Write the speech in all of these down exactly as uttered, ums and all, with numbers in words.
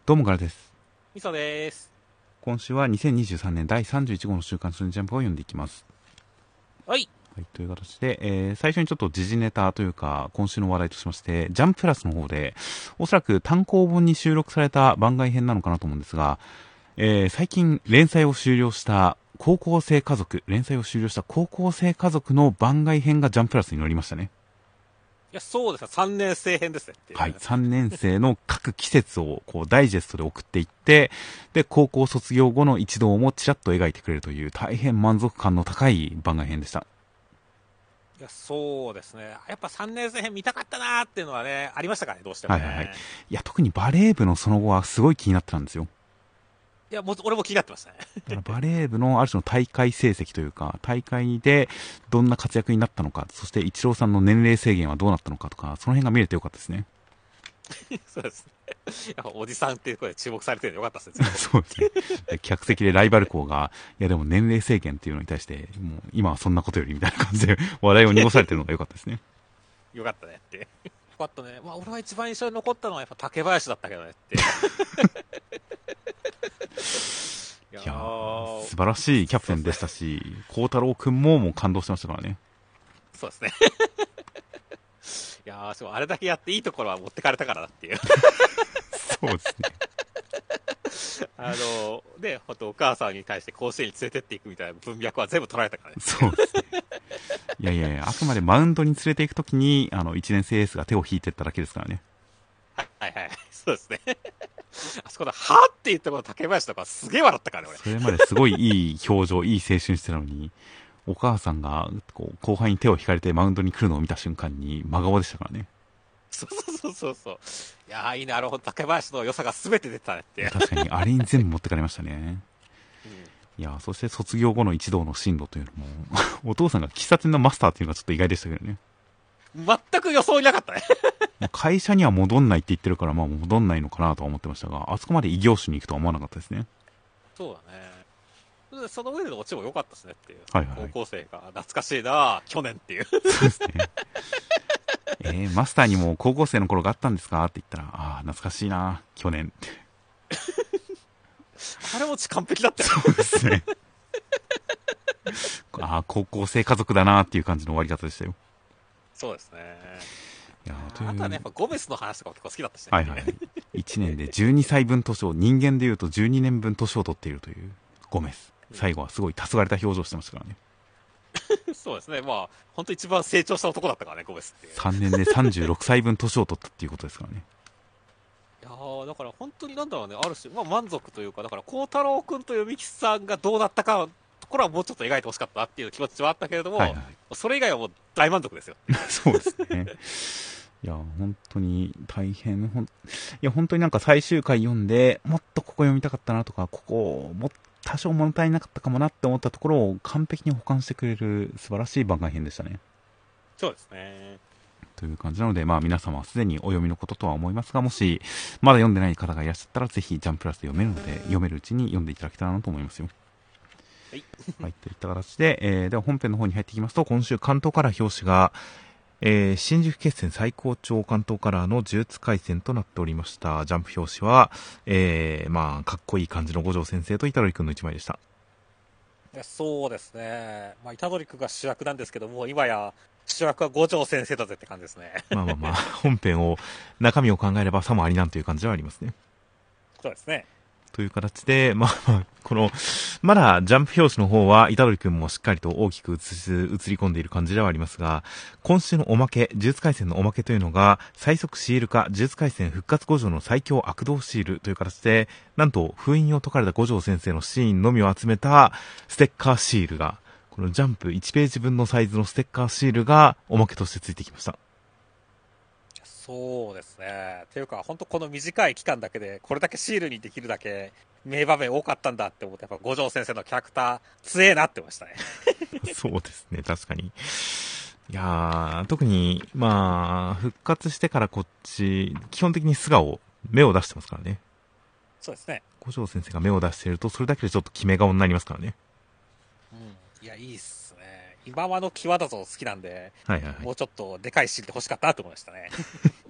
どうもからです。 みそです。 今週はにせんにじゅうさんねんだいさんじゅういち号の週刊少年ジャンプを読んでいきます。 はい。 はい、という形で、えー、最初にちょっと時事ネタというか、今週の話題としまして、ジャンププラスの方で、おそらく単行本に収録された番外編なのかなと思うんですが、えー、最近連載を終了した高校生家族、連載を終了した高校生家族の番外編がジャンププラスに載りましたね。 いや、そうですね。さんねん生編ですねっていう。 はい。さんねん生の各季節をこうダイジェストで送っていって、で、高校卒業後の一同もちらっと描いてくれるという大変満足感の高い番外編でした。 いや、そうですね。やっぱさんねん生編見たかったなーっていうのはね、ありましたからね、どうしてもね。 はいはいはい。いや、特にバレー部のその後はすごい気になってたんですよ。 いや、もう俺も気になってましたね。 だからバレー部のある種の大会成績というか、大会でどんな活躍になったのか、そしてイチローさんの年齢制限はどうなったのかとか、その辺が見れてよかったですね。 そうですね。やっぱおじさんっていう声で注目されてるのよかったですね。 そうですね。で客席でライバル校が、いやでも年齢制限っていうのに対して、もう今はそんなことよりみたいな感じで話題を濁されてるのが良かったですね。 よかったねって。よかったね。まあ、俺は一番印象に残ったのはやっぱ竹林だったけどねって。いやいやー、 ー、 素晴らしいキャプテンでしたし、孝太郎くんももう感動してましたからね。 そうですね。いやー、そう、あれだけやっていいところは持ってかれたからだっていう。 そうですね。 あの、ね、ほんとお母さんに対して甲子園に連れてっていくみたいな文脈は全部取られたからね。 そうですね。いやいやいや、あくまでマウンドに連れて行くときに、あの、いちねん生エースが手を引いてっただけですからね。 はいはいはい。そうですね。あそこの、はって言ったこと竹林とかすげえ笑ったからね、俺。 それまですごいいい表情、いい青春してたのに、お母さんが、こう、後輩に手を引かれてマウンドに来るのを見た瞬間に真顔でしたからね。 そうそうそうそう。いやー、いいなるほど、竹林の良さが全て出てたねっていう。 確かに、あれに全部持ってかれましたね。 うん、 いや、そして卒業後の一同の進路というのも、お父さんが喫茶店のマスターっていうのがちょっと意外でしたけどね。 全く予想になかったね。 会社には戻んないって言ってるから、まあ戻んないのかなとは思ってましたが、あそこまで異業種に行くとは思わなかったですね。 そうだね。その上でのオチも良かったですねっていう。 はいはいはい。 高校生が懐かしいな去年っていう。 そうですね。えー、マスターにも高校生の頃があったんですかって言ったら、ああ、懐かしいな去年って。 あれも完璧だったよ。 そうですね。ああ、高校生家族だなっていう感じの終わり方でしたよ。 そうですね。 いやという。 あとはね、やっぱゴメスの話とかも結構好きだったしね。 はいはい。いちねんでじゅうにさいぶん年を、人間でいうとじゅうにねんぶん年を取っているというゴメス。最後はすごい黄昏れた表情してましたからね。 そうですね。まあ、本当一番成長した男だったからね、ゴメスっていう。 さんねんでさんじゅうろくさいぶん年を取ったっていうことですからね。 いやー、だから本当になんだろうね、ある種、まあ満足というか、だから孝太郎君と読吉さんがどうなったか、ところはもうちょっと描いてほしかったなっていう気持ちはあったけれども、 はいはい。 それ以外はもう大満足ですよ。 そうですね。いや、本当に大変、ほん、いや、本当になんか最終回読んで、もっとここ読みたかったなとか、ここ、も多少物足りなかったかもなって思ったところを完璧に保管してくれる素晴らしい番外編でしたね。 そうですね。 という感じなので、まあ皆様はすでにお読みのこととは思いますが、もし、まだ読んでない方がいらっしゃったら、ぜひジャンププラスで読めるので、読めるうちに読んでいただけたらなと思いますよ。 はい。 はい、といった形で、えー、では本編の方に入っていきますと、今週関東カラー表紙が、えー、新宿決戦最高潮関東カラーの呪術廻戦となっておりました。ジャンプ表紙は、えー、まあ、かっこいい感じの五条先生と板取くんの一枚でした。 いやそうですね。まあ、虎杖君が主役なんですけども、今や主役は五条先生だぜって感じですね。 まあまあまあ、本編を、中身を考えればさもありなんという感じではありますね。 そうですね。 という形で、まあまあ、この、まだジャンプ表紙の方は、虎杖くんもしっかりと大きく映す、映り込んでいる感じではありますが、今週のおまけ、呪術廻戦のおまけというのが、最速シール化、呪術廻戦復活五条の最強悪道シールという形で、なんと封印を解かれた五条先生のシーンのみを集めたステッカーシールが、このジャンプいちページ分のサイズのステッカーシールがおまけとしてついてきました。 そうですね。っていうか、本当この短い期間だけで、これだけシールにできるだけ名場面多かったんだって思って、やっぱ五条先生のキャラクター強えなって思いましたね。 そうですね、確かに。いやー、特に、まあ、復活してからこっち、基本的に素顔、目を出してますからね。 そうですね。 五条先生が目を出していると、それだけでちょっと決め顔になりますからね。 うん。いや、いいっすね。今はの際だぞ好きなんで、 はいはいはい。 もうちょっとでかいシールで欲しかったなと思いましたね。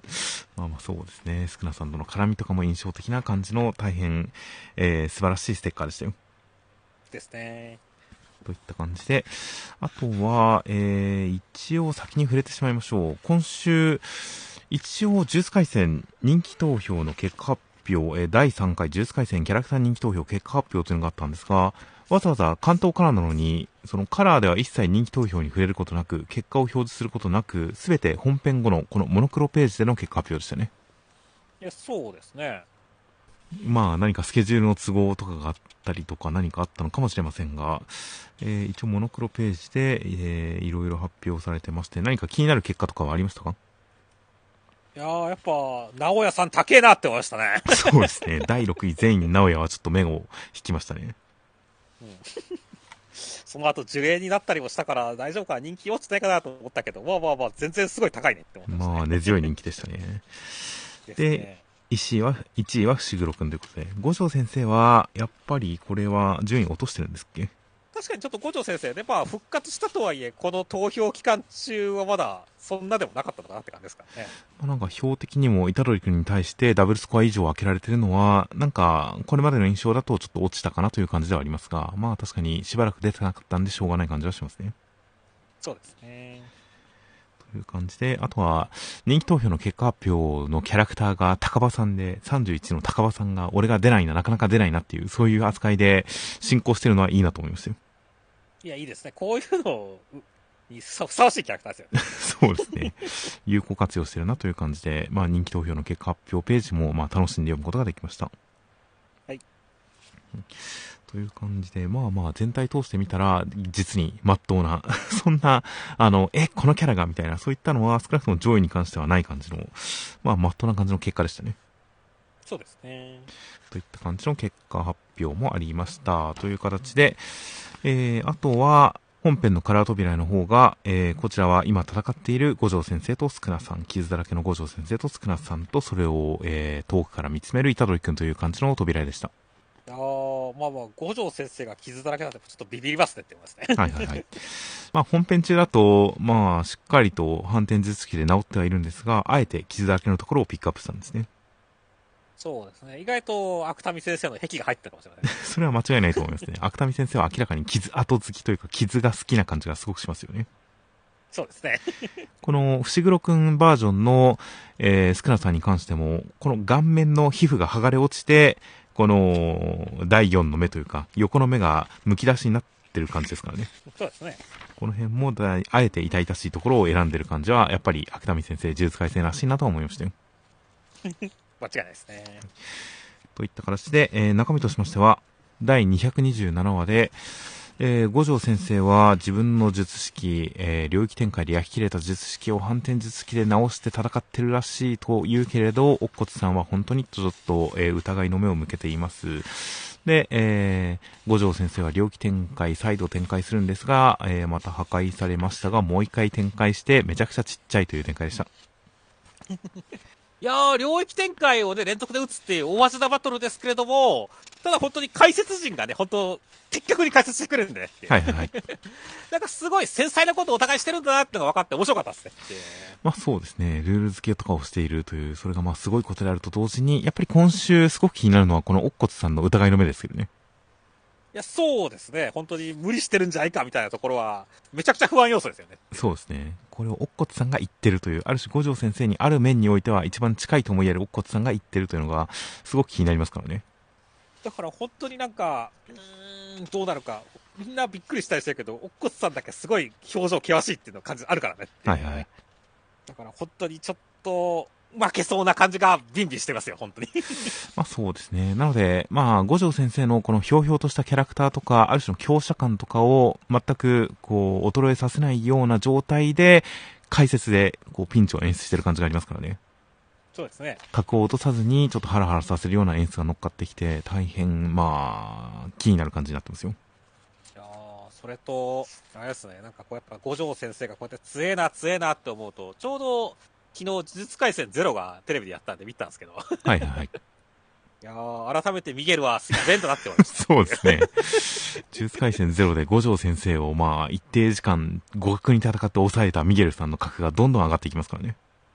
まあまあそうですね。スクナさんとの絡みとかも印象的な感じの大変、えー、素晴らしいステッカーでしたよ。 ですね。 といった感じで、あとは、えー、一応先に触れてしまいましょう。今週、一応、呪術廻戦人気投票の結果発表、えー、だいさんかい呪術廻戦キャラクター人気投票結果発表というのがあったんですが、わざわざ関東カラーなのに、そのカラーでは一切人気投票に触れることなく、結果を表示することなく、すべて本編後のこのモノクロページでの結果発表でしたね。 いや、そうですね。 まあ何かスケジュールの都合とかがあったりとか何かあったのかもしれませんが、えー、一応モノクロページで、えー、いろいろ発表されてまして、何か気になる結果とかはありましたか？ いやー、やっぱ、直哉さん高えなって思いましたね。 そうですね。だいろくい全員直哉はちょっと目を引きましたね。 うん、その後呪霊になったりもしたから大丈夫か、人気落ちてないかなと思ったけど、まあまあまあ全然すごい高いねって思ってました、ね。 まあ根強い人気でしたね。で、ね、いちいは、いちいは伏黒くんということで、五条先生は、やっぱりこれは順位落としてるんですっけ？ 確かにちょっと五条先生ね、まあ復活したとはいえ、この投票期間中はまだそんなでもなかったのかなって感じですからね。 まあ、なんか標的にも虎杖君に対してダブルスコア以上開けられてるのは、なんかこれまでの印象だとちょっと落ちたかなという感じではありますが、まあ確かにしばらく出てなかったんでしょうがない感じはしますね。 そうですね。 という感じで、あとは人気投票の結果発表のキャラクターが高場さんで、さんじゅういちの高場さんが俺が出ないな、なかなか出ないなっていう、そういう扱いで進行してるのはいいなと思いましたよ。 いや、いいですね。こういうのにふさわしいキャラクターですよね。そうですね。有効活用してるなという感じで、まあ人気投票の結果発表ページもまあ楽しんで読むことができました。 はい。 という感じで、まあまあ全体通してみたら、実に真っ当な、そんな、あの、え、このキャラがみたいな、そういったのは少なくとも上位に関してはない感じの、まあ真っ当な感じの結果でしたね。 そうですね。 といった感じの結果発表もありました。という形で、えー、あとは、本編のカラー扉の方が、えー、こちらは今戦っている五条先生とスクナさん、傷だらけの五条先生とスクナさんと、それを、えー、遠くから見つめる虎杖くんという感じの扉でした。 いやー、まあまあ、五条先生が傷だらけなんで、ちょっとビビりますねって言いますね。 はいはいはい。まあ本編中だと、まあしっかりと反転術式で治ってはいるんですが、あえて傷だらけのところをピックアップしたんですね。 そうですね。意外と芥見先生の癖が入ってるかもしれない。 それは間違いないと思いますね。芥見先生は明らかに傷後好きというか傷が好きな感じがすごくしますよね。 そうですね。この伏黒くんバージョンの、えー、スクナさんに関しても、この顔面の皮膚が剥がれ落ちて、このだいよんの目というか、横の目が剥き出しになってる感じですからね。 そうですね。 この辺もだい、あえて痛々しいところを選んでる感じは、やっぱり芥見先生、呪術廻戦らしいなと思いましたよ。 間違いないですね。 といった形で、えー、中身としましては、だいにひゃくにじゅうななわで、えー、五条先生は自分の術式、えー、領域展開で焼き切れた術式を反転術式で直して戦ってるらしいと言うけれど、乙骨さんは本当にちょっと、えー、疑いの目を向けています。で、えー、五条先生は領域展開、再度展開するんですが、えー、また破壊されましたが、もう一回展開して、めちゃくちゃちっちゃいという展開でした。 いやー、領域展開をね、連続で打つっていう大技なバトルですけれども、ただ本当に解説陣がね、本当、的確に解説してくれるんでね。 はいはい。 なんかすごい繊細なことをお互いしてるんだなってのが分かって面白かったですね。 まあそうですね。ルール付けとかをしているという、それがまあすごいことであると同時に、やっぱり今週すごく気になるのはこの乙骨さんの疑いの目ですけどね。 いや、そうですね。本当に無理してるんじゃないかみたいなところは、めちゃくちゃ不安要素ですよね。 そうですね。これを乙骨さんが言ってるという、ある種五条先生にある面においては一番近いとも言える乙骨さんが言ってるというのが、すごく気になりますからね。 だから本当になんか、うーん、どうなるか。みんなびっくりしたりしてるけど、乙骨さんだけすごい表情険しいっていうの感じあるからね。 はいはい。 だから本当にちょっと、負けそうな感じがビンビンしてますよ、本当に。 まあそうですね。なので、まあ五条先生のこのひょうひょうとしたキャラクターとか、ある種の強者感とかを全くこう衰えさせないような状態で、解説でこうピンチを演出してる感じがありますからね。 そうですね。 格を落とさずにちょっとハラハラさせるような演出が乗っかってきて、大変まあ気になる感じになってますよ。 いやー、それと、あれですね、なんかこうやっぱ五条先生がこうやって強えな強えなって思うと、ちょうど昨日呪術廻戦ゼロがテレビでやったんで見たんですけど。 はいはいはい。 いやー、改めてミゲルはすげえんだなって思いました。 そうですね。呪術廻戦ゼロで五条先生をまあ一定時間互角に戦って抑えたミゲルさんの格がどんどん上がっていきますからね。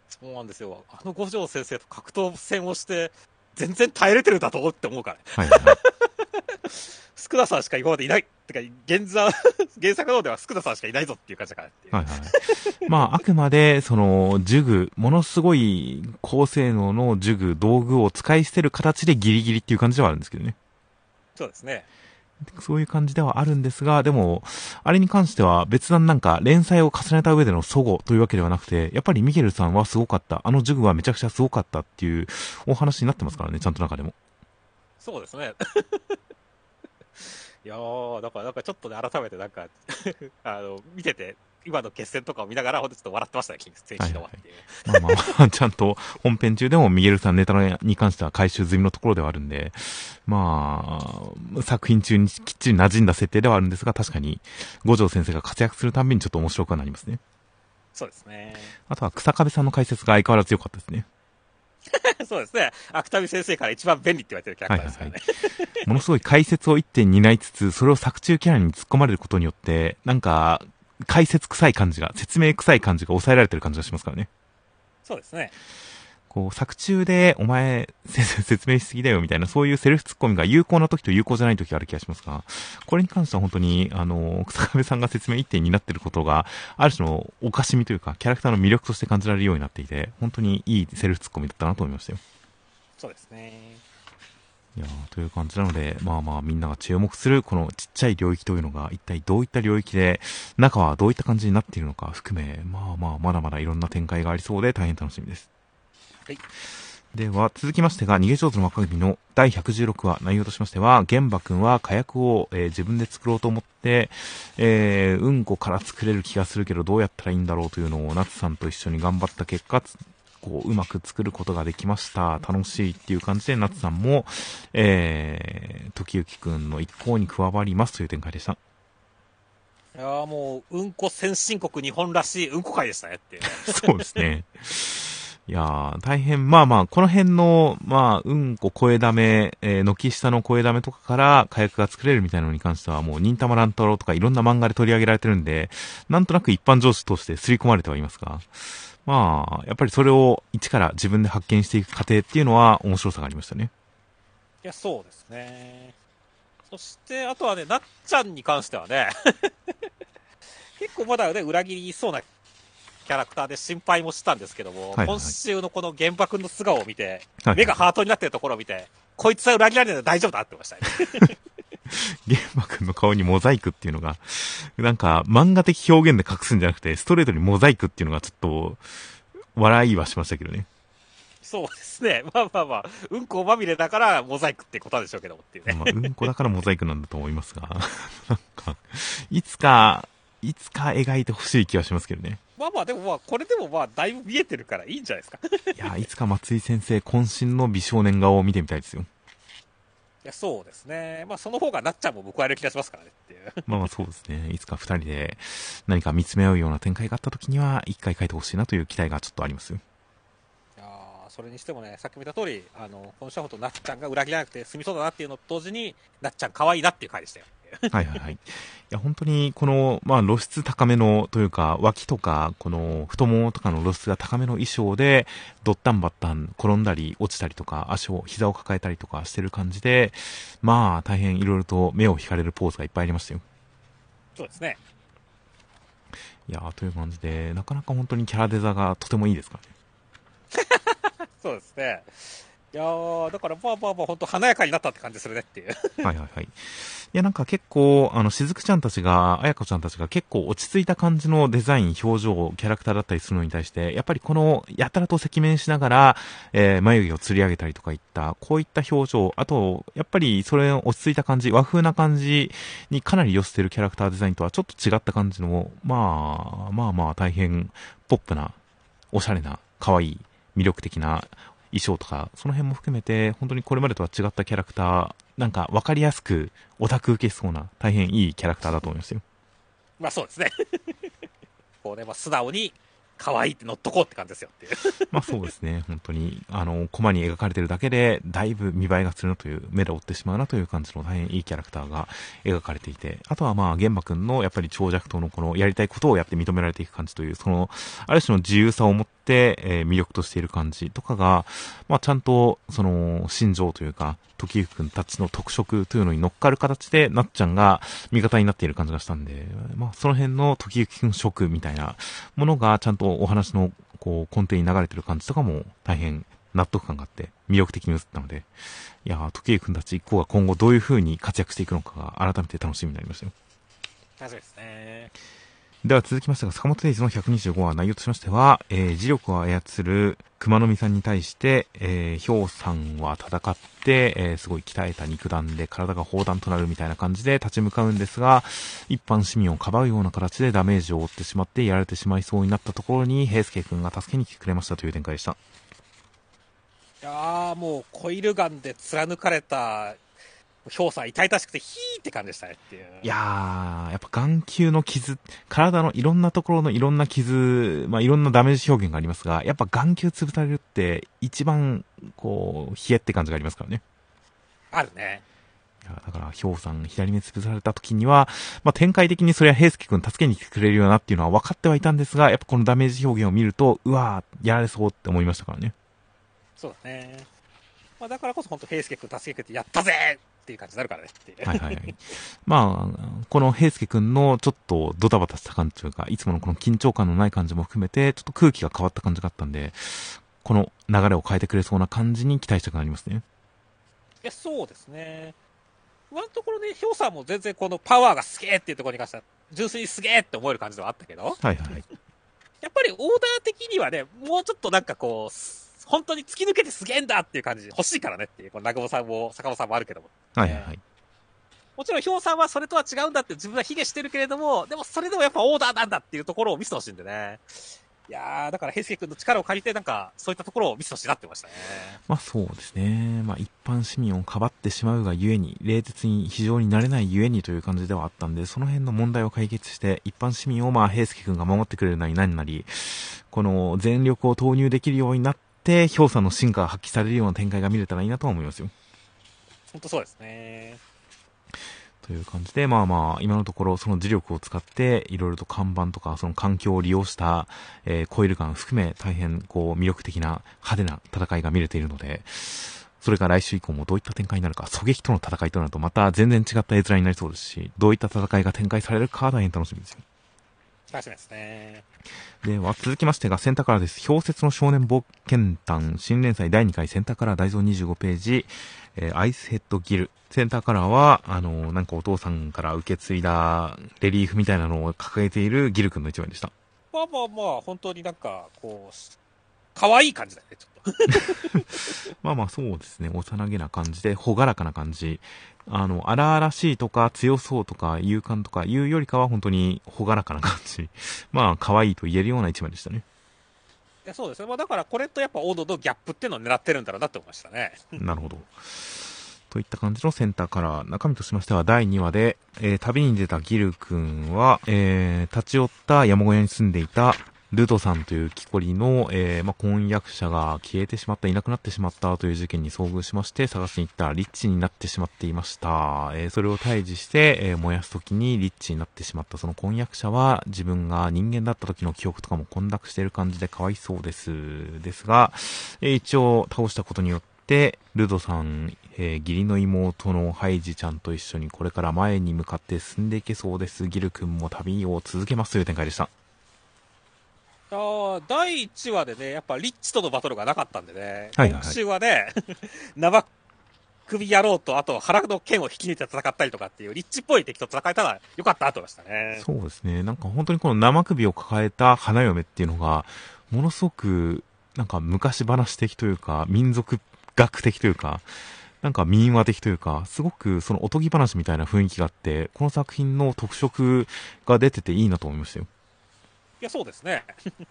そうなんですよ。あの五条先生と格闘戦をして、全然耐えれてるだとって思うからね。 はいはいはい。 スクダさんしか今までいない。てか、現在、原作の方ではスクダさんしかいないぞっていう感じだからっていう。 はいはい。まあ、あくまで、その、呪具、ものすごい高性能の呪具、道具を使い捨てる形でギリギリっていう感じではあるんですけどね。 そうですね。 そういう感じではあるんですが、でも、あれに関しては別段なんか連載を重ねた上での齟齬というわけではなくて、やっぱりミゲルさんはすごかった。あの呪具はめちゃくちゃすごかったっていうお話になってますからね、ちゃんと中でも。 そうですね。いやー、だから、なんかちょっとね、改めてなんか、あの、見てて、今の決戦とかを見ながら、ほんとちょっと笑ってましたね、先週のはっていう。 まあまあまあ、ちゃんと本編中でもミゲルさんネタに関しては回収済みのところではあるんで、まあ、作品中にきっちり馴染んだ設定ではあるんですが、確かに五条先生が活躍するたんびにちょっと面白くはなりますね。 そうですね。 あとは草壁さんの解説が相変わらず良かったですね。 そうですね。芥見先生から一番便利って言われてるキャラクターですからね。 はいはいはい、ものすごい解説を一点担いつつ、それを作中キャラに突っ込まれることによって、なんか、解説臭い感じが、説明臭い感じが抑えられてる感じがしますからね。 そうですね。 こう、作中で、お前、先生説明しすぎだよみたいな、そういうセルフツッコミが有効な時と有効じゃない時がある気がしますが、これに関しては本当に、あの、草壁さんが説明一点になっていることが、ある種のおかしみというか、キャラクターの魅力として感じられるようになっていて、本当にいいセルフツッコミだったなと思いましたよ。 そうですね。 いやー、という感じなので、まあまあみんなが注目するこのちっちゃい領域というのが一体どういった領域で、中はどういった感じになっているのか含め、まあまあまだまだいろんな展開がありそうで大変楽しみです。 はい。 では続きましてが、逃げ上手の若君のだいひゃくじゅうろくわ、内容としましては、玄馬くんは火薬を、えー、自分で作ろうと思って、えー、うんこから作れる気がするけどどうやったらいいんだろうというのを夏さんと一緒に頑張った結果、こう、うまく作ることができました。楽しいっていう感じで、夏さんも、えー、時行くんの一行に加わりますという展開でした。 いやーもう、うんこ先進国日本らしいうんこ会でしたねっていう、ね。 そうですね。いやー、大変、まあまあ、この辺の、まあ、うんこ声だめ、えー、軒下の声だめとかから火薬が作れるみたいなのに関しては、もう、忍たま乱太郎とかいろんな漫画で取り上げられてるんで、なんとなく一般常識として刷り込まれてはいますが、まあ、やっぱりそれを一から自分で発見していく過程っていうのは面白さがありましたね。 いや、そうですね。そして、あとはね、なっちゃんに関してはね、結構まだね、裏切りそうなキャラクターで心配もしたんですけども、はいはい、今週のこの玄馬くんの素顔を見て、はいはい、目がハートになってるところを見て、こいつは裏切られないの大丈夫だって思いましたね。 玄馬くんの顔にモザイクっていうのが、なんか漫画的表現で隠すんじゃなくて、ストレートにモザイクっていうのがちょっと、笑いはしましたけどね。 そうですね。まあまあまあ、うんこまみれだからモザイクってことなんでしょうけどもっていうね。 まあ、うんこだからモザイクなんだと思いますが、なんか、いつか、いつか描いてほしい気はしますけどね。 まあまあ、でもまあ、これでもまあ、だいぶ見えてるからいいんじゃないですか。 いや、いつか松井先生渾身の美少年顔を見てみたいですよ。 いや、そうですね。まあ、その方がなっちゃんも報われる気がしますからねっていう。 まあまあそうですね。いつか二人で何か見つめ合うような展開があった時には、一回書いてほしいなという期待がちょっとありますよ。 いやそれにしてもね、さっきも言った通り、あの、この人はほんとなっちゃんが裏切らなくて済みそうだなっていうのと同時に、なっちゃん可愛いなっていう回でしたよ。 はいはいはい。いや、本当に、この、まあ、露出高めの、というか、脇とか、この、太ももとかの露出が高めの衣装で、ドッタンバッタン、転んだり、落ちたりとか、足を、膝を抱えたりとかしてる感じで、まあ、大変いろいろと目を惹かれるポーズがいっぱいありましたよ。 そうですね。 いやー、という感じで、なかなか本当にキャラデザがとてもいいですからね。そうですね。いやー、だからまあまあまあ、本当華やかになったって感じするねっていう。 はいはいはい。いや、なんか結構、あの、しずくちゃんたちが、あやこちゃんたちが結構落ち着いた感じのデザイン、表情、キャラクターだったりするのに対して、やっぱりこの、やたらと赤面しながら、えー、眉毛を吊り上げたりとかいった、こういった表情、あと、やっぱりそれの落ち着いた感じ、和風な感じにかなり寄せてるキャラクターデザインとはちょっと違った感じの、まあ、まあまあ大変ポップな、おしゃれな、可愛い、魅力的な、衣装とか、その辺も含めて、本当にこれまでとは違ったキャラクター、なんか分かりやすく、オタク受けしそうな、大変いいキャラクターだと思いますよ。 まあそうですね。こうね、まあ素直に、可愛いって乗っとこうって感じですよっていう。 まあそうですね、本当に、あの、コマに描かれてるだけで、だいぶ見栄えがするなという、目で追ってしまうなという感じの大変いいキャラクターが描かれていて、あとはまあ、玄馬くんのやっぱり長尺刀のこのやりたいことをやって認められていく感じという、その、ある種の自由さを持って、 、えー、魅力としている感じとかが、まあ、ちゃんと、その、心情というか、時行くんたちの特色というのに乗っかる形で、なっちゃんが味方になっている感じがしたんで、まあ、その辺の時行くん色みたいなものが、ちゃんとお話の、こう、根底に流れてる感じとかも、大変納得感があって、魅力的に映ったので、いやー、時行くんたち一行が今後どういう風に活躍していくのかが、改めて楽しみになりましたよ。 確かにですね。 では続きましてが、坂本デイズのひゃくにじゅうごわ内容としましては、えー、磁力を操る熊の実さんに対して、えー、ヒョウさんは戦って、えー、すごい鍛えた肉弾で体が砲弾となるみたいな感じで立ち向かうんですが、一般市民をかばうような形でダメージを負ってしまってやられてしまいそうになったところに、平介くんが助けに来てくれましたという展開でした。 いやー、もうコイルガンで貫かれたヒョウさん痛々しくてヒーって感じでしたねっていう。 いやー、やっぱ眼球の傷、体のいろんなところのいろんな傷、まあ、いろんなダメージ表現がありますが、やっぱ眼球潰されるって一番、こう、冷えって感じがありますからね。 あるね。 いやだから、ヒョウさん左目潰された時には、まあ、展開的にそれは平介くん助けに来てくれるよなっていうのは分かってはいたんですが、やっぱこのダメージ表現を見ると、うわー、やられそうって思いましたからね。 そうだね。まあ、だからこそ本当平介くん助けてくれてやったぜっていう感じになるからねっていう。 はいはいはい。まあ、この平介くんのちょっとドタバタした感じというか、いつものこの緊張感のない感じも含めて、ちょっと空気が変わった感じがあったんで、この流れを変えてくれそうな感じに期待したくなりますね。 いや、そうですね。今のところね、ヒョウさんも全然このパワーがすげえっていうところに関しては、純粋にすげえって思える感じではあったけど、 はいはい。 やっぱりオーダー的にはね、もうちょっとなんかこう、本当に突き抜けてすげえんだっていう感じ欲しいからねっていう、この長尾さんも坂本さんもあるけども。 はいはいはい。 もちろん、ヒョウさんはそれとは違うんだって自分は卑下してるけれども、でもそれでもやっぱオーダーなんだっていうところを見せてほしいんでね。いやー、だから平介君の力を借りて、なんか、そういったところを見せてほしいなってましたね。 まあそうですね。まあ一般市民をかばってしまうがゆえに、冷徹に非常になれないゆえにという感じではあったんで、その辺の問題を解決して、一般市民をまあ平介君が守ってくれるなり何なり、この全力を投入できるようになって、ヒョウさんの進化が発揮されるような展開が見れたらいいなとは思いますよ。 本当そうですね。 という感じで、まあまあ、今のところその磁力を使って、いろいろと看板とか、その環境を利用した、えー、コイルガン含め、大変、こう、魅力的な派手な戦いが見れているので、それが来週以降もどういった展開になるか、狙撃との戦いとなると、また全然違った絵面になりそうですし、どういった戦いが展開されるかは大変楽しみですよ。 楽しみですね。 では、続きましてがセンターカラーです。氷雪の少年冒険譚新連載だいにかいセンターカラー大蔵にじゅうごページ、えー、アイスヘッドギル。センターカラーは、あのー、なんかお父さんから受け継いだレリーフみたいなのを掲げているギル君の一枚でした。 まあまあまあ、本当になんか、こう、可愛い感じだよね、ちょっと。 まあまあそうですね。幼げな感じで、ほがらかな感じ。あの、荒々しいとか強そうとか勇敢とかいうよりかは本当にほがらかな感じ。まあ可愛いと言えるような一枚でしたね。 いやそうですね。まあだからこれとやっぱオードのギャップっていうのを狙ってるんだろうなって思いましたね。 なるほど。といった感じのセンターカラー。中身としましてはだいにわで、えー、旅に出たギル君は、えー、立ち寄った山小屋に住んでいたルドさんという木こりの、えー、まあ、婚約者が消えてしまった、いなくなってしまったという事件に遭遇しまして、探しに行ったらリッチになってしまっていました。えー、それを退治して、えー、燃やすときにリッチになってしまったその婚約者は、自分が人間だった時の記憶とかも混濁している感じでかわいそうです。ですが、えー、一応倒したことによって、ルドさん、えー、義理の妹のハイジちゃんと一緒にこれから前に向かって進んでいけそうです。ギル君も旅を続けますという展開でした。 あだいいちわでね、やっぱリッチとのバトルがなかったんでね、 はいはいはい、 今週はね、生首野郎と、あと腹の剣を引き抜いて戦ったりとかっていう、リッチっぽい敵と戦えたらよかったと思いましたね。 そうですね。なんか本当にこの生首を抱えた花嫁っていうのが、ものすごく、なんか昔話的というか、民族学的というか、なんか民話的というか、すごくそのおとぎ話みたいな雰囲気があって、この作品の特色が出てていいなと思いましたよ。 いや、そうですね。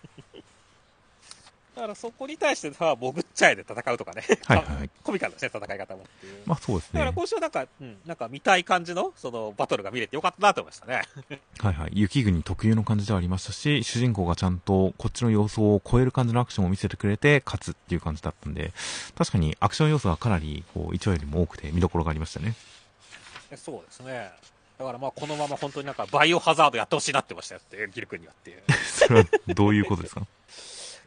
だからそこに対してさ、潜っちゃえで戦うとかね。 はいはい。 コミカルですね、戦い方もっていう。 まあそうですね。 だから今週はなんか、うん、なんか見たい感じの、そのバトルが見れてよかったなと思いましたね。 はいはい。雪国特有の感じではありましたし、主人公がちゃんとこっちの様相を超える感じのアクションを見せてくれて、勝つっていう感じだったんで、確かにアクション要素がかなり、こう、いちわよりも多くて見どころがありましたね。 そうですね。だからまあこのまま本当になんかバイオハザードやってほしいなってましたよって、ギル君にはっていう。 それはどういうことですか？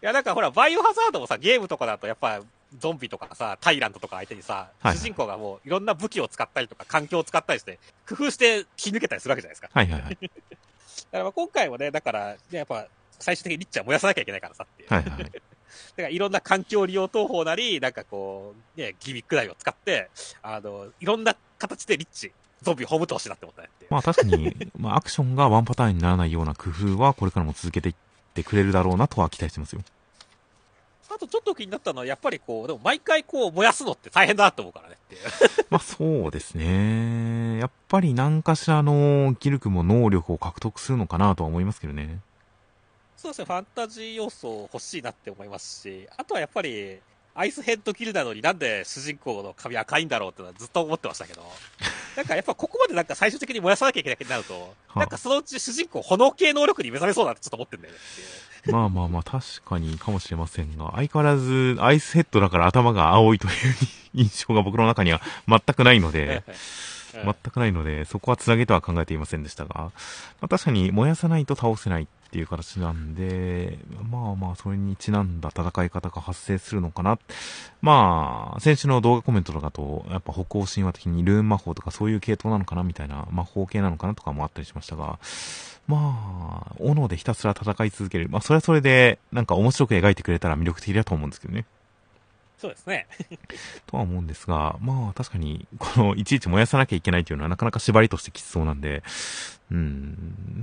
や、なんかほら、バイオハザードもさ、ゲームとかだとやっぱ、ゾンビとかさ、タイラントとか相手にさ、 はいはい主人公がもういろんな武器を使ったりとか、環境を使ったりして、工夫して切り抜けたりするわけじゃないですか。 はいはいはい。 だからまあ今回はね、だから、ね、やっぱ、最終的にリッチは燃やさなきゃいけないからさっていう。 はいはい。 だからいろんな環境利用投法なり、なんかこう、ね、ギミックなりを使って、あの、いろんな形でリッチ、ゾンビを葬ってほしいなって思ったねっていう。 まあ確かに、まあアクションがワンパターンにならないような工夫はこれからも続けていってくれるだろうなとは期待してますよ。 あとちょっと気になったのは、やっぱりこう、でも毎回こう燃やすのって大変だなと思うからねっていう。 まあそうですね。やっぱり何かしらのギルクも能力を獲得するのかなとは思いますけどね。 そうですね、ファンタジー要素欲しいなって思いますし、あとはやっぱり、アイスヘッドキルなのになんで主人公の髪赤いんだろうってのはずっと思ってましたけど、なんかやっぱここまでなんか最終的に燃やさなきゃいけなくなると、なんかそのうち主人公炎系能力に目覚めそうだってちょっと思ってんだよねっていう。 まあまあまあ確かにかもしれませんが、相変わらずアイスヘッドだから頭が青いという印象が僕の中には全くないので、全くないので、そこはつなげとは考えていませんでしたが、まあ、確かに燃やさないと倒せないっていう形なんで、まあまあそれにちなんだ戦い方が発生するのかな。まあ、先週の動画コメントとかと、やっぱ北欧神話的にルーン魔法とかそういう系統なのかなみたいな、魔法系なのかなとかもあったりしましたが、まあ、斧でひたすら戦い続ける。まあそれはそれで、なんか面白く描いてくれたら魅力的だと思うんですけどね。 そうですね。 とは思うんですが、まあ確かに、このいちいち燃やさなきゃいけないというのはなかなか縛りとしてきつそうなんで、うん、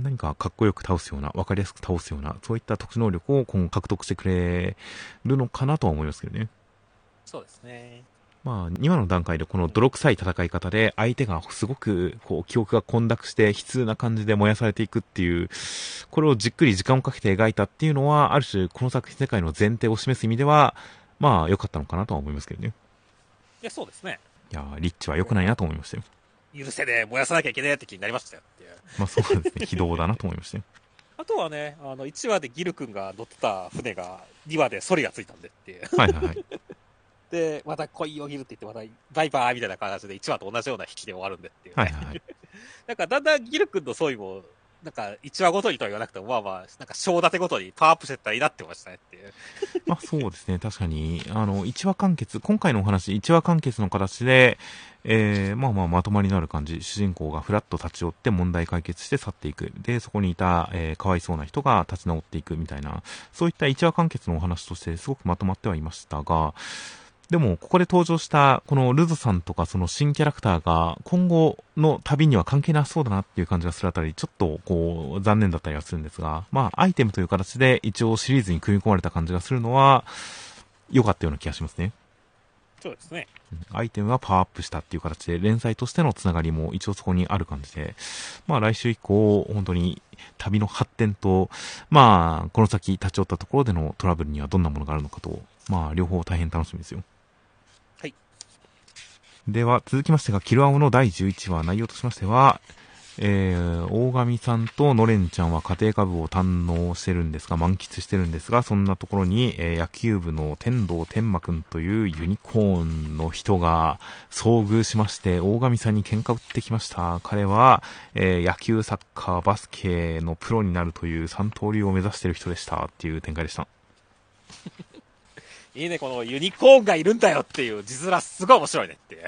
何かかっこよく倒すような、わかりやすく倒すような、そういった特殊能力を今後獲得してくれるのかなとは思いますけどね。 そうですね。 まあ、今の段階でこの泥臭い戦い方で相手がすごくこう記憶が混濁して悲痛な感じで燃やされていくっていう、これをじっくり時間をかけて描いたっていうのは、ある種この作品世界の前提を示す意味では、まあ良かったのかなとは思いますけどね。 いや、そうですね。 いやリッチは良くないなと思いましたよ。 許せねえ、燃やさなきゃいけねえって気になりましたよっていう。 まあそうですね、非道だなと思いましたよ。 あとはね、あの、いちわでギル君が乗ってた船が、にわでソリがついたんでっていう。 はいはいはい。 で、また来いよギルって言って、またバイバーイみたいな形でいちわと同じような引きで終わるんでっていう、ね。 はいはいはい。 なんかだんだんギル君のソイも、なんかいちわごとにとは言わなくても、まあまあ、なんか章立てごとにパワーアップしてったらいいなってましたねっていう。 まあそうですね、確かに、あの、いちわ完結、今回のお話、いちわ完結の形で、えー、まあまあまとまりのある感じ、主人公がフラッと立ち寄って問題解決して去っていく。で、そこにいた、えー、かわいそうな人が立ち直っていくみたいな、そういったいちわ完結のお話としてすごくまとまってはいましたが、でも、ここで登場した、このルゾさんとかその新キャラクターが、今後の旅には関係なさそうだなっていう感じがするあたり、ちょっと、こう、残念だったりはするんですが、まあ、アイテムという形で一応シリーズに組み込まれた感じがするのは、良かったような気がしますね。 そうですね。 アイテムはパワーアップしたっていう形で、連載としてのつながりも一応そこにある感じで、まあ来週以降、本当に旅の発展と、まあ、この先立ち寄ったところでのトラブルにはどんなものがあるのかと、まあ両方大変楽しみですよ。 はい。 では、続きましてが、キルアオのだいじゅういちわ、内容としましては、えー、大神さんとのれんちゃんは家庭科部を堪能してるんですが、満喫してるんですが、そんなところに、えー、野球部の天童天馬くんというユニコーンの人が遭遇しまして、大神さんに喧嘩売ってきました。彼は、えー、野球、サッカー、バスケのプロになるという三刀流を目指してる人でしたっていう展開でした。 いいね、このユニコーンがいるんだよっていう字面すごい面白いねっていう。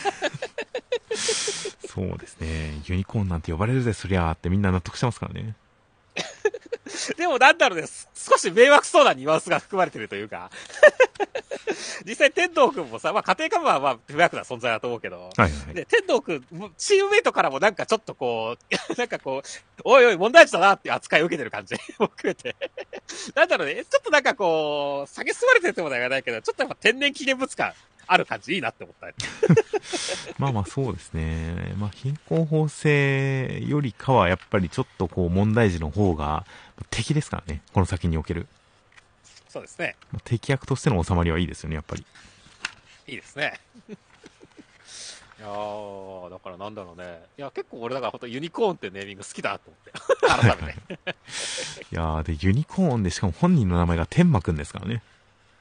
そうですね。ユニコーンなんて呼ばれるぜ、そりゃーってみんな納得してますからね。 でもなんだろうね、少し迷惑そうなニュアンスが含まれてるというか。実際天童くんもさ、まあ家庭科部はまあ不役な存在だと思うけど、 はいはい。 で、天童くん、チームメイトからもなんかちょっとこう、なんかこう、おいおい問題児だなっていう扱いを受けてる感じも含めて。なんだろうね、ちょっとなんかこう、下げすまれてるってことは言わないけど、ちょっとやっぱ天然記念物感ある感じいいなって思った。 まあまあそうですね。まあ貧困法制よりかはやっぱりちょっとこう問題児の方が敵ですからね。この先における。 そうですね。 敵役としての収まりはいいですよね、やっぱり。 いいですね。いやー、だからなんだろうね。いや、結構俺だから本当ユニコーンってネーミング好きだと思って。改めて。 いやー、で、ユニコーンでしかも本人の名前が天馬くんですからね。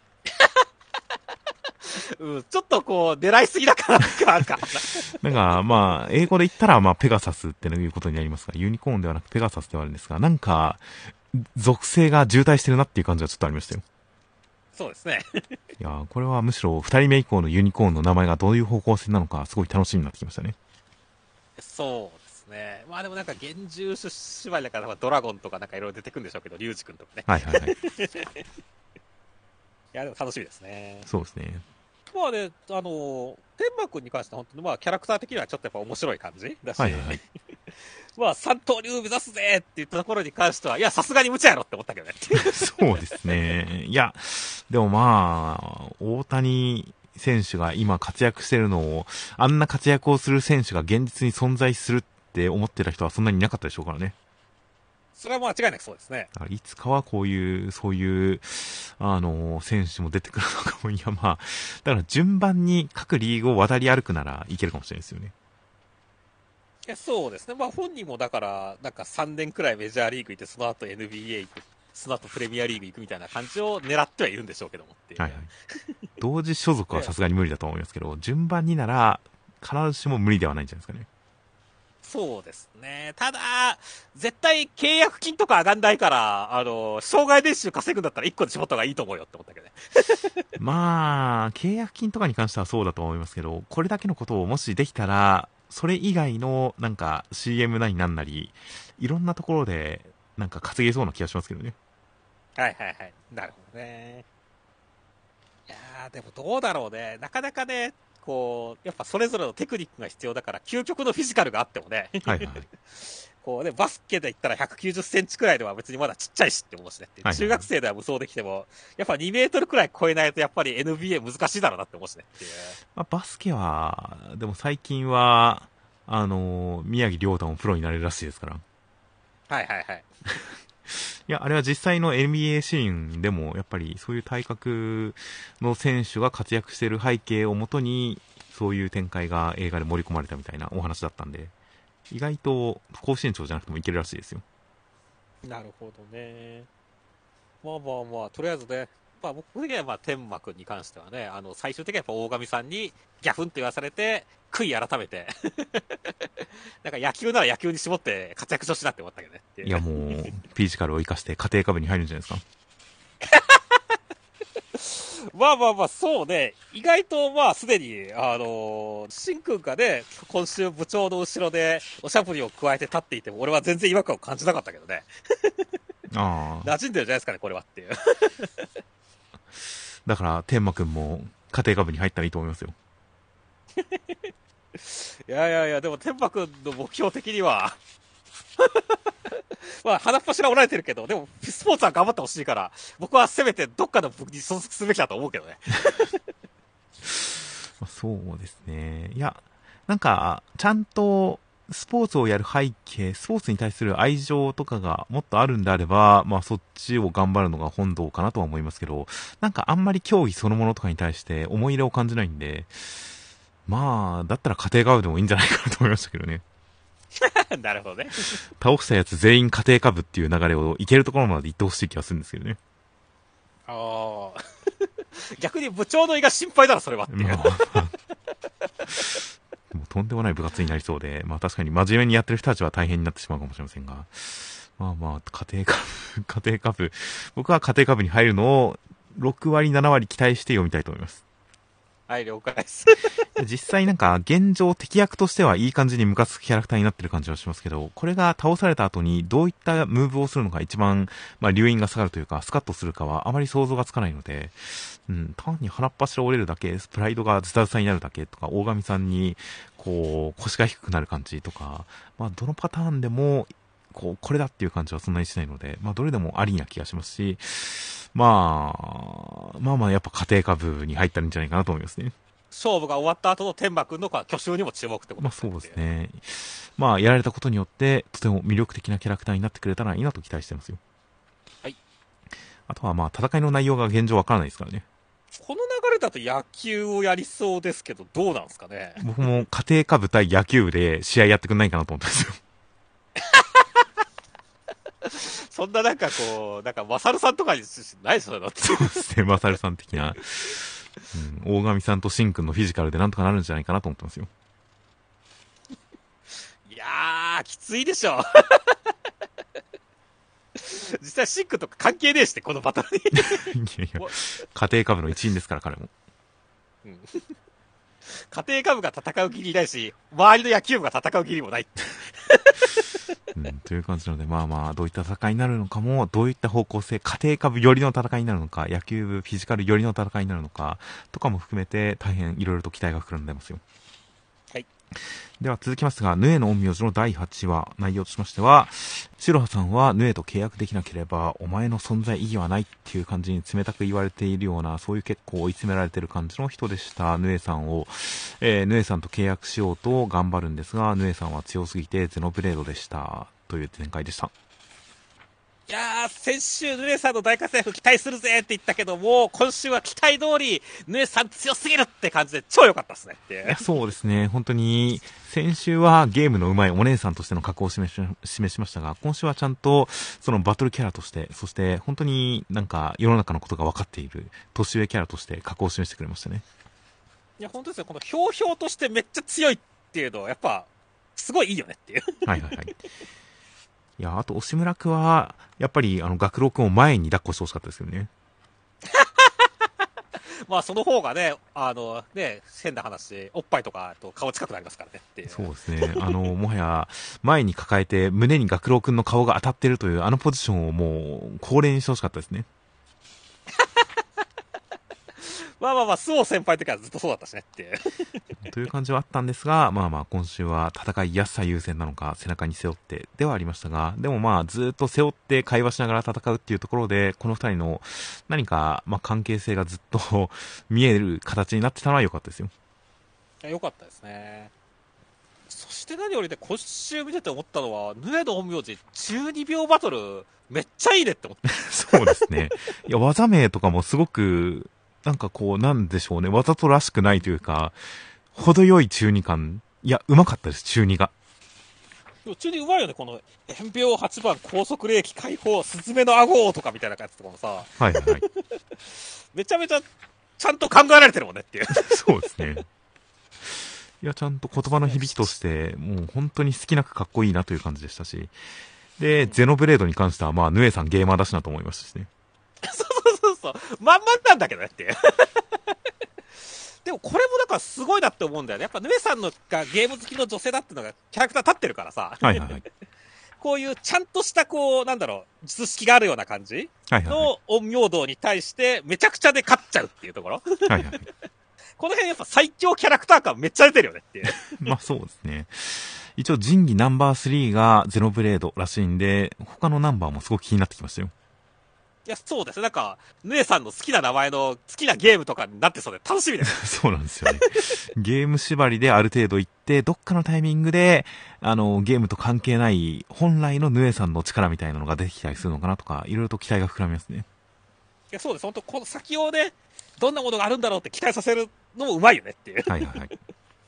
うん、ちょっとこう、狙いすぎだからなんか。 なんか、まあ、英語で言ったら、まあ、ペガサスっていうことになりますが、ユニコーンではなくペガサスではあるんですが、なんか、属性が渋滞してるなっていう感じがちょっとありましたよ。 そうですね。 いやー、これはむしろふたりめ以降のユニコーンの名前がどういう方向性なのか、すごい楽しみになってきましたね。 そうですね。まあでもなんか、幻獣縛りだから、ドラゴンとかなんかいろいろ出てくるんでしょうけど、リュウジ君とかね。 はいはいはい。 いや、でも楽しみですね。 そうですね。 まあね、あの、天馬君に関しては本当にまあキャラクター的にはちょっとやっぱ面白い感じだし、 はいはいはい。 まあ三刀流目指すぜって言ったところに関しては、いや、さすがに無茶やろって思ったけどね。 そうですね。いや、でもまあ、大谷選手が今活躍してるのを、あんな活躍をする選手が現実に存在するって思ってた人はそんなにいなかったでしょうからね。 それは間違いなくそうですね。 だからいつかはこういう、そういう、あの、選手も出てくるのかも。いや、まあ、だから順番に各リーグを渡り歩くならいけるかもしれないですよね。 いや、そうですね。まあ本人もだから、なんかさんねんくらいメジャーリーグ行って、その後 エヌビーエー 行って、その後プレミアリーグ行くみたいな感じを狙ってはいるんでしょうけどもっていう。 はいはい。同時所属はさすがに無理だと思いますけど、順番になら必ずしも無理ではないんじゃないですかね。 そうですね。ただ、絶対契約金とか上がんないから、あの、障害年収稼ぐんだったらいっこで絞った方がいいと思うよって思ったけどね。 まあ、契約金とかに関してはそうだと思いますけど、これだけのことをもしできたら、それ以外のなんか シーエム なりなんなり、いろんなところでなんか稼げそうな気がしますけどね。 はいはいはい。なるほどね。いやー、でもどうだろうね。なかなかね、こう、やっぱそれぞれのテクニックが必要だから、究極のフィジカルがあってもね、 はいはい。 こうね、バスケで言ったらひゃくきゅうじゅっセンチくらいでは別にまだちっちゃいしって思うしね。 はいはい中学生では無双できても、やっぱにメートルくらい超えないとやっぱり エヌビーエー 難しいだろうなって思うしねっていう。 まあ、バスケは、でも最近は、あの、宮城亮太もプロになれるらしいですから。 はいはいはい。 いや、あれは実際の エヌビーエー シーンでも、やっぱりそういう体格の選手が活躍している背景をもとに、そういう展開が映画で盛り込まれたみたいなお話だったんで、意外と高身長じゃなくてもいけるらしいですよ。 なるほどね。まあまあまあ、とりあえずね、まあ僕的にはまあ天馬くんに関してはね、あの最終的にはやっぱ大神さんにギャフンって言わされて、悔い改めて、なんか野球なら野球に絞って活躍してほしいなって思ったけどねっていう。 いやもう、フィジカルを生かして家庭科部に入るんじゃないですか。 まあまあまあ、そうね。意外とまあ、すでに、あのー、シンくんがね、今週部長の後ろでおしゃぶりを加えて立っていても、俺は全然違和感を感じなかったけどね。 ああ。 馴染んでるじゃないですかね、これはっていう。 だから、天馬くんも家庭科部に入ったらいいと思いますよ。 いやいやいや、でも天馬くんの目標的には、まあ、鼻っ柱折られてるけど、でも、スポーツは頑張ってほしいから、僕はせめてどっかの部に所属すべきだと思うけどね。 そうですね。いや、なんか、ちゃんと、スポーツをやる背景、スポーツに対する愛情とかがもっとあるんであれば、まあそっちを頑張るのが本道かなとは思いますけど、なんかあんまり競技そのものとかに対して思い入れを感じないんで、まあ、だったら家庭科部でもいいんじゃないかなと思いましたけどね。 なるほどね。 倒したやつ全員家庭科部っていう流れをいけるところまで行ってほしい気がするんですけどね。 ああ。逆に部長の胃が心配だろ、それはっていう。 まあもうとんでもない部活になりそうで、まあ確かに真面目にやってる人たちは大変になってしまうかもしれませんが、まあまあ、家庭科部、家庭科部、僕は家庭科部に入るのをろくわり、ななわり期待して読みたいと思います。 はい、了解です。 実際なんか現状敵役としてはいい感じにムカつくキャラクターになってる感じはしますけど、これが倒された後にどういったムーブをするのが一番、まあ、留飲が下がるというか、スカッとするかはあまり想像がつかないので、うん、単に鼻っ柱折れるだけ、プライドがズタズタになるだけとか、大神さんに、こう、腰が低くなる感じとか、まあ、どのパターンでも、こう、これだっていう感じはそんなにしないので、まあ、どれでもありな気がしますし、まあ、まあまあ、やっぱ家庭科部に入ったんじゃないかなと思いますね。 勝負が終わった後の天馬くんの去就にも注目ってことまあそうですね。まあやられたことによってとても魅力的なキャラクターになってくれたらいいなと期待してますよ。 はい。 あとはまあ戦いの内容が現状わからないですからね。 この流れだと野球をやりそうですけど、どうなんですかね。 僕も家庭科部対野球部で試合やってくんないかなと思ったんですよ。 そんななんかこう、なんかマサルさんとかにないですよね。 そうですね、マサルさん的な。うん、大神さんとシンくんのフィジカルでなんとかなるんじゃないかなと思ってますよ。 いやー、きついでしょ。 実際シックとか関係ねえしって、このバトルに。 いやいや、家庭株の一員ですから、彼も。 うん、家庭株が戦う義理ないし、周りの野球部が戦う義理もないって。 うん、という感じなので、まあまあ、どういった戦いになるのかも、どういった方向性、家庭株寄りの戦いになるのか、野球部フィジカル寄りの戦いになるのか、とかも含めて、大変いろいろと期待が膨らんでますよ。 はい。 では続きますが、ヌエの陰陽師のだいはちわ、内容としましては、シロハさんはヌエと契約できなければ、お前の存在意義はないっていう感じに冷たく言われているような、そういう結構追い詰められている感じの人でした。ヌエさんを、えー、ヌエさんと契約しようと頑張るんですが、ヌエさんは強すぎてゼノブレードでした。という展開でした。 いやー、先週ヌエさんの大活躍期待するぜって言ったけども、今週は期待通り、ヌエさん強すぎるって感じで超良かったですねって。 いや、そうですね。本当に、先週はゲームの上手いお姉さんとしての格好を示し、示しましたが、今週はちゃんと、そのバトルキャラとして、そして本当になんか世の中のことが分かっている、年上キャラとして格好を示してくれましたね。 いや、本当ですよ。このひょうひょうとしてめっちゃ強いっていうのは、やっぱ、すごいいいよねっていう。 はいはいはい。いや、あと、押村くは、やっぱり、あの、学郎くんを前に抱っこしてほしかったですけどね。 まあ、その方がね、あの、ね、変な話、おっぱいとかと顔近くなりますからねっていう。 そうですね。あの、もはや、前に抱えて、胸に学郎くんの顔が当たってるという、あのポジションをもう、恒例にしてほしかったですね。 まあまあまあ、スオ先輩の時はずっとそうだったしねっていう。 という感じはあったんですが、まあまあ今週は戦いやすさ優先なのか背中に背負ってではありましたが、でもまあずっと背負って会話しながら戦うっていうところで、この二人の何かまあ関係性がずっと見える形になってたのは良かったですよ。 良かったですね。そして何よりね、今週見てて思ったのは、ヌエの陰陽師じゅうにびょうバトル、めっちゃいいねって思って。 そうですね。いや、技名とかもすごく、なんかこう、なんでしょうね、わざとらしくないというか、程よい中二感。いや、うまかったです、中二が。 中二うまいよね、この、円秒はちばん高速冷気解放、スズメの顎とかみたいなやつとかもさ、 はいはいはい。 めちゃめちゃ、ちゃんと考えられてるもんねっていう。 そうですね。いや、ちゃんと言葉の響きとして、もう本当に好きなくかっこいいなという感じでしたし。で、ゼノブレードに関しては、まあ、ヌエさんゲーマーだしなと思いましたしね。 そうそうそう。まんまなんだけどねっていう。でもこれもだからすごいなって思うんだよね。やっぱヌエさんのがゲーム好きの女性だっていうのがキャラクター立ってるからさ。 はいはいはい。 こういうちゃんとしたこう、なんだろう、術式があるような感じの陰陽道に対してめちゃくちゃで勝っちゃうっていうところ。 はいはい。 この辺やっぱ最強キャラクター感めっちゃ出てるよねっていう。 まあそうですね。一応仁義ナンバースリーがゼノブレードらしいんで、他のナンバーもすごく気になってきましたよ。 いや、そうですね。なんか、ヌエさんの好きな名前の好きなゲームとかになってそうで楽しみです。 そうなんですよね。ゲーム縛りである程度行って、どっかのタイミングで、あの、ゲームと関係ない本来のヌエさんの力みたいなのが出てきたりするのかなとか、いろいろと期待が膨らみますね。いや、そうです。本当この先をね、どんなものがあるんだろうって期待させるのもうまいよねっていう。 はいはいはい。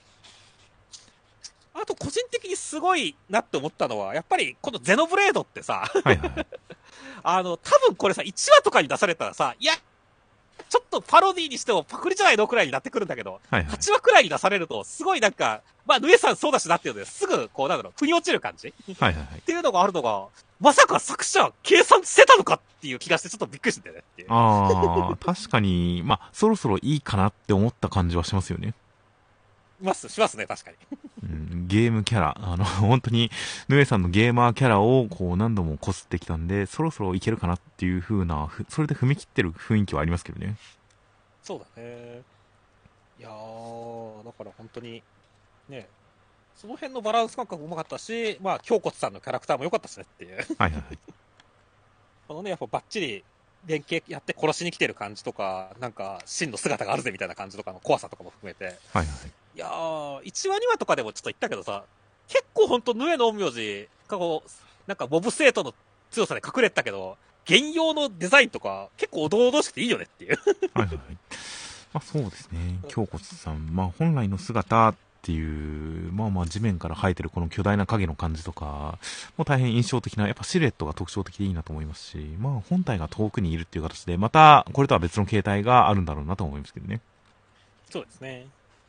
あと個人的にすごいなって思ったのは、やっぱりこのゼノブレードってさ、 はいはいはい。 あの、多分これさ、いちわとかに出されたらさ、いや、ちょっとパロディにしてもパクリじゃないのくらいになってくるんだけど、 はいはい、 はちわくらいに出されると、すごいなんか、まあ、ヌエさんそうだしなっていうので、すぐ、こう、なんだろう、腑に落ちる感じはいはいはい。 っていうのがあるのが、まさか作者は計算してたのかっていう気がしてちょっとびっくりしてたよねっていう。 ああ、確かに、まあ、そろそろいいかなって思った感じはしますよね。 ます、しますね、確かに。 うん、ゲームキャラ、あの、本当に、ヌエさんのゲーマーキャラを、こう、何度もこすってきたんで、そろそろいけるかなっていう風な、それで踏み切ってる雰囲気はありますけどね。 そうだね。いやー、だから本当に、ね、その辺のバランス感覚もうまかったし、まあ、京骨さんのキャラクターも良かったしねっていう。 はいはいはい。 このね、やっぱバッチリ連携やって殺しに来てる感じとか、なんか、真の姿があるぜみたいな感じとかの怖さとかも含めて。 はいはい。 いやー、いちわにわとかでもちょっと言ったけどさ、結構ほんと、ヌエの陰陽師がこう、なんかモブ生徒の強さで隠れてたけど、現用のデザインとか、結構おどおどしくていいよねっていう。 はいはいはい。まあそうですね。京骨さん、まあ本来の姿っていう、まあまあ地面から生えてるこの巨大な影の感じとか、もう大変印象的な、やっぱシルエットが特徴的でいいなと思いますし、まあ本体が遠くにいるっていう形で、またこれとは別の形態があるんだろうなと思いますけどね。 そうですね。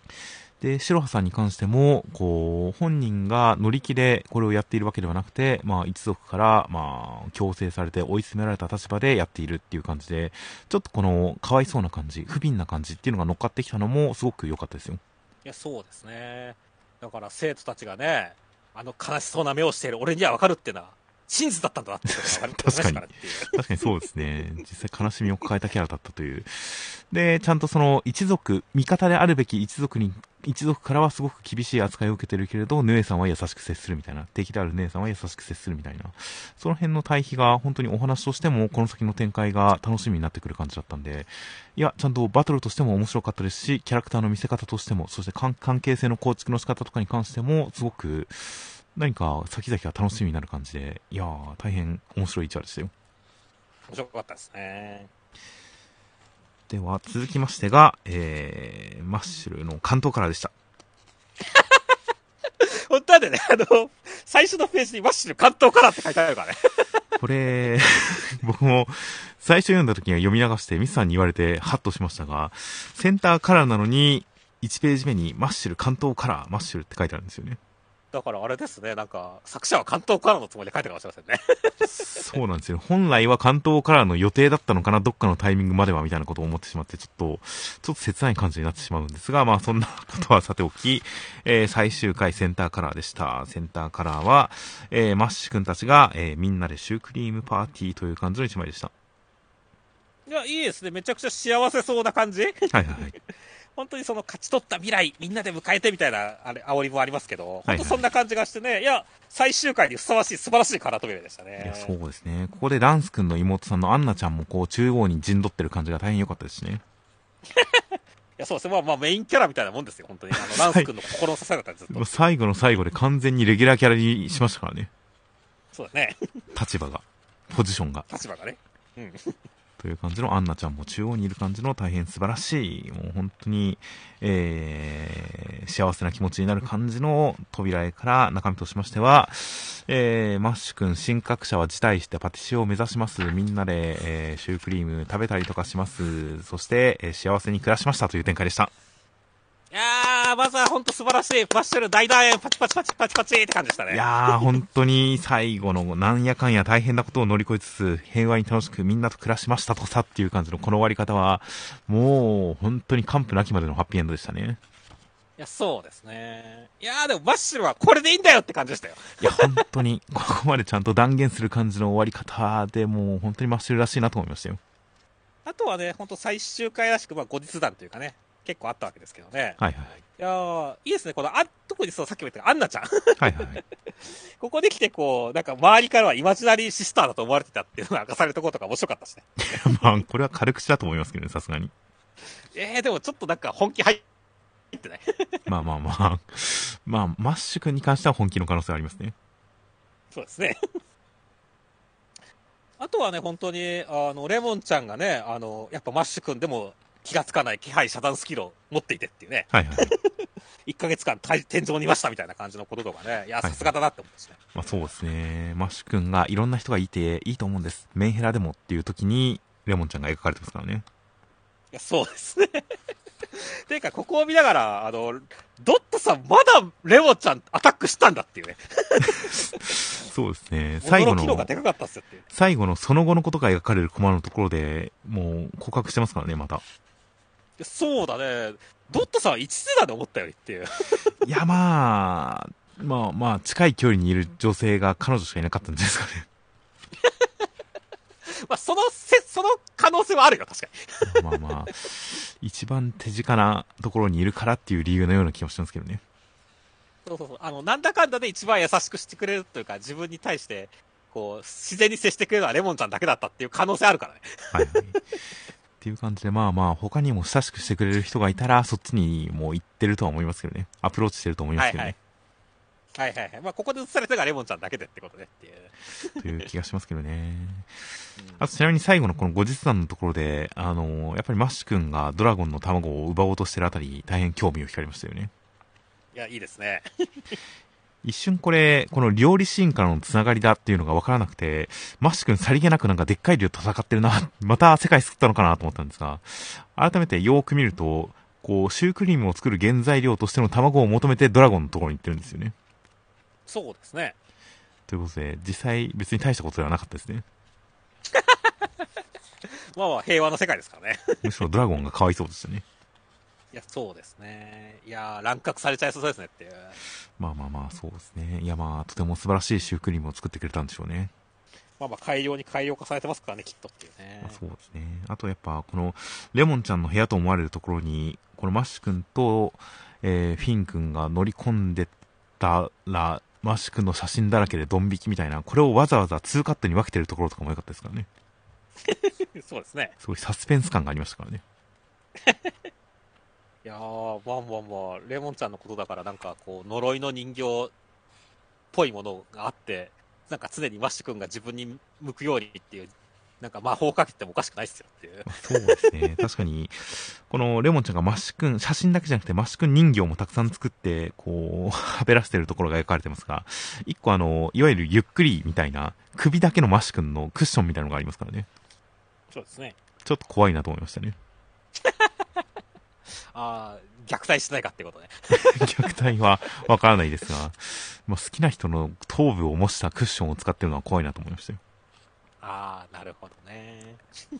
で、白羽さんに関しても、こう、本人が乗り気でこれをやっているわけではなくて、まあ、一族から、まあ、強制されて追い詰められた立場でやっているっていう感じで、ちょっとこの、かわいそうな感じ、不憫な感じっていうのが乗っかってきたのも、すごく良かったですよ。 いや、そうですね。だから生徒たちがね、あの悲しそうな目をしている俺には分かるっていうのは、真実だったんだなってことが分かりましたからっていう。 確かにそうですね。実際悲しみを抱えたキャラだったという。で、ちゃんとその一族、味方であるべき一族に、一族からはすごく厳しい扱いを受けてるけれど、ヌエさんは優しく接するみたいな。敵であるヌエさんは優しく接するみたいな。その辺の対比が本当にお話としても、この先の展開が楽しみになってくる感じだったんで、いや、ちゃんとバトルとしても面白かったですし、キャラクターの見せ方としても、そして関係性の構築の仕方とかに関しても、すごく、何か先々が楽しみになる感じで、いやー、大変面白い一話でしたよ。 面白かったですね。 では、続きましてが、えー、マッシュルの関東からでした。 本当はね、あの、最初のページにマッシュル関東からって書いてあるからね。 これ、僕も最初読んだ時には読み流してミスさんに言われてハッとしましたが、センターカラーなのに、いちページ目にマッシュル関東カラー、マッシュルって書いてあるんですよね。 だからあれですね、なんか、作者は関東からのつもりで書いたかもしれませんね。 そうなんですよ。本来は関東からの予定だったのかな、どっかのタイミングまではみたいなことを思ってしまって、ちょっと、ちょっと切ない感じになってしまうんですが、まあそんなことはさておき、えー、最終回センターカラーでした。センターカラーは、えー、マッシュ君たちが、えー、みんなでシュークリームパーティーという感じの一枚でした。 いや、いいですね。めちゃくちゃ幸せそうな感じ。はいはいはい。 本当にその勝ち取った未来、みんなで迎えてみたいな、あれ、煽りもありますけど、本当そんな感じがしてね、はいはい、いや、最終回にふさわしい、素晴らしいカラートビレでしたね。 いや、そうですね。ここでランス君の妹さんのアンナちゃんもこう、中央に陣取ってる感じが大変良かったですしね。 いや、そうですね。まあまあメインキャラみたいなもんですよ、本当に。あの、ランス君の心の支えだったんですよ。 最後の最後で完全にレギュラーキャラにしましたからね。 そうだね。 立場が。ポジションが。 立場がね。うん。 という感じのアンナちゃんも中央にいる感じの大変素晴らしい、もう本当に、えー、幸せな気持ちになる感じの扉絵から中身としましては、えー、マッシュ君、新格者は辞退してパティシエを目指します。みんなで、えー、シュークリーム食べたりとかします。そして、えー、幸せに暮らしましたという展開でした。 いやー、まずは本当素晴らしい、マッシュル大団円、パチパチパチパチパチって感じでしたね。 いやー、本当に最後のなんやかんや大変なことを乗り越えつつ、平和に楽しくみんなと暮らしましたとさっていう感じのこの終わり方は、もう本当に完膚なきまでのハッピーエンドでしたね。 いや、そうですね。いやー、でもマッシュルはこれでいいんだよって感じでしたよ。 いや、本当に、ここまでちゃんと断言する感じの終わり方で、もう本当にマッシュルらしいなと思いましたよ。 あとはね、本当最終回らしく、まあ後日談というかね、結構あったわけですけどね。 はいはい。 いやー、いいですね。この、あ、特にそう、さっきも言ったアンナちゃん。 はいはい。 ここで来て、こう、なんか周りからはイマジナリーシスターだと思われてたっていうのが明かされたことが面白かったしね。 まあ、これは軽口だと思いますけどね、さすがに。 えー、でもちょっとなんか本気入ってない。 まあまあまあ。まあ、マッシュ君に関しては本気の可能性ありますね。 そうですね。あとはね、本当に、あの、レモンちゃんがね、あの、やっぱマッシュ君でも気がつかない気配遮断スキルを持っていてっていうね。 はいはい。 いっかげつかん天井にいましたみたいな感じのこととかね。いや、さすがだなって思うんですね。 まあそうですね。マッシュ君がいろんな人がいていいと思うんです。メンヘラでもっていう時に、レモンちゃんが描かれてますからね。 いや、そうですね。ていうか、ここを見ながら、あの、ドットさんまだレモンちゃんアタックしたんだっていうね。 そうですね。最後の、 がでかかったっすよっていう。 最後のその後のことが描かれるコマのところで、もう告白してますからね、また。 そうだね。ドットさんは一世代で思ったよりっていう。 いや、まあ、まあまあ、近い距離にいる女性が彼女しかいなかったんじゃないですかね。 まあ、そのせ、その可能性はあるよ、確かに。まあまあ、一番手近なところにいるからっていう理由のような気もしてますけどね。 そうそうそう。あの、なんだかんだで一番優しくしてくれるというか、自分に対して、こう、自然に接してくれるのはレモンちゃんだけだったっていう可能性あるからね。はいはい。 っていう感じで、まあまあ、他にも親しくしてくれる人がいたら、そっちにもう行ってるとは思いますけどね。アプローチしてると思いますけどね。 はいはい。はいはいはい。まあ、ここで映されたのがレモンちゃんだけでってことねっていう。 という気がしますけどね。あと、ちなみに最後のこの後日談のところで、あのー、やっぱりマッシュ君がドラゴンの卵を奪おうとしてるあたり、大変興味を惹かれましたよね。 いや、いいですね。 一瞬これ、この料理シーンからのつながりだっていうのが分からなくて、マッシュ君さりげなくなんかでっかい竜と戦ってるな、また世界救ったのかなと思ったんですが、改めてよーく見ると、 こう、シュークリームを作る原材料としての卵を求めてドラゴンのところに行ってるんですよね。 そうですね。 ということで、実際別に大したことではなかったですね。 まあまあ平和の世界ですからね。 むしろドラゴンがかわいそうでしたね。 いや、そうですね。いやー、乱獲されちゃいそうですねっていう。 まあまあまあ、そうですね。いやまあ、とても素晴らしいシュークリームを作ってくれたんでしょうね。 まあまあ改良に改良化されてますからね、きっとっていうね。 まあ、そうですね。あとやっぱ、この、レモンちゃんの部屋と思われるところに、このマッシュ君と、えー、フィン君が乗り込んでたら、マッシュ君の写真だらけでドン引きみたいな、これをわざわざツーカットに分けてるところとかも良かったですからね。 そうですね。 すごいサスペンス感がありましたからね。 いやー、まあまあまあ、レモンちゃんのことだからなんかこう、呪いの人形っぽいものがあって、なんか常にマッシュ君が自分に向くようにっていう、なんか魔法をかけてもおかしくないっすよっていう。 そうですね。確かに、このレモンちゃんがマッシュ君、写真だけじゃなくてマッシュ君人形もたくさん作って、こう、はべらしてるところが描かれてますが、一個あの、いわゆるゆっくりみたいな、首だけのマッシュ君のクッションみたいなのがありますからね。 そうですね。 ちょっと怖いなと思いましたね。 ああ、虐待してないかってことね。 虐待はわからないですが、まあ、好きな人の頭部を模したクッションを使ってるのは怖いなと思いましたよ。 ああ、なるほどね。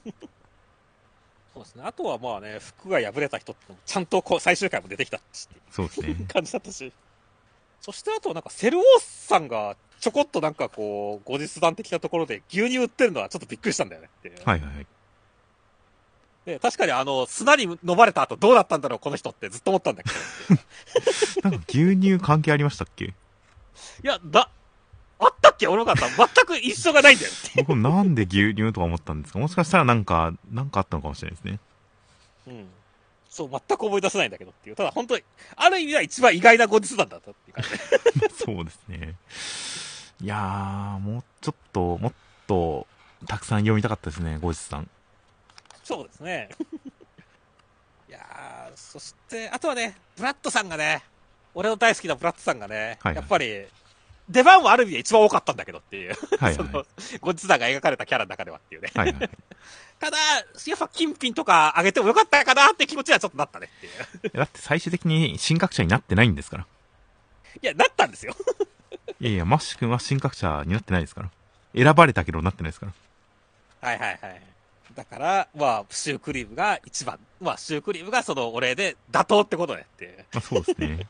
そうですね。あとはまあね、服が破れた人ってのもちゃんとこう最終回も出てきたしってそうですね。 いう感じだったし。そしてあとなんかセルオースさんがちょこっとなんかこう、後日談的なところで牛乳売ってるのはちょっとびっくりしたんだよねっていう。 はいはいはい。 で、確かにあの、砂に飲まれた後どうだったんだろう、この人ってずっと思ったんだけど。 なんか牛乳関係ありましたっけ？ いや、だ、あったっけ俺の方、全く一緒がないんだよって。 僕なんで牛乳とか思ったんですか？もしかしたらなんか、なんかあったのかもしれないですね。 うん。そう、全く思い出せないんだけどっていう。ただ本当に、ある意味では一番意外な後日談だったっていう感じで。 そうですね。いやー、もうちょっと、もっと、たくさん読みたかったですね、後日さん。 そうですね。いやー、そして、あとはね、ブラッドさんがね、俺の大好きなブラッドさんがね、 はいはいやっぱり、出番はある意味で一番多かったんだけどっていう。 はいはい。 その、後日談が描かれたキャラの中ではっていうね。 はいはい。 ただ、やっぱ金品とかあげてもよかったかなって気持ちはちょっとなったねっていう。 だって最終的に神格者になってないんですから。 いや、なったんですよ。 いやいや、マッシュ君は神格者になってないですから。選ばれたけどなってないですから。 はいはいはい。だから、まあ、シュークリームが一番。まあ、シュークリームがそのお礼で妥当ってことねっていう。 まあそうですね。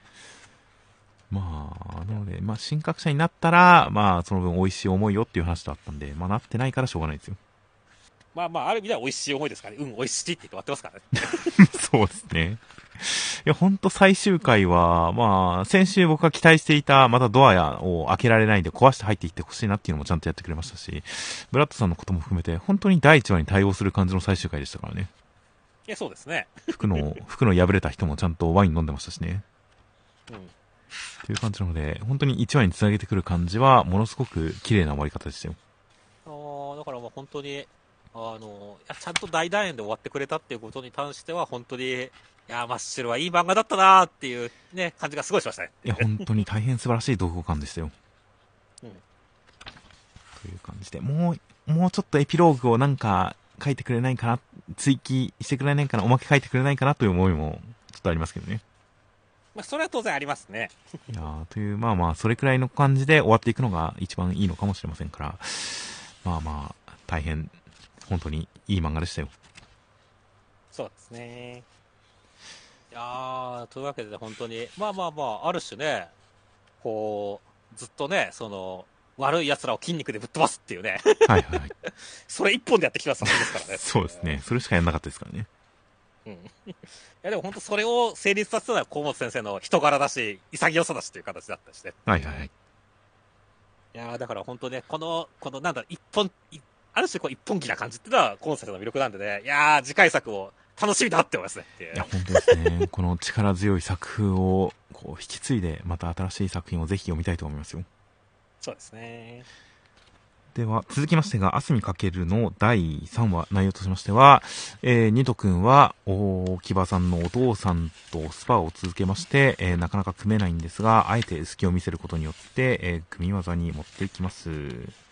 まあ、なので、まあ、神格者になったら、まあ、その分美味しい思いよっていう話だったんで、まあ、なってないからしょうがないですよ。 まあまあ、ある意味では美味しい思いですからね。うん、美味しいって言って終わってますからね。 そうですね。いや、ほんと最終回は、まあ、先週僕が期待していた、またドアを開けられないで壊して入っていってほしいなっていうのもちゃんとやってくれましたし、ブラッドさんのことも含めて、本当に第一話に対応する感じの最終回でしたからね。 いや、そうですね。 服の、服の破れた人もちゃんとワイン飲んでましたしね。 うん。 という感じなので、本当にいちわにつなげてくる感じは、ものすごく綺麗な終わり方でしたよ。 ああ、だからまあ本当に、あの、いやちゃんと大団円で終わってくれたっていうことに関しては、本当に、いや、マッシュルはいい漫画だったなーっていうね、感じがすごいしましたね。 いや、本当に大変素晴らしい同好感でしたよ。 うん。 という感じで、もう、もうちょっとエピローグをなんか書いてくれないかな、追記してくれないかな、おまけ書いてくれないかなという思いもちょっとありますけどね。 まあ、それは当然ありますね。 いやー、という、まあまあ、それくらいの感じで終わっていくのが一番いいのかもしれませんから、まあまあ、大変、本当にいい漫画でしたよ。 そうですね。いやー、というわけで本当に、まあまあまあ、ある種ね、こう、ずっとね、その、悪い奴らを筋肉でぶっ飛ばすっていうね。 はいはいはい。 それ一本でやってきた作品ですからね。 そうですね。それしかやんなかったですからね。 うん。いやでも本当それを成立させたのは河本先生の人柄だし、潔さだしっていう形だったしね。 はいはいはい。 いやーだから本当ね、この、このなんだ、一本、いある種こう一本気な感じっていうのは河本先生の魅力なんでね、いやー次回作を楽しみだって思いますねっていう。 いや、本当ですね。この力強い作風を、こう、引き継いで、また新しい作品をぜひ読みたいと思いますよ。 そうですね。 では、続きましてが、あすみかけるのだいさんわ、内容としましては、えー、ニト君は、大木場さんのお父さんとスパを続けまして、えー、なかなか組めないんですが、あえて隙を見せることによって、えー、組み技に持っていきます。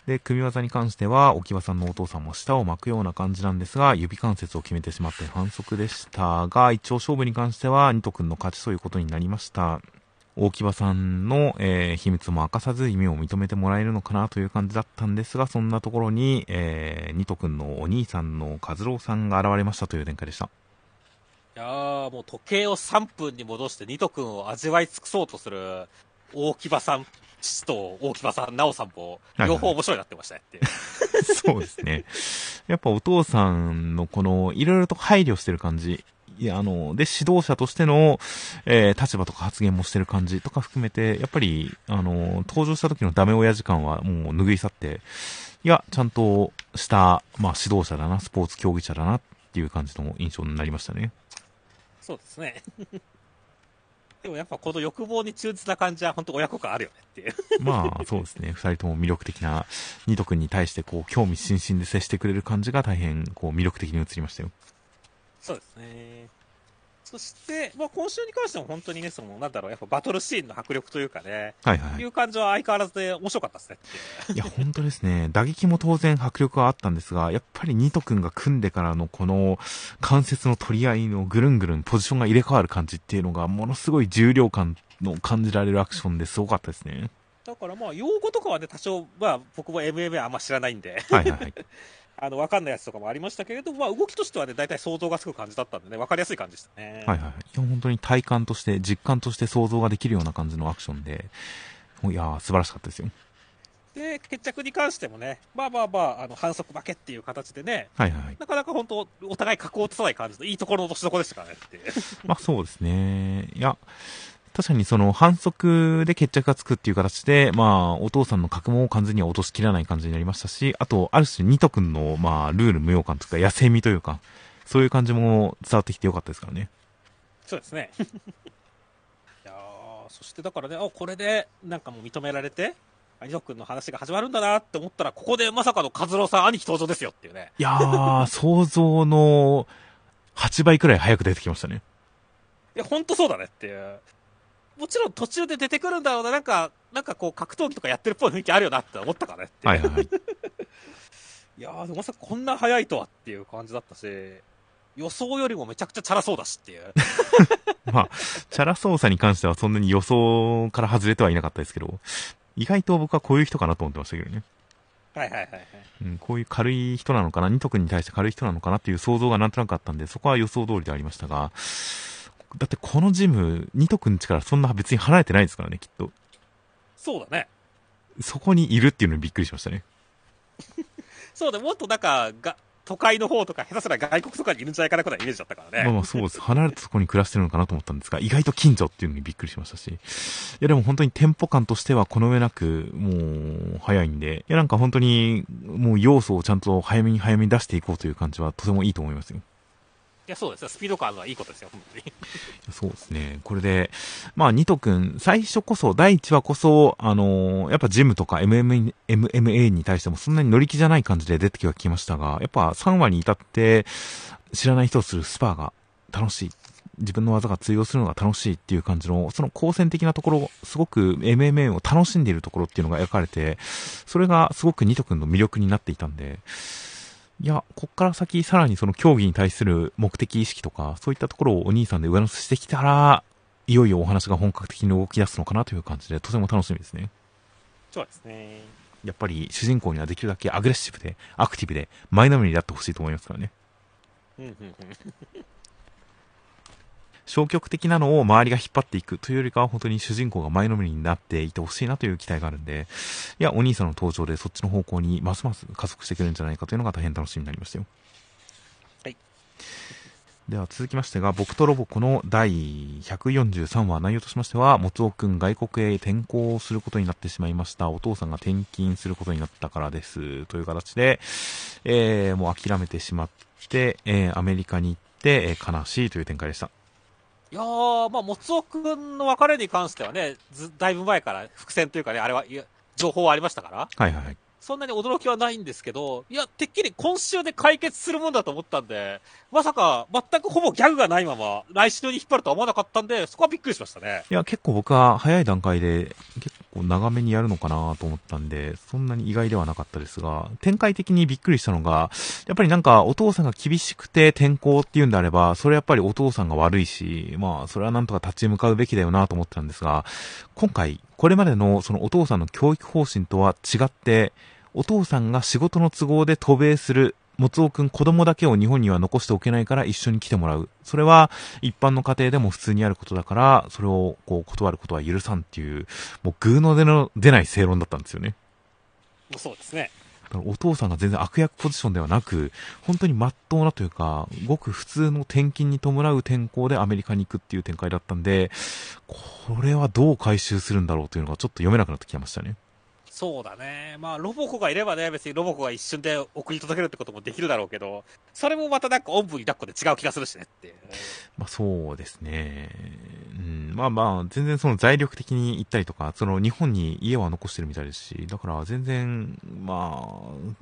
で、組み技に関しては、沖場さんのお父さんも舌を巻くような感じなんですが、指関節を決めてしまって反則でしたが、一応勝負に関しては、ニト君の勝ちということになりました。大木場さんの、えー、秘密も明かさず夢を認めてもらえるのかなという感じだったんですが、そんなところに、えー、ニト君のお兄さんの和郎さんが現れましたという展開でした。 いやー、もう時計をさんぷんに戻してニト君を味わい尽くそうとする大木場さん、父と大木場さん、直さんも、両方面白いなってましたねっていう。 はいはい、そうですね。やっぱお父さんのこの、いろいろと配慮してる感じ、いや、あの、で、指導者としての、えー、立場とか発言もしてる感じとか含めて、やっぱり、あの、登場した時のダメ親父感はもう拭い去って、いや、ちゃんとした、まあ、指導者だな、スポーツ競技者だなっていう感じの印象になりましたね。 そうですね。でもやっぱこの欲望に忠実な感じは本当親子感あるよねっていう。 まあ、そうですね。二人とも魅力的な、ニト君に対してこう、興味津々で接してくれる感じが大変、こう、魅力的に映りましたよ。 そうですね。そして、まあ、今週に関しても本当にね、その、なんだろう、やっぱバトルシーンの迫力というかね、 はいはい。 いう感じは相変わらずで面白かったですねっていう。 いや、本当ですね。打撃も当然迫力はあったんですが、やっぱりニト君が組んでからのこの関節の取り合いのぐるんぐるんポジションが入れ替わる感じっていうのがものすごい重量感の感じられるアクションですごかったですね。 だからまあ、用語とかはね、多少、まあ、僕も エムエムエー あんま知らないんで。 はいはいはい。 あの、わかんないやつとかもありましたけれど、まあ、動きとしてはね、大体想像がつく感じだったんでね、わかりやすい感じでしたね。 はいはい。いや、本当に体感として、実感として想像ができるような感じのアクションで、いやー、素晴らしかったですよ。 で、決着に関してもね、まあまあまあ、あの、反則負けっていう形でね、 はいはいはい。 なかなか本当、お互い格を落とさない感じのいいところの落としどころでしたからねっていう。 まあそうですね。いや、確かにその反則で決着がつくっていう形で、まあ、お父さんの格も完全には落としきらない感じになりましたし、あと、ある種、ニト君の、まあ、ルール無用感というか、野生味というか、そういう感じも伝わってきてよかったですからね。 そうですね。いやー、そしてだからね、あ、これで、なんかもう認められて、ニト君の話が始まるんだなって思ったら、ここでまさかの和郎さん兄貴登場ですよっていうね。 いやー、想像のはちばいくらい早く出てきましたね。 いや、ほんとそうだねっていう。もちろん途中で出てくるんだろうな、なんか、なんかこう格闘技とかやってるっぽい雰囲気あるよなって思ったからねって。 はいはいはい。 いやー、でもまさかこんな早いとはっていう感じだったし、予想よりもめちゃくちゃチャラそうだしっていう。 まあ、チャラ操作に関してはそんなに予想から外れてはいなかったですけど、意外と僕はこういう人かなと思ってましたけどね。 はいはいはいはい。 うん、こういう軽い人なのかな、ニト君に対して軽い人なのかなっていう想像がなんとなくあったんで、そこは予想通りでありましたが、だってこのジム、ニト君家からそんな別に離れてないですからね、きっと。 そうだね。 そこにいるっていうのにびっくりしましたね。 そうだ、もっとなんか、が、都会の方とか、下手すら外国とかにいるんじゃないかなくらいイメージだったからね。 まあまあそうです。離れたところに暮らしてるのかなと思ったんですが、意外と近所っていうのにびっくりしましたし。いやでも本当にテンポ感としてはこの上なく、もう、早いんで、いやなんか本当に、もう要素をちゃんと早めに早めに出していこうという感じはとてもいいと思いますよ。 いや、そうですよ。スピード感はいいことですよ、本当に。 そうですね。これで、まあ、ニト君、最初こそ、だいいちわこそ、あのー、やっぱジムとか エムエムエー に対してもそんなに乗り気じゃない感じで出てきましたが、やっぱさんわに至って、知らない人をするスパーが楽しい。自分の技が通用するのが楽しいっていう感じの、その好戦的なところ、すごく エムエムエー を楽しんでいるところっていうのが描かれて、それがすごくニト君の魅力になっていたんで、いや、こっから先さらにその競技に対する目的意識とか、そういったところをお兄さんで上乗せしてきたら、いよいよお話が本格的に動き出すのかなという感じで、とても楽しみですね。 そうですね。 やっぱり主人公にはできるだけアグレッシブで、アクティブで、前のめりになってほしいと思いますからね。 うんうんうん。 消極的なのを周りが引っ張っていくというよりかは本当に主人公が前のめりになっていてほしいなという期待があるんで、いや、お兄さんの登場でそっちの方向にますます加速してくれるんじゃないかというのが大変楽しみになりましたよ。 はい。 では続きましてが、僕とロボコのだいひゃくよんじゅうさんわ、内容としましては、もつおくん外国へ転校することになってしまいました。お父さんが転勤することになったからです。という形で、えー、もう諦めてしまって、えー、アメリカに行って、えー、悲しいという展開でした。 いやー、まあ、もつおくんの別れに関してはね、ず、だいぶ前から伏線というかね、あれは、いや、情報はありましたから。 はいはいはい。 そんなに驚きはないんですけど、いや、てっきり今週で解決するもんだと思ったんで、まさか、全くほぼギャグがないまま、来週に引っ張るとは思わなかったんで、そこはびっくりしましたね。 いや、結構僕は早い段階で、 構長めにやるのかなと思ったんで、そんなに意外ではなかったですが、展開的にびっくりしたのが、やっぱりなんかお父さんが厳しくて転校っていうんであれば、それやっぱりお父さんが悪いし、まあそれはなんとか立ち向かうべきだよなと思ってたんですが、今回これまでのそのお父さんの教育方針とは違って、お父さんが仕事の都合で渡米する、もつおくん子供だけを日本には残しておけないから一緒に来てもらう。それは一般の家庭でも普通にあることだから、それをこう断ることは許さんっていう、もうグーの出の出ない正論だったんですよね。 そうですね。 だからお父さんが全然悪役ポジションではなく、本当に真っ当なというか、ごく普通の転勤に伴う転校でアメリカに行くっていう展開だったんで、これはどう回収するんだろうというのがちょっと読めなくなってきましたね。 そうだね。まあ、ロボコがいればね、別にロボコが一瞬で送り届けるってこともできるだろうけど、それもまたなんかおんぶに抱っこで違う気がするしねっていう。 まあそうですね。うん、まあまあ、全然その財力的に行ったりとか、その日本に家は残してるみたいですし、だから全然、まあ、うん、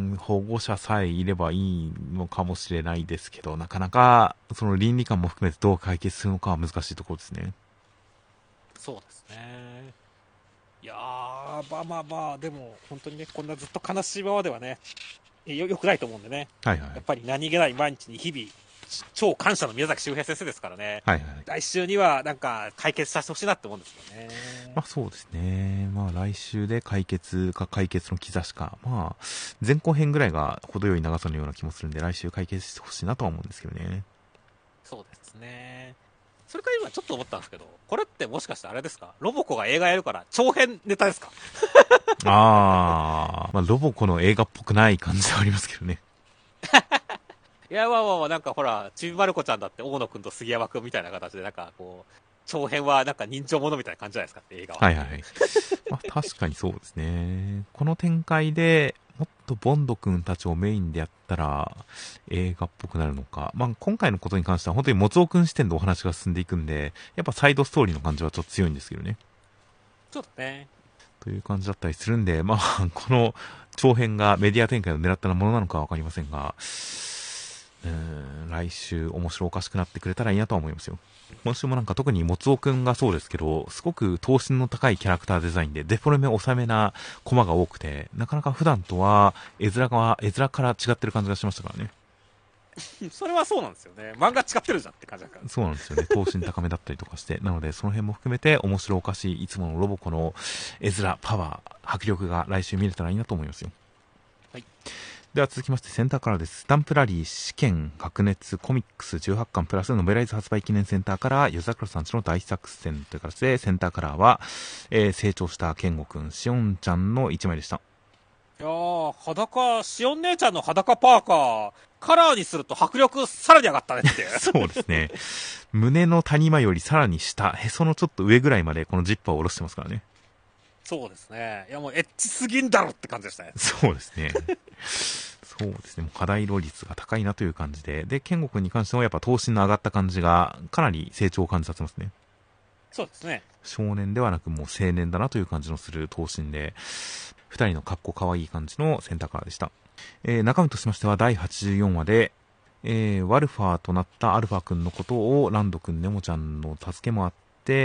保護者さえいればいいのかもしれないですけど、なかなかその倫理観も含めてどう解決するのかは難しいところですね。 そうですね。いやー、まあまあまあ、でも本当にね、こんなずっと悲しいままではね、よ、よくないと思うんでね。 はいはい。 やっぱり何気ない毎日に日々、超感謝の宮崎周平先生ですからね。 はいはい。 来週にはなんか解決させてほしいなって思うんですよね。 まあそうですね。まあ来週で解決か解決の兆しか。まあ、前後編ぐらいが程よい長さのような気もするんで、来週解決してほしいなとは思うんですけどね。 そうですね。それから今ちょっと思ったんですけど、これってもしかしてあれですか、ロボコが映画やるから長編ネタですか？ あー、まあロボコの映画っぽくない感じはありますけどね。 いや、まあまあまあ、なんかほら、ちびまる子ちゃんだって大野くんと杉山くんみたいな形で、なんかこう、長編はなんか人情ものみたいな感じじゃないですかって映画は。 はいはい。まあ確かにそうですね。この展開でもっとボンド君たちをメインでやったら映画っぽくなるのか。まあ今回のことに関しては本当にもつおくん視点でお話が進んでいくんで、やっぱサイドストーリーの感じはちょっと強いんですけどね。 そうだね。 という感じだったりするんで、まあこの長編がメディア展開を狙ったものなのかはわかりませんが、うーん、来週面白おかしくなってくれたらいいなとは思いますよ。今週もなんか特にもつおくんがそうですけど、すごく等身の高いキャラクターデザインでデフォルメ抑めなコマが多くて、なかなか普段とは絵面が、絵面から違ってる感じがしましたからね。 それはそうなんですよね。漫画違ってるじゃんって感じだから。 そうなんですよね。等身高めだったりとかして。なので、その辺も含めて面白おかしい、いつものロボコの絵面、パワー、迫力が来週見れたらいいなと思いますよ。 はい。 では続きましてセンターからです。スタンプラリー試験白熱コミックスじゅうはちかんプラスノベライズ発売記念センターから夜桜さんちの大作戦という形で、センターカラーは、えー、成長した健吾くん、しおんちゃんのいちまいでした。 いやー、裸、しおん姉ちゃんの裸パーカー、カラーにすると迫力さらに上がったねっていう。 そうですね。胸の谷間よりさらに下、へそのちょっと上ぐらいまでこのジッパーを下ろしてますからね。 そうですね。いやもうエッチすぎんだろって感じでしたね。 そうですね。そうですね。もう課題率が高いなという感じで。で、健吾くんに関してもやっぱ頭身の上がった感じがかなり成長を感じさせますね。 そうですね。 少年ではなくもう青年だなという感じのする頭身で、二人のかっこかわいい感じのセンターカラーでした。えー、中身としましてはだいはちじゅうよんわで、えー、ワルファーとなったアルファくんのことをランドくん、ネモちゃんの助けもあって、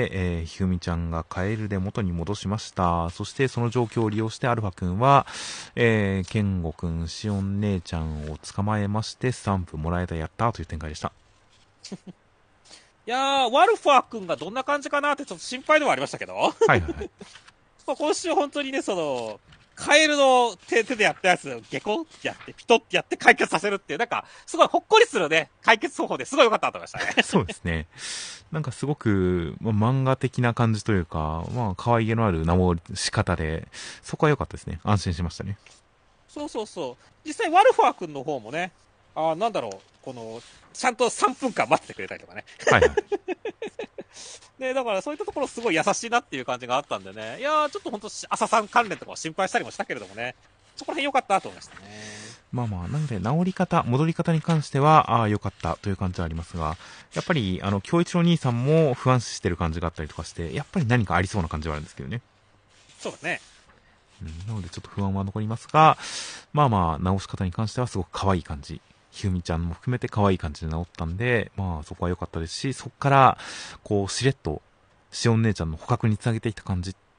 えー、ひふみちゃんがカエルで元に戻しました。そしてその状況を利用してアルファくんは、えー、ケンゴくん、シオン姉ちゃんを捕まえまして、スタンプもらえたやったという展開でした。 いやー、ワルファー君がどんな感じかなってちょっと心配ではありましたけど。はいはいはい。 まあ今週本当にね、その、カエルの手手でやったやつをゲコってやって、ピトってやって解決させるっていう、なんか、すごいほっこりするね、解決方法ですごい良かったと思いましたね。 そうですね。なんかすごく、まあ、漫画的な感じというか、まあ、可愛げのある名も仕方で、そこは良かったですね。安心しましたね。 そうそうそう。実際ワルファー君の方もね、あなんだろう、この、ちゃんとさんぷんかん待っててくれたりとかね。 はいはい。 で、だからそういったところすごい優しいなっていう感じがあったんでね。いやー、ちょっと本当朝さん関連とかを心配したりもしたけれどもね。そこら辺良かったと思いましたね。 まあまあ、なので、治り方、戻り方に関しては、ああ、良かったという感じはありますが、やっぱり、あの、京一郎兄さんも不安視してる感じがあったりとかして、やっぱり何かありそうな感じはあるんですけどね。 そうだね。 うん、なので、ちょっと不安は残りますが、まあまあ、直し方に関してはすごく可愛い感じ。ひふみちゃんも含めて可愛い感じで治ったんで、まあそこは良かったですし、そこから、こう、しれっと、しおん姉ちゃんの捕獲につなげていった感じっ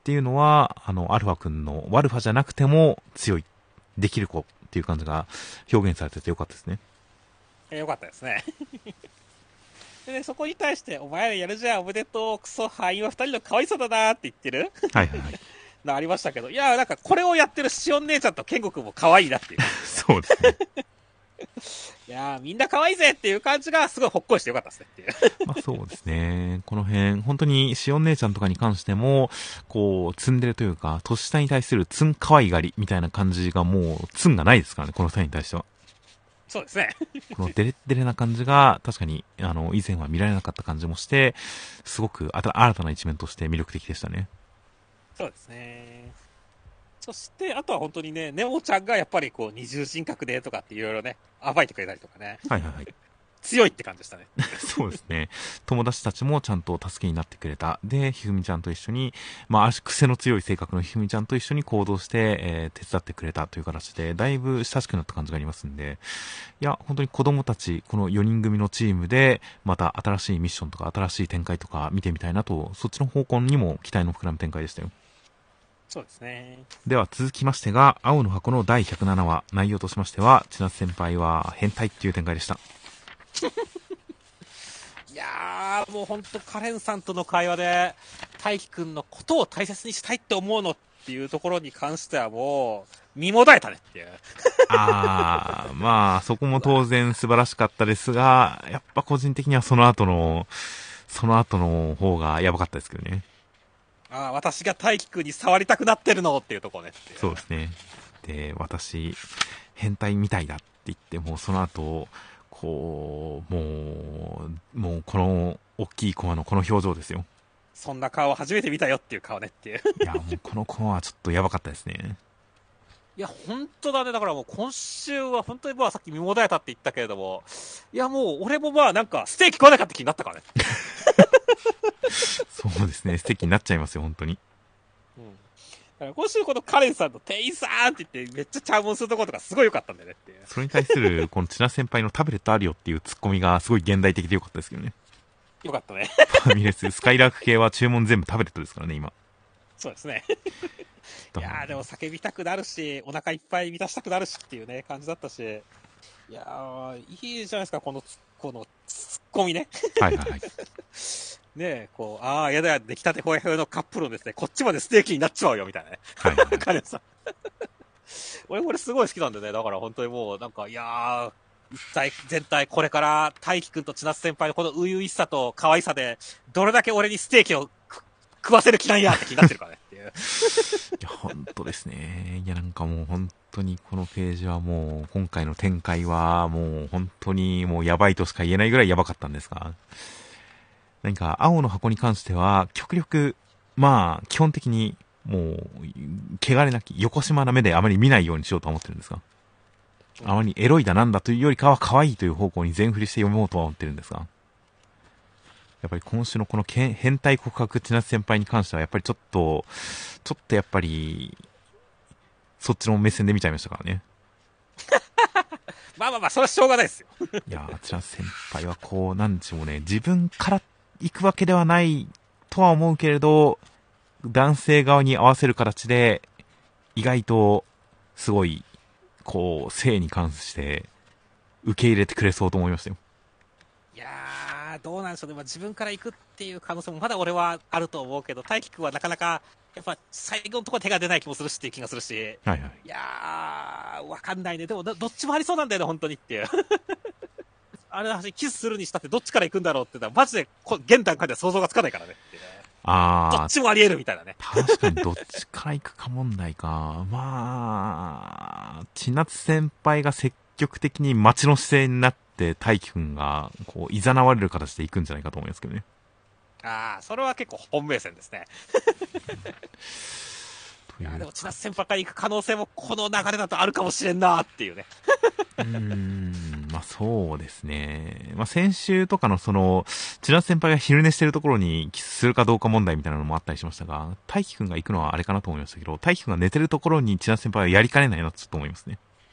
っていうのは、あの、アルファ君のワルファじゃなくても強い、できる子っていう感じが表現されててよかったですね。 えー、よかったですね。でね、そこに対して、お前らやるじゃん、おめでとう、クソ、敗因は二人の可愛さだなーって言ってるはいはいはい。 のありましたけど、いやーなんかこれをやってるシオン姉ちゃんとケンゴくんも可愛いなっていう。 そうですね。 いやーみんな可愛いぜっていう感じがすごいほっこりしてよかったですねっていう。 まあそうですね。この辺、本当にシオン姉ちゃんとかに関しても、こう、ツンデレというか、年下に対するツン可愛がりみたいな感じがもう、ツンがないですからね、この二人に対しては。 そうですね。 このデレッデレな感じが、確かに、あの、以前は見られなかった感じもして、すごく新たな一面として魅力的でしたね。 そうですね。そして、あとは本当にね、ネオちゃんがやっぱりこう、二重人格でとかっていろいろね、暴いてくれたりとかね。 はいはいはい。 強いって感じでしたね。 そうですね。友達たちもちゃんと助けになってくれた。で、ひふみちゃんと一緒に、まあ、ある種癖の強い性格のひふみちゃんと一緒に行動して、えー、手伝ってくれたという形で、だいぶ親しくなった感じがありますんで、いや、本当に子供たち、このよにん組のチームで、また新しいミッションとか新しい展開とか見てみたいなと、そっちの方向にも期待の膨らむ展開でしたよ。 そうですね。 では続きましてが、青の箱のだいひゃくななわ、内容としましては、千夏先輩は変態っていう展開でした。 いやー、もうほんとカレンさんとの会話で、大輝くんのことを大切にしたいって思うのっていうところに関してはもう、身もだえたねっていう。 あー、まあ、そこも当然素晴らしかったですが、やっぱ個人的にはその後の、その後の方がやばかったですけどね。 ああ、私が大輝くんに触りたくなってるのっていうところねっていう。 そうですね。で、私、変態みたいだって言って、もうその後、こう、もう、もうこの大きいコマのこの表情ですよ。 そんな顔初めて見たよっていう顔ねっていう。 いや、もうこのコマはちょっとやばかったですね。 いや、本当だね。だからもう今週は本当にまあさっき身もだえたって言ったけれども、いやもう俺もまあなんかステーキ食わなかった気になったからね。 そうですね。素敵になっちゃいますよ、本当に。 うん。だから今週このカレンさんと店員さんって言ってめっちゃチャーモンするところとかすごい良かったんだよねっていう。 それに対する、この千奈先輩のタブレットあるよっていうツッコミがすごい現代的でよかったですけどね。 よかったね。 ファミレス、スカイラーク系は注文全部タブレットですからね、今。 そうですね。いやーでも叫びたくなるし、お腹いっぱい満たしたくなるしっていうね、感じだったし。いやー、いいじゃないですか、このツ、このツッコミね。 はいはいはい。 ねえ、こう、ああ、やだや、出来たてほやほやのカップルのですね、こっちまでステーキになっちまうよ、みたいなね。 はいはいはい。 カレンさん。俺、これすごい好きなんでね、だから本当にもう、なんか、いやー、一体、全体、これから、大輝くんと千夏先輩のこの初々しさと可愛さで、どれだけ俺にステーキを食わせる気なんやって気になってるからねっていう。 いや、本当ですね。いや、なんかもう本当にこのページはもう、今回の展開はもう本当にもうやばいとしか言えないぐらいやばかったんですが、何か青の箱に関しては、極力、まあ、基本的にもう、汚れなき、横島な目であまり見ないようにしようと思ってるんですが、あまりエロいだなんだというよりかは可愛いという方向に全振りして読もうとは思ってるんですが、やっぱり今週のこの変態告白千夏先輩に関してはやっぱりちょっと、ちょっとやっぱり、そっちの目線で見ちゃいましたからね。 まあまあまあ、それはしょうがないですよ。 いやー、千夏先輩はこう、なんでしょうね、自分から行くわけではないとは思うけれど、男性側に合わせる形で、意外と、すごい、こう、性に関して受け入れてくれそうと思いましたよ。 いやー、どうなんでしょうね。まあ、自分から行くっていう可能性もまだ俺はあると思うけど、大輝くんはなかなか、やっぱ最後のところ手が出ない気もするしっていう気がするし。 はいはい。 いやー、わかんないね。でもど、どっちもありそうなんだよね、本当にっていう。あれだし、キスするにしたってどっちから行くんだろうって言ったら、マジでこ、現段階では想像がつかないからねっていうね。 あー。 どっちもあり得るみたいなね。 確かにどっちから行くか問題か。まあ、千夏先輩が積極的に待ちの姿勢になって、大輝くんが、こう、誘われる形で行くんじゃないかと思いますけどね。 ああ、それは結構本命戦ですね。いやでも千夏先輩から行く可能性もこの流れだとあるかもしれんなーっていうね。 うーん、まあそうですね。まあ先週とかのその、千夏先輩が昼寝してるところにキスするかどうか問題みたいなのもあったりしましたが、大輝くんが行くのはあれかなと思いましたけど、大輝くんが寝てるところに千夏先輩はやりかねないなとちょっと思いますね。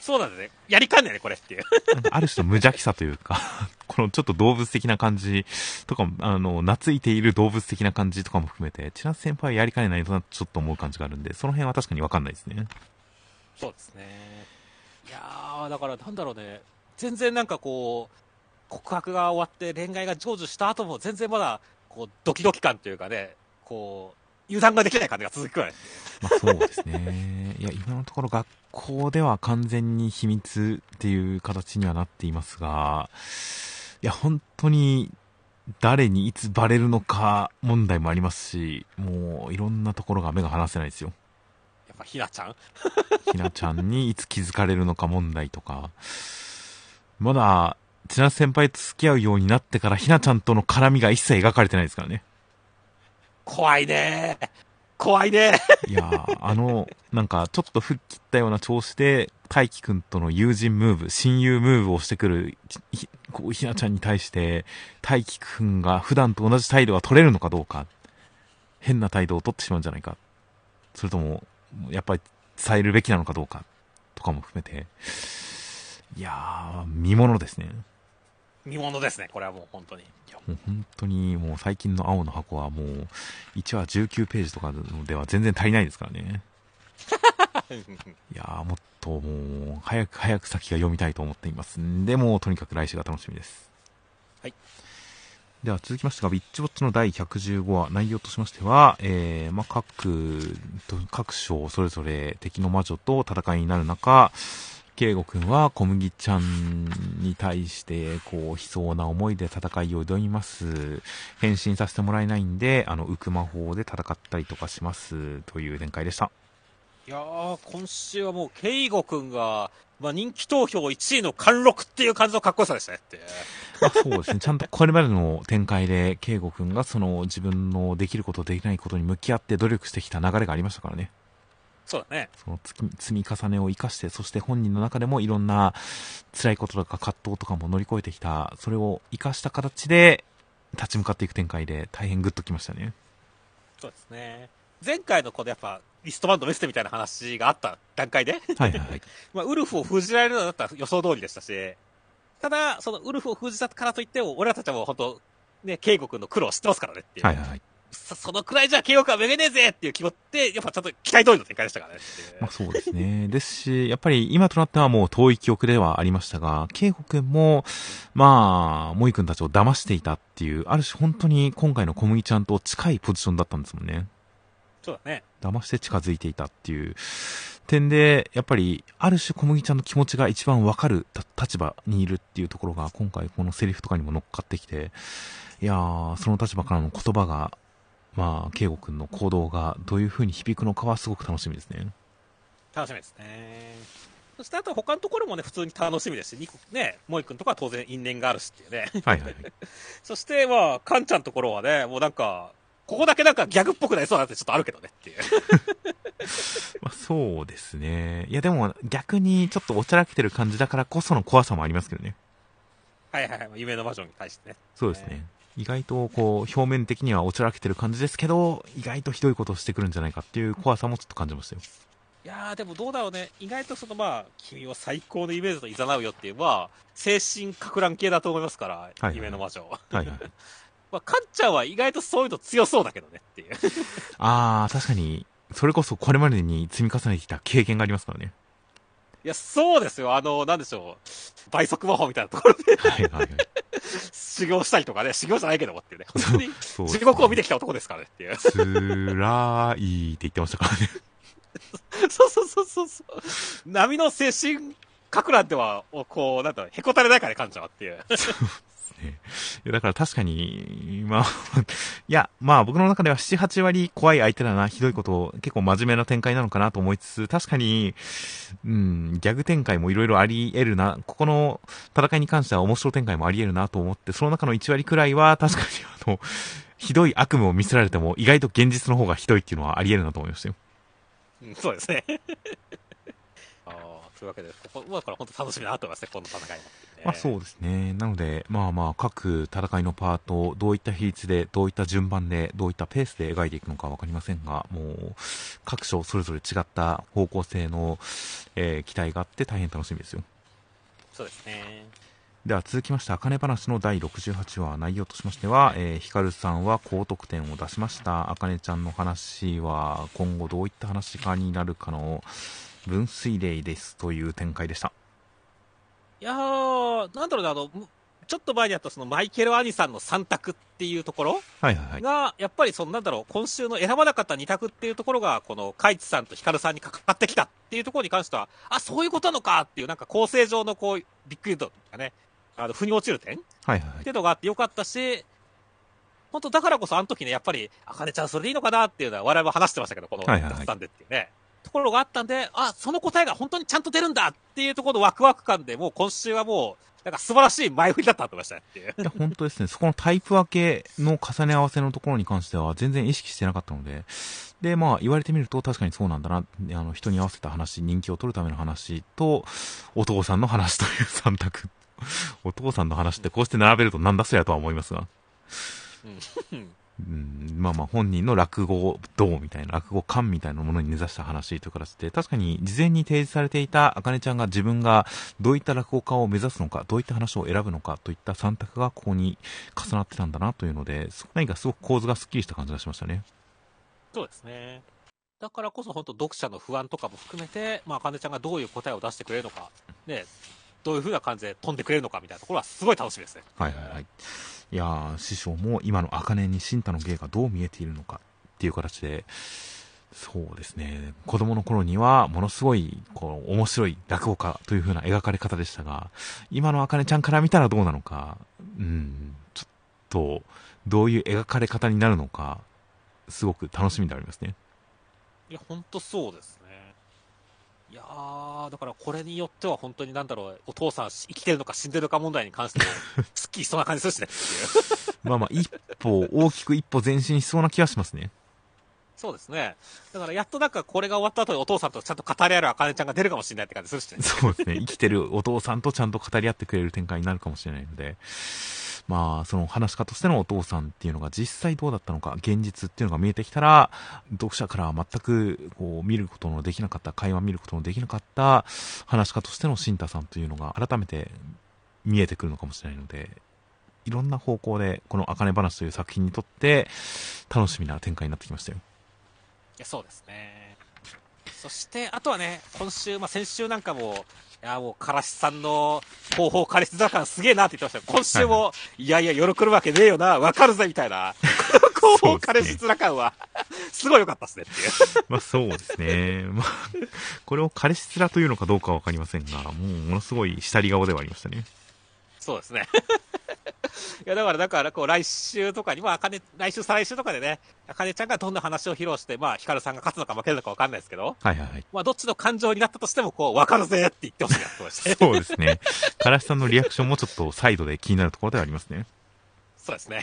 そうなんだね。やりかんねえね、これっていう。 なんかある種の無邪気さというか、このちょっと動物的な感じとかも、あの、懐いている動物的な感じとかも含めて、千夏先輩はやりかねないとなちょっと思う感じがあるんで、その辺は確かにわかんないですね。 そうですね。いやー、だからなんだろうね。全然なんかこう、告白が終わって恋愛が成就した後も全然まだ、こう、ドキドキ感というかね、こう、油断ができない感じが続くくらい。 まあそうですね。いや、今のところ学校では完全に秘密っていう形にはなっていますが、いや、本当に誰にいつバレるのか問題もありますし、もういろんなところが目が離せないですよ。 やっぱひなちゃんひなちゃんにいつ気づかれるのか問題とか、まだ、千夏先輩と付き合うようになってからひなちゃんとの絡みが一切描かれてないですからね。 怖いねー。怖いねいやー、あの、なんか、ちょっと吹っ切ったような調子で、大輝くんとの友人ムーブ、親友ムーブをしてくる、ひ、こう、ひなちゃんに対して、大輝くんが普段と同じ態度が取れるのかどうか、変な態度を取ってしまうんじゃないか、それとも、やっぱり伝えるべきなのかどうか、とかも含めて、いやー、見物ですね。 見物ですね、これはもう本当に。 いや、もう本当に、もう最近の青の箱はもう、いちわじゅうきゅうページとかでは全然足りないですからね。いやー、もっともう、早く早く先が読みたいと思っていますんで、もうとにかく来週が楽しみです。 はい。 では続きましてが、ビッチウォッチのだいひゃくじゅうごわ、内容としましては、えー、まあ、各、各章それぞれ敵の魔女と戦いになる中、ケイゴくんは小麦ちゃんに対して、こう、悲壮な思いで戦いを挑みます。変身させてもらえないんで、あの、浮く魔法で戦ったりとかします。という展開でした。 いやー、今週はもう、ケイゴくんが、まあ、人気投票いちいの貫禄っていう感じのかっこよさでしたねって。 まあ、そうですね。ちゃんとこれまでの展開で、ケイゴくんがその自分のできることできないことに向き合って努力してきた流れがありましたからね。 そうだね。 その積み重ねを生かして、そして本人の中でもいろんな辛いこととか葛藤とかも乗り越えてきた、それを生かした形で立ち向かっていく展開で大変グッときましたね。 そうですね。前回のこのやっぱ、リストバンドメステみたいな話があった段階で、 はいはいはい。 まあ、ウルフを封じられるのだったら予想通りでしたし、ただ、そのウルフを封じたからといっても、俺らたちはもう本当、ね、ケイゴくんの苦労を知ってますからねっていう。 はいはいはい。 そ, そのくらいじゃケイゴくんはめげねえぜっていう気持ちで、やっぱちゃんと期待通りの展開でしたからねっていう。 まあそうですね。ですし、やっぱり今となってはもう遠い記憶ではありましたが、ケイゴくんも、まあ、モイくんたちを騙していたっていう、ある種本当に今回の小麦ちゃんと近いポジションだったんですもんね。 そうだね。 騙して近づいていたっていう点で、やっぱり、ある種小麦ちゃんの気持ちが一番わかる立場にいるっていうところが、今回このセリフとかにも乗っかってきて、いやー、その立場からの言葉が、まあ、ケイゴくんの行動がどういう風に響くのかはすごく楽しみですね。 楽しみですね。そしてあと他のところもね、普通に楽しみですし、ね、モイ君とかは当然因縁があるしっていうね。 はいはいはい。 そしてまあ、カンちゃんのところはね、もうなんか、ここだけなんかギャグっぽくなりそうだってちょっとあるけどねっていう。 まあ、そうですね。いやでも逆にちょっとおちゃらけてる感じだからこその怖さもありますけどね。 はいはいはい。夢の魔女に対してね。 そうですね。意外とこう表面的にはおちゃらけてる感じですけど、意外とひどいことをしてくるんじゃないかっていう怖さもちょっと感じましたよ。 いやーでもどうだろうね。意外とそのまあ、君を最高のイメージと誘うよっていう、まあ、精神か乱系だと思いますから、 はいはい、 夢の魔女。 はいはい。 まあ、カンちゃんは意外とそういうの強そうだけどねっていう。 あー、確かに、それこそこれまでに積み重ねてきた経験がありますからね。 いや、そうですよ。あの、なんでしょう。倍速魔法みたいなところではいはいはい。 修行したりとかね、修行じゃないけどもっていうね。本当に、 そう地獄を見てきた男ですからねっていう。 つらいって言ってましたからね。 そうそうそうそうそう。波の精神か乱では、こう、なんだろう、へこたれないからね、感じはっていう。 ね、いやだから確かに、まあ、いや、まあ僕の中ではなな、はちわり怖い相手だな、ひどいことを、結構真面目な展開なのかなと思いつつ、確かに、うん、ギャグ展開もいろいろあり得るな、ここの戦いに関しては面白展開もあり得るなと思って、その中のいちわりくらいは確かにあの、ひどい悪夢を見せられても、意外と現実の方がひどいっていうのはあり得るなと思いましたよ。 うん、そうですね。あというわけで、ここだから本当楽しみだなと思いますね、この戦いも、ね。 まあそうですね。なので、まあまあ各戦いのパートをどういった比率で、どういった順番で、どういったペースで描いていくのかわかりませんが、もう各所それぞれ違った方向性の、えー期待があって大変楽しみですよ。 そうですね。 では続きまして、あかね話のだいろくじゅうはちわ、内容としましては、えー、ヒカルさんは高得点を出しました。あかねちゃんの話は今後どういった話かになるかの分水嶺ですという展開でした。 いやー、なんだろうね、あの、むちょっと前にあったそのマイケル・アニさんのさん択っていうところはいはいはい。 が、やっぱりそのなんだろう、今週の選ばなかったに択っていうところが、このカイツさんとヒカルさんにかかってきたっていうところに関しては、あ、そういうことなのかっていう、なんか構成上のこう、びっくり度とかね、あの、腑に落ちる点っはいはいはいていうのがあってよかったし、本当だからこそあの時ね、やっぱり、あかねちゃんそれでいいのかなっていうのは我々も話してましたけど、このはいはいはい雑談でっていうね。ところがあったんで、あ、その答えが本当にちゃんと出るんだっていうところのワクワク感で、もう今週はもう、なんか素晴らしい前振りだったと思いましたねっていう。 いや本当ですね。そこのタイプ分けの重ね合わせのところに関しては全然意識してなかったので、でまあ言われてみると確かにそうなんだな。あの人に合わせた話、人気を取るための話とお父さんの話というさん択。お父さんの話ってこうして並べるとなんだそやとは思いますが、 うん。 うん、まあまあ本人の落語道みたいな、落語感みたいなものに根ざした話という形で、確かに事前に提示されていたあかねちゃんが自分がどういった落語家を目指すのか、どういった話を選ぶのかといったさん択がここに重なってたんだなというので、何かすごく構図がスッキリした感じがしましたね。 そうですね。だからこそ本当読者の不安とかも含めて、まあ、あかねちゃんがどういう答えを出してくれるのか、ね、どういう風な感じで飛んでくれるのかみたいなところはすごい楽しみですね。 はいはいはい。いやー、師匠も今の茜に新太の芸がどう見えているのかっていう形で、そうですね、子供の頃にはものすごいこう面白い落語家という風な描かれ方でしたが、今の茜ちゃんから見たらどうなのか、うん、ちょっとどういう描かれ方になるのか、すごく楽しみでありますね。 いや、本当そうですね。いやー、だからこれによっては本当になんだろう、お父さん生きてるのか死んでるのか問題に関しても、すっきりしそうな感じするしねっていう。 まあまあ一歩大きく一歩前進しそうな気がしますね。 そうですね。だからやっとなんかこれが終わった後にお父さんとちゃんと語り合えるあかねちゃんが出るかもしれないって感じするしね。 そうですね。生きてるお父さんとちゃんと語り合ってくれる展開になるかもしれないので、まあ、その話し家としてのお父さんっていうのが実際どうだったのか、現実っていうのが見えてきたら、読者からは全くこう見ることのできなかった、会話見ることのできなかった話し家としての新太さんというのが改めて見えてくるのかもしれないので、いろんな方向でこのあかね話という作品にとって楽しみな展開になってきましたよ。 いや、そうですね。そして、あとはね、今週、まあ、先週なんかも、いや、もう、からしさんの広報彼氏座感すげえなって言ってましたよ。今週も、いやいや、喜ぶわけねえよな、わかるぜ、みたいな、広報彼氏面感は、すごい良かったですねっていう。 まあそうですね。まあ、これを彼氏面というのかどうかはわかりませんが、もうものすごい下り顔ではありましたね。 そうですね。いや、だから、だから、こう、来週とかに、まあ、あかね、来週、再来週とかでね、あかねちゃんがどんな話を披露して、まあ、ヒカルさんが勝つのか負けるのか分かんないですけど、 はいはいはい。 まあ、どっちの感情になったとしても、こう、分かるぜって言ってほしいなって思いましたね。 そうですね。からしさんのリアクションもちょっとサイドで気になるところではありますね。 そうですね。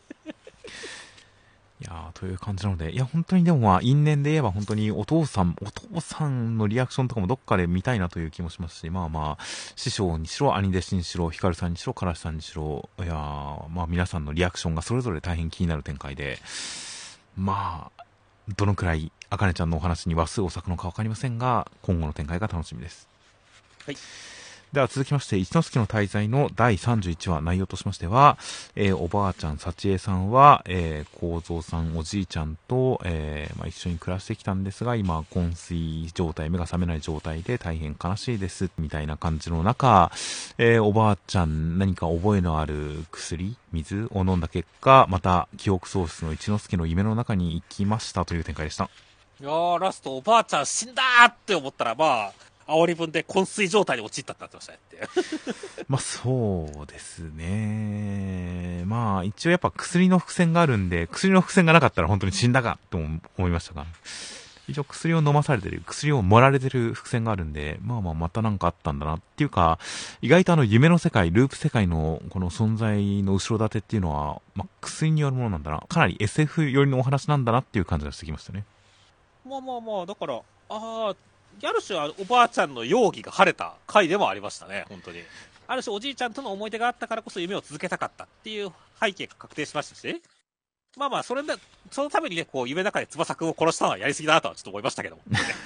いやー、という感じなので、いや、本当にでもまあ、因縁で言えば本当にお父さん、お父さんのリアクションとかもどっかで見たいなという気もしますし、まあまあ、師匠にしろ、兄弟子にしろ、ヒカルさんにしろ、からしさんにしろ、いやー、まあ皆さんのリアクションがそれぞれ大変気になる展開で、まあ、どのくらい、あかねちゃんのお話に話数を割くのかわかりませんが、今後の展開が楽しみです。 はい。 では続きまして、一之輔の滞在のだいさんじゅういちわ、内容としましては、えー、おばあちゃん、幸恵さんは、えー、幸三さん、おじいちゃんと、えーまあ、一緒に暮らしてきたんですが、今、昏睡状態、目が覚めない状態で大変悲しいです、みたいな感じの中、えー、おばあちゃん、何か覚えのある薬、水を飲んだ結果、また記憶喪失の一之輔の夢の中に行きましたという展開でした。 いやー、ラストおばあちゃん死んだーって思ったら、まあ、煽り分で昏睡状態に陥ったってなってましたねって。 まあそうですね。まあ一応やっぱ薬の伏線があるんで、薬の伏線がなかったら本当に死んだかと思いましたが、一応薬を飲まされてる、薬を盛られてる伏線があるんで、まあまあまたなんかあったんだなっていうか、意外とあの夢の世界、ループ世界のこの存在の後ろ盾っていうのは、まあ薬によるものなんだな。かなり エスエフ 寄りのお話なんだなっていう感じがしてきましたね。 まあまあまあ、だから、ああ、 ある種はおばあちゃんの容疑が晴れた回でもありましたね、本当に。ある種おじいちゃんとの思い出があったからこそ夢を続けたかったっていう背景が確定しましたし、まあまあ、それで、そのためにね、こう、夢の中で翼くんを殺したのはやりすぎだなとはちょっと思いましたけども。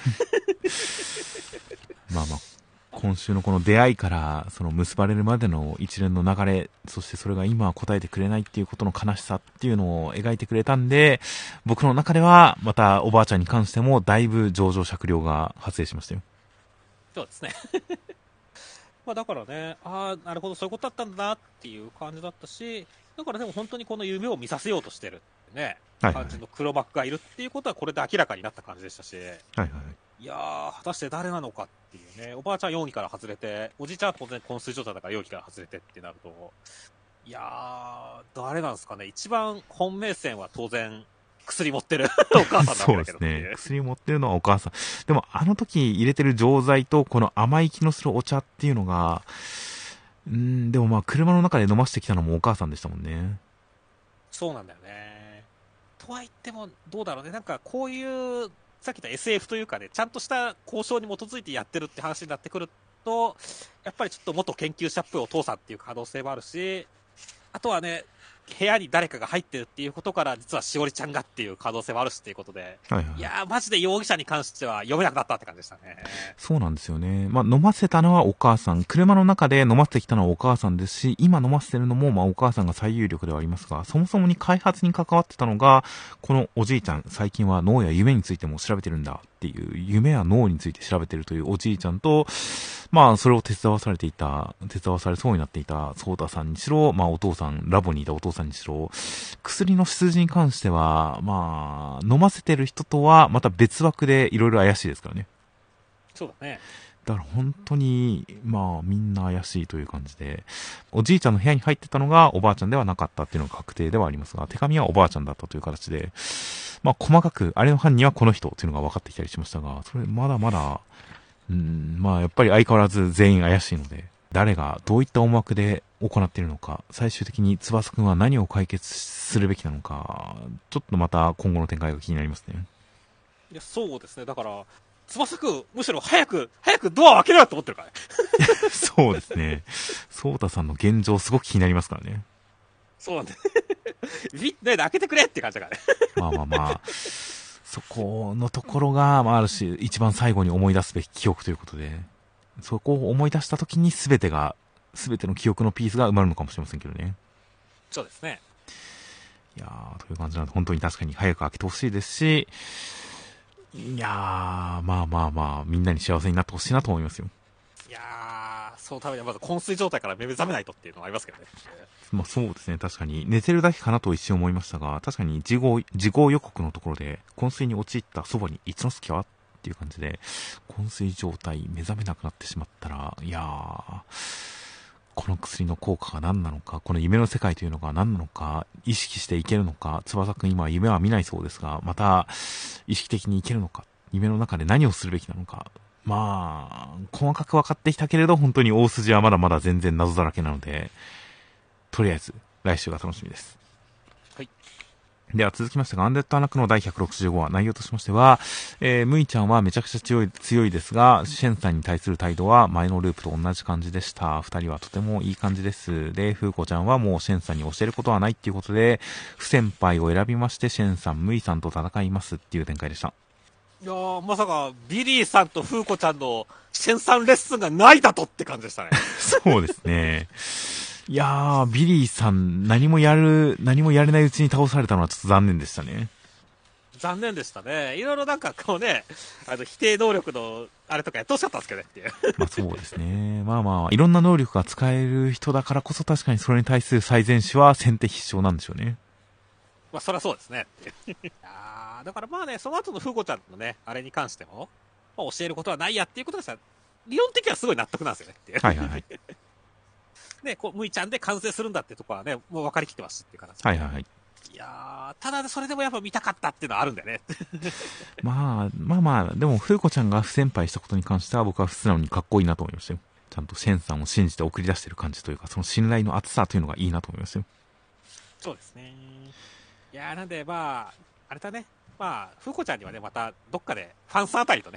まあまあ、今週のこの出会いからその結ばれるまでの一連の流れ、そしてそれが今は答えてくれないっていうことの悲しさっていうのを描いてくれたんで、僕の中ではまたおばあちゃんに関してもだいぶ情状酌量が発生しましたよ。 そうですね。まあだからね、ああ、なるほど、そういうことだったんだなっていう感じだったし、だからでも本当にこの夢を見させようとしてるってね、 はいはい感じの黒幕がいるっていうことはこれで明らかになった感じでしたし、 はいはい。 いやー、果たして誰なのかっていうね、おばあちゃん容疑から外れて、おじいちゃんは当然昏睡状態だから容疑から外れてってなると、いやー、誰なんですかね、一番本命線は当然、薬持ってるお母さんなわそうですけだけどっていう。 ね。薬を持ってるのはお母さん。でもあの時入れてる錠剤とこの甘い気のするお茶っていうのが、うーん、でもまあ車の中で飲ませてきたのもお母さんでしたもんね。 そうなんだよね。とは言っても、どうだろうね。なんか、こういう、さっき言った エスエフ というかね、ちゃんとした交渉に基づいてやってるって話になってくると、やっぱりちょっと元研究者っぽいお父さんっていう可能性もあるし、あとはね、部屋に誰かが入ってるっていうことから、実はしおりちゃんがっていう可能性もあるしっていうことで、 はいはい。 いやー、マジで容疑者に関しては読めなくなったって感じでしたね。 そうなんですよね。まあ、飲ませたのはお母さん。車の中で飲ませてきたのはお母さんですし、今飲ませてるのも、まあ、お母さんが最有力ではありますが、そもそもに開発に関わってたのが、このおじいちゃん、最近は脳や夢についても調べてるんだっていう、夢や脳について調べてるというおじいちゃんと、まあ、それを手伝わされていた、手伝わされそうになっていた、ソータさんにしろ、まあ、お父さん、ラボにいたお父さんにしろ、薬の出自に関しては、まあ、飲ませてる人とは、また別枠でいろいろ怪しいですからね。 そうだね。 だから本当に、まあ、みんな怪しいという感じで、おじいちゃんの部屋に入ってたのがおばあちゃんではなかったっていうのが確定ではありますが、手紙はおばあちゃんだったという形で、まあ、細かく、あれの犯人はこの人っていうのが分かってきたりしましたが、それまだまだ、うん、まあ、やっぱり相変わらず全員怪しいので、誰がどういった思惑で行っているのか、最終的に翼くんは何を解決するべきなのか、ちょっとまた今後の展開が気になりますね。 いや、そうですね。だから、翼くん、むしろ早く、早くドアを開けろよと思ってるからね。 そうですね。ソータさんの現状すごく気になりますからね。 そうなんだ。ビッね、開けてくれって感じだからね。 まあまあまあ、そこのところが、まああるし、一番最後に思い出すべき記憶ということで、そこを思い出したときに全てが、全ての記憶のピースが埋まるのかもしれませんけどね。 そうですね。 いやー、という感じなので、本当に確かに早く開けてほしいですし、いやー、まあまあまあ、みんなに幸せになってほしいなと思いますよ。 いやー、そのためにはまず昏睡状態から目覚めないとっていうのはありますけどね。 まあそうですね、確かに寝てるだけかなと一瞬思いましたが、確かに事後、事後予告のところで、昏睡に陥ったそばに一之輔はっていう感じで、昏睡状態、目覚めなくなってしまったら、いやー、この薬の効果が何なのか、この夢の世界というのが何なのか、意識していけるのか、翼くん今は夢は見ないそうですが、また、意識的にいけるのか、夢の中で何をするべきなのか、まあ、細かく分かってきたけれど、本当に大筋はまだまだ全然謎だらけなので、とりあえず、来週が楽しみです。 はい。 では続きましてが、アンデッドアナックのだいひゃくろくじゅうごわ、内容としましては、えー、ムイちゃんはめちゃくちゃ強い、強いですが、シェンさんに対する態度は前のループと同じ感じでした。二人はとてもいい感じです。で、フーコちゃんはもうシェンさんに教えることはないっていうことで、不先輩を選びまして、シェンさん、ムイさんと戦いますっていう展開でした。 いやー、まさか、ビリーさんとフーコちゃんの、シェンさんレッスンがないだとって感じでしたね。 そうですね。いやー、ビリーさん、何もやる、何もやれないうちに倒されたのはちょっと残念でしたね。 残念でしたね。いろいろなんかこうね、あの、否定能力の、あれとかやってほしかったんですけどねっていう。 まあそうですね。まあまあ、いろんな能力が使える人だからこそ確かにそれに対する最善手は先手必勝なんでしょうね。 まあ、そりゃそうですね。いやーだからまあね、その後のフーコちゃんのね、あれに関しても、まあ、教えることはないやっていうことでしたら、理論的にはすごい納得なんですよねっていう。 はいはいはい。 ね、こう、むいちゃんで完成するんだってとこはね、もう分かりきってますっていう形。 はいはいはい。 いやー、ただそれでもやっぱ見たかったっていうのはあるんだよね。 まあ、まあまあ、でも、ふうこちゃんが不先輩したことに関しては僕は素直にかっこいいなと思いましたよ。ちゃんとシェンさんを信じて送り出してる感じというか、その信頼の厚さというのがいいなと思いましたよ。 そうですね。いやーなんでまあ、あれだね。まあ、ふうこちゃんにはね、またどっかでファンさんあたりとね、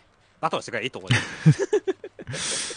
バトルしてくればいいと思います。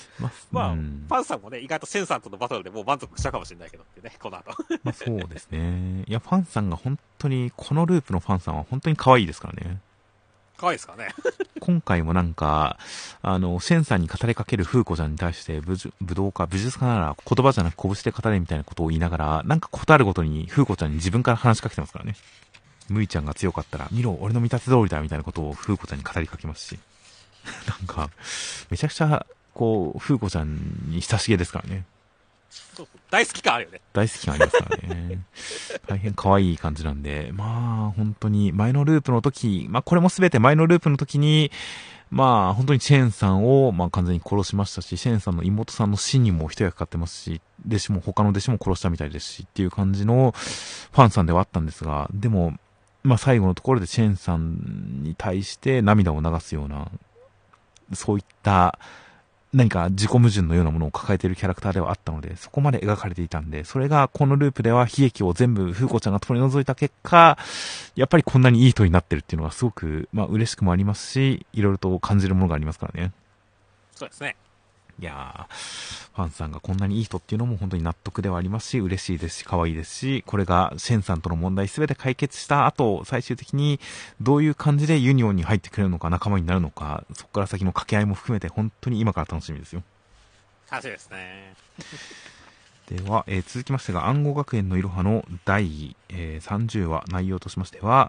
まあ、 まあ、 うん、 ファンさんもね、意外とセンさんとのバトルでもう満足したかもしれないけどってね、この後。 まあそうですね。いや、ファンさんが本当に、このループのファンさんは本当に可愛いですからね。 可愛いですかね。 今回もなんか、あの、シェンさんに語りかけるフーコちゃんに対して、武術武道家、武術家なら言葉じゃなく拳で語れみたいなことを言いながら、なんかことあるごとにフーコちゃんに自分から話しかけてますからね。ムイちゃんが強かったら、見ろ、俺の見立て通りだみたいなことをフーコちゃんに語りかけますし。なんか、めちゃくちゃ、こう、フーコちゃんに親しげですからね。 そうそう大好き感あるよね。 大好き感ありますからね。大変可愛い感じなんで、まあ、本当に、前のループの時、まあ、これもすべて前のループの時に、まあ、本当にチェーンさんを、まあ、完全に殺しましたし、チェーンさんの妹さんの死にも一役買ってますし、弟子も、他の弟子も殺したみたいですし、っていう感じのファンさんではあったんですが、でも、まあ、最後のところでチェーンさんに対して涙を流すような、そういった何か自己矛盾のようなものを抱えているキャラクターではあったので、そこまで描かれていたんで、それがこのループでは悲劇を全部フーコちゃんが取り除いた結果、やっぱりこんなにいい人になってるっていうのはすごく、まあ嬉しくもありますし、いろいろと感じるものがありますからね。 そうですね。 いやー、ファンさんがこんなにいい人っていうのも本当に納得ではありますし、嬉しいですし、可愛いですし、これがシェンさんとの問題すべて解決した後、最終的にどういう感じでユニオンに入ってくれるのか、仲間になるのか、そこから先の掛け合いも含めて本当に今から楽しみですよ。 楽しみですね。 では、えー続きましてが暗号学園のいろはのだい、えーさんじゅうわ、内容としましては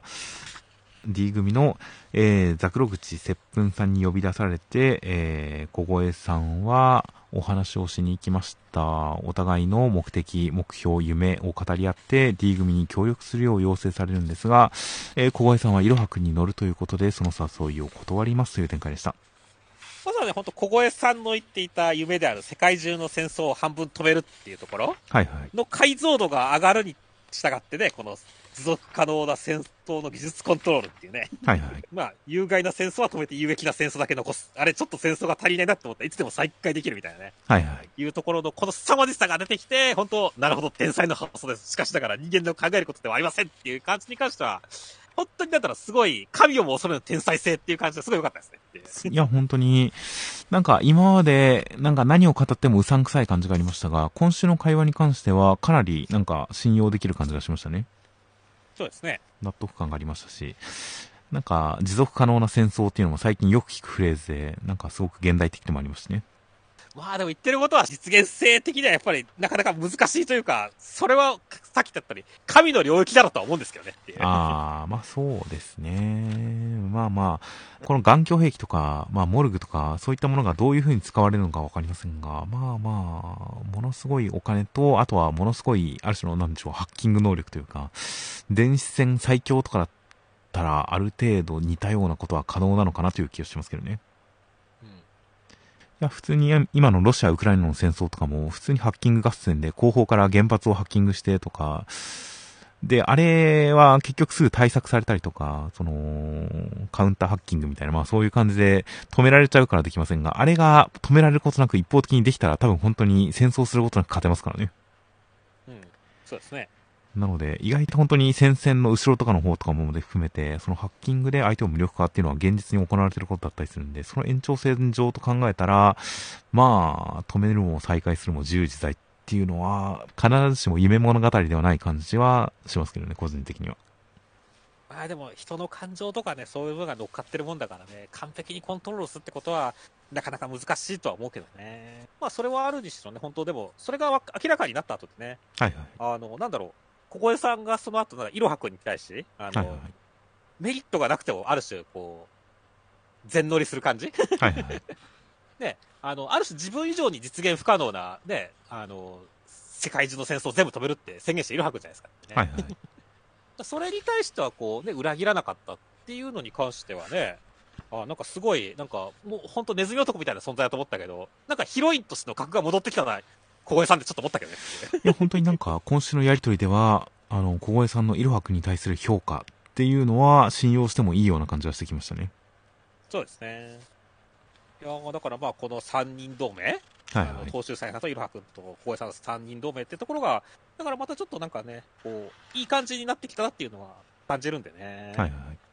D 組の、えーザクロ口接吻さんに呼び出されて、えー小越さんはお話をしに行きました。お互いの目的、目標、夢を語り合って D 組に協力するよう要請されるんですが、えー小越さんはいろはくんに乗るということでその誘いを断りますという展開でした。 まずはね、本当小越さんの言っていた夢である世界中の戦争を半分止めるっていうところはいはい。 の解像度が上がるに従ってね、この持続可能な戦闘の技術コントロールっていうね、 はいはい。 まあ、有害な戦争は止めて有益な戦争だけ残す。あれ、ちょっと戦争が足りないなって思ったらいつでも再開できるみたいなね。 はいはい。 いうところの、この凄まじさが出てきて、本当なるほど、天才の発想です。しかしながら人間の考えることではありませんっていう感じに関しては、本当にだったらすごい、神をも恐れぬ天才性っていう感じですごい良かったですね。 いや、本当に、なんか今まで、なんか何を語ってもうさんくさい感じがありましたが、今週の会話に関しては、かなりなんか信用できる感じがしましたね。 そうですね。 納得感がありましたし、なんか持続可能な戦争っていうのも最近よく聞くフレーズで、なんかすごく現代的でもありますしね。 まあでも言ってることは実現性的にはやっぱりなかなか難しいというか、それはさっき言ったように神の領域だろうとは思うんですけどねっていう。 あー、まあそうですね。まあまあ、この眼鏡兵器とか、まあモルグとか、そういったものがどういう風に使われるのかわかりませんが、まあまあ、ものすごいお金と、あとはものすごい、ある種のなんでしょう、ハッキング能力というか、電子戦最強とかだったら、ある程度似たようなことは可能なのかなという気がしますけどね。 うんいや、普通に今のロシア・ウクライナの戦争とかも、普通にハッキング合戦で後方から原発をハッキングしてとか、で、あれは結局すぐ対策されたりとか、その、カウンターハッキングみたいな、まあそういう感じで止められちゃうからできませんが、あれが止められることなく一方的にできたら多分本当に戦争することなく勝てますからね。 うん。そうですね。 なので、意外と本当に戦線の後ろとかの方とかも含めて、そのハッキングで相手を無力化っていうのは現実に行われていることだったりするんで、その延長線上と考えたら、まあ、止めるも再開するも自由自在っていうのは、必ずしも夢物語ではない感じはしますけどね、個人的には。 まあでも人の感情とかね、そういうのが乗っかってるもんだからね、完璧にコントロールするってことは、なかなか難しいとは思うけどね。まあそれはあるにしろね、本当でも、それがわ明らかになった後でね、 はいはい。 あの、なんだろう、小越さんがその後、いろはくんに対し、あの、 はいはい。 メリットがなくても、ある種、こう、全乗りする感じはいはい。 ね、あの、ある種自分以上に実現不可能な、ね、あの、世界中の戦争を全部止めるって宣言しているはくじゃないですか、ね。 はいはい。 それに対しては、こう、ね、裏切らなかったっていうのに関してはね、あなんかすごい、なんか、もう本当ネズミ男みたいな存在だと思ったけど、なんかヒロインとしての格が戻ってきたな、小越さんってちょっと思ったけどね。 いや、本当になんか、今週のやりとりでは、あの、小越さんのいろはくに対する評価っていうのは、信用してもいいような感じがしてきましたね。 そうですね。いやだからまあ、このさんにん同盟、 はいあの、 はい。 東秀さんといろはくんと小江さんのさんにん同盟ってところが、だからまたちょっとなんかね、こう、いい感じになってきたなっていうのは感じるんでね。 はいはい。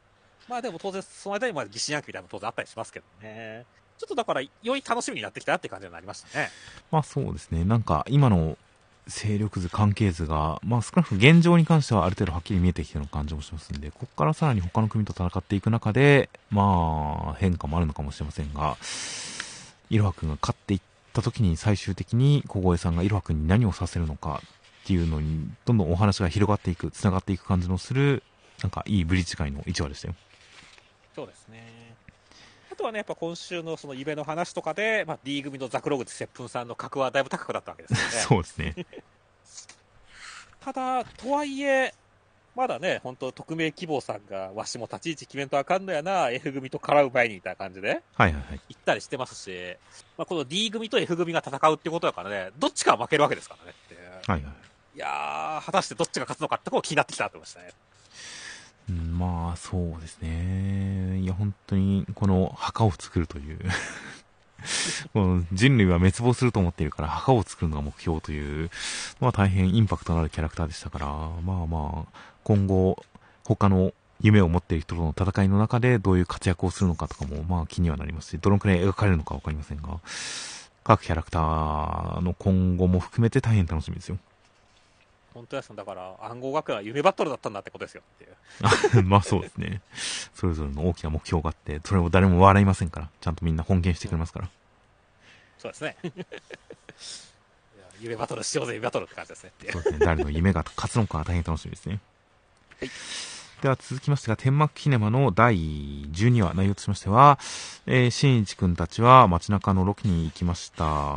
まあでも当然、その間にまあ疑心暗鬼みたいなのも当然あったりしますけどね。ちょっとだから、より楽しみになってきたって感じになりましたね。 まあそうですね。なんか今の勢力図、関係図が、まあ少なくとも現状に関してはある程度はっきり見えてきてる感じもしますんで、ここからさらに他の組と戦っていく中で、まあ変化もあるのかもしれませんが、いろはくんが勝っていった時に最終的に小越さんがいろはくんに何をさせるのかっていうのに、どんどんお話が広がっていく、繋がっていく感じのする、なんかいいブリッジ界のいちわでしたよ。 そうですね。あとはね、やっぱ今週のその夢の話とかで、まあ、D 組のザクログチ接吻さんの格はだいぶ高くなったわけですよね。 そうですね。 ただ、とはいえ、まだね、本当匿名希望さんが、わしも立ち位置決めんとあかんのやな、F 組と絡う前にみたいな感じで、 はいはいはい。 行ったりしてますし、まあ、この D 組と F 組が戦うってことだからね、どっちかは負けるわけですからねって。 はいはい。 いやー、果たしてどっちが勝つのかってことが気になってきたと思いましたね。 うん、まあそうですね。いや本当にこの墓を作るというもう人類は滅亡すると思っているから墓を作るのが目標という、まあ大変インパクトのあるキャラクターでしたから、まあまあ今後他の夢を持っている人との戦いの中でどういう活躍をするのかとかもまあ気にはなりますし、どのくらい描かれるのかわかりませんが、各キャラクターの今後も含めて大変楽しみですよ。 本当ですよ。だから、暗号学園は夢バトルだったんだってことですよっていう。 まあそうですね。それぞれの大きな目標があって、それを誰も笑いませんから、ちゃんとみんな本気してくれますから。うん、 そうですね。いや夢バトルしようぜ、夢バトルって感じですねっていう。 そうですね。誰の夢が勝つのか大変楽しみですね。 はい。 では続きましてが、天幕キネマのだいじゅうにわ、内容としましては、えー、新一くんたちは街中のロケに行きました。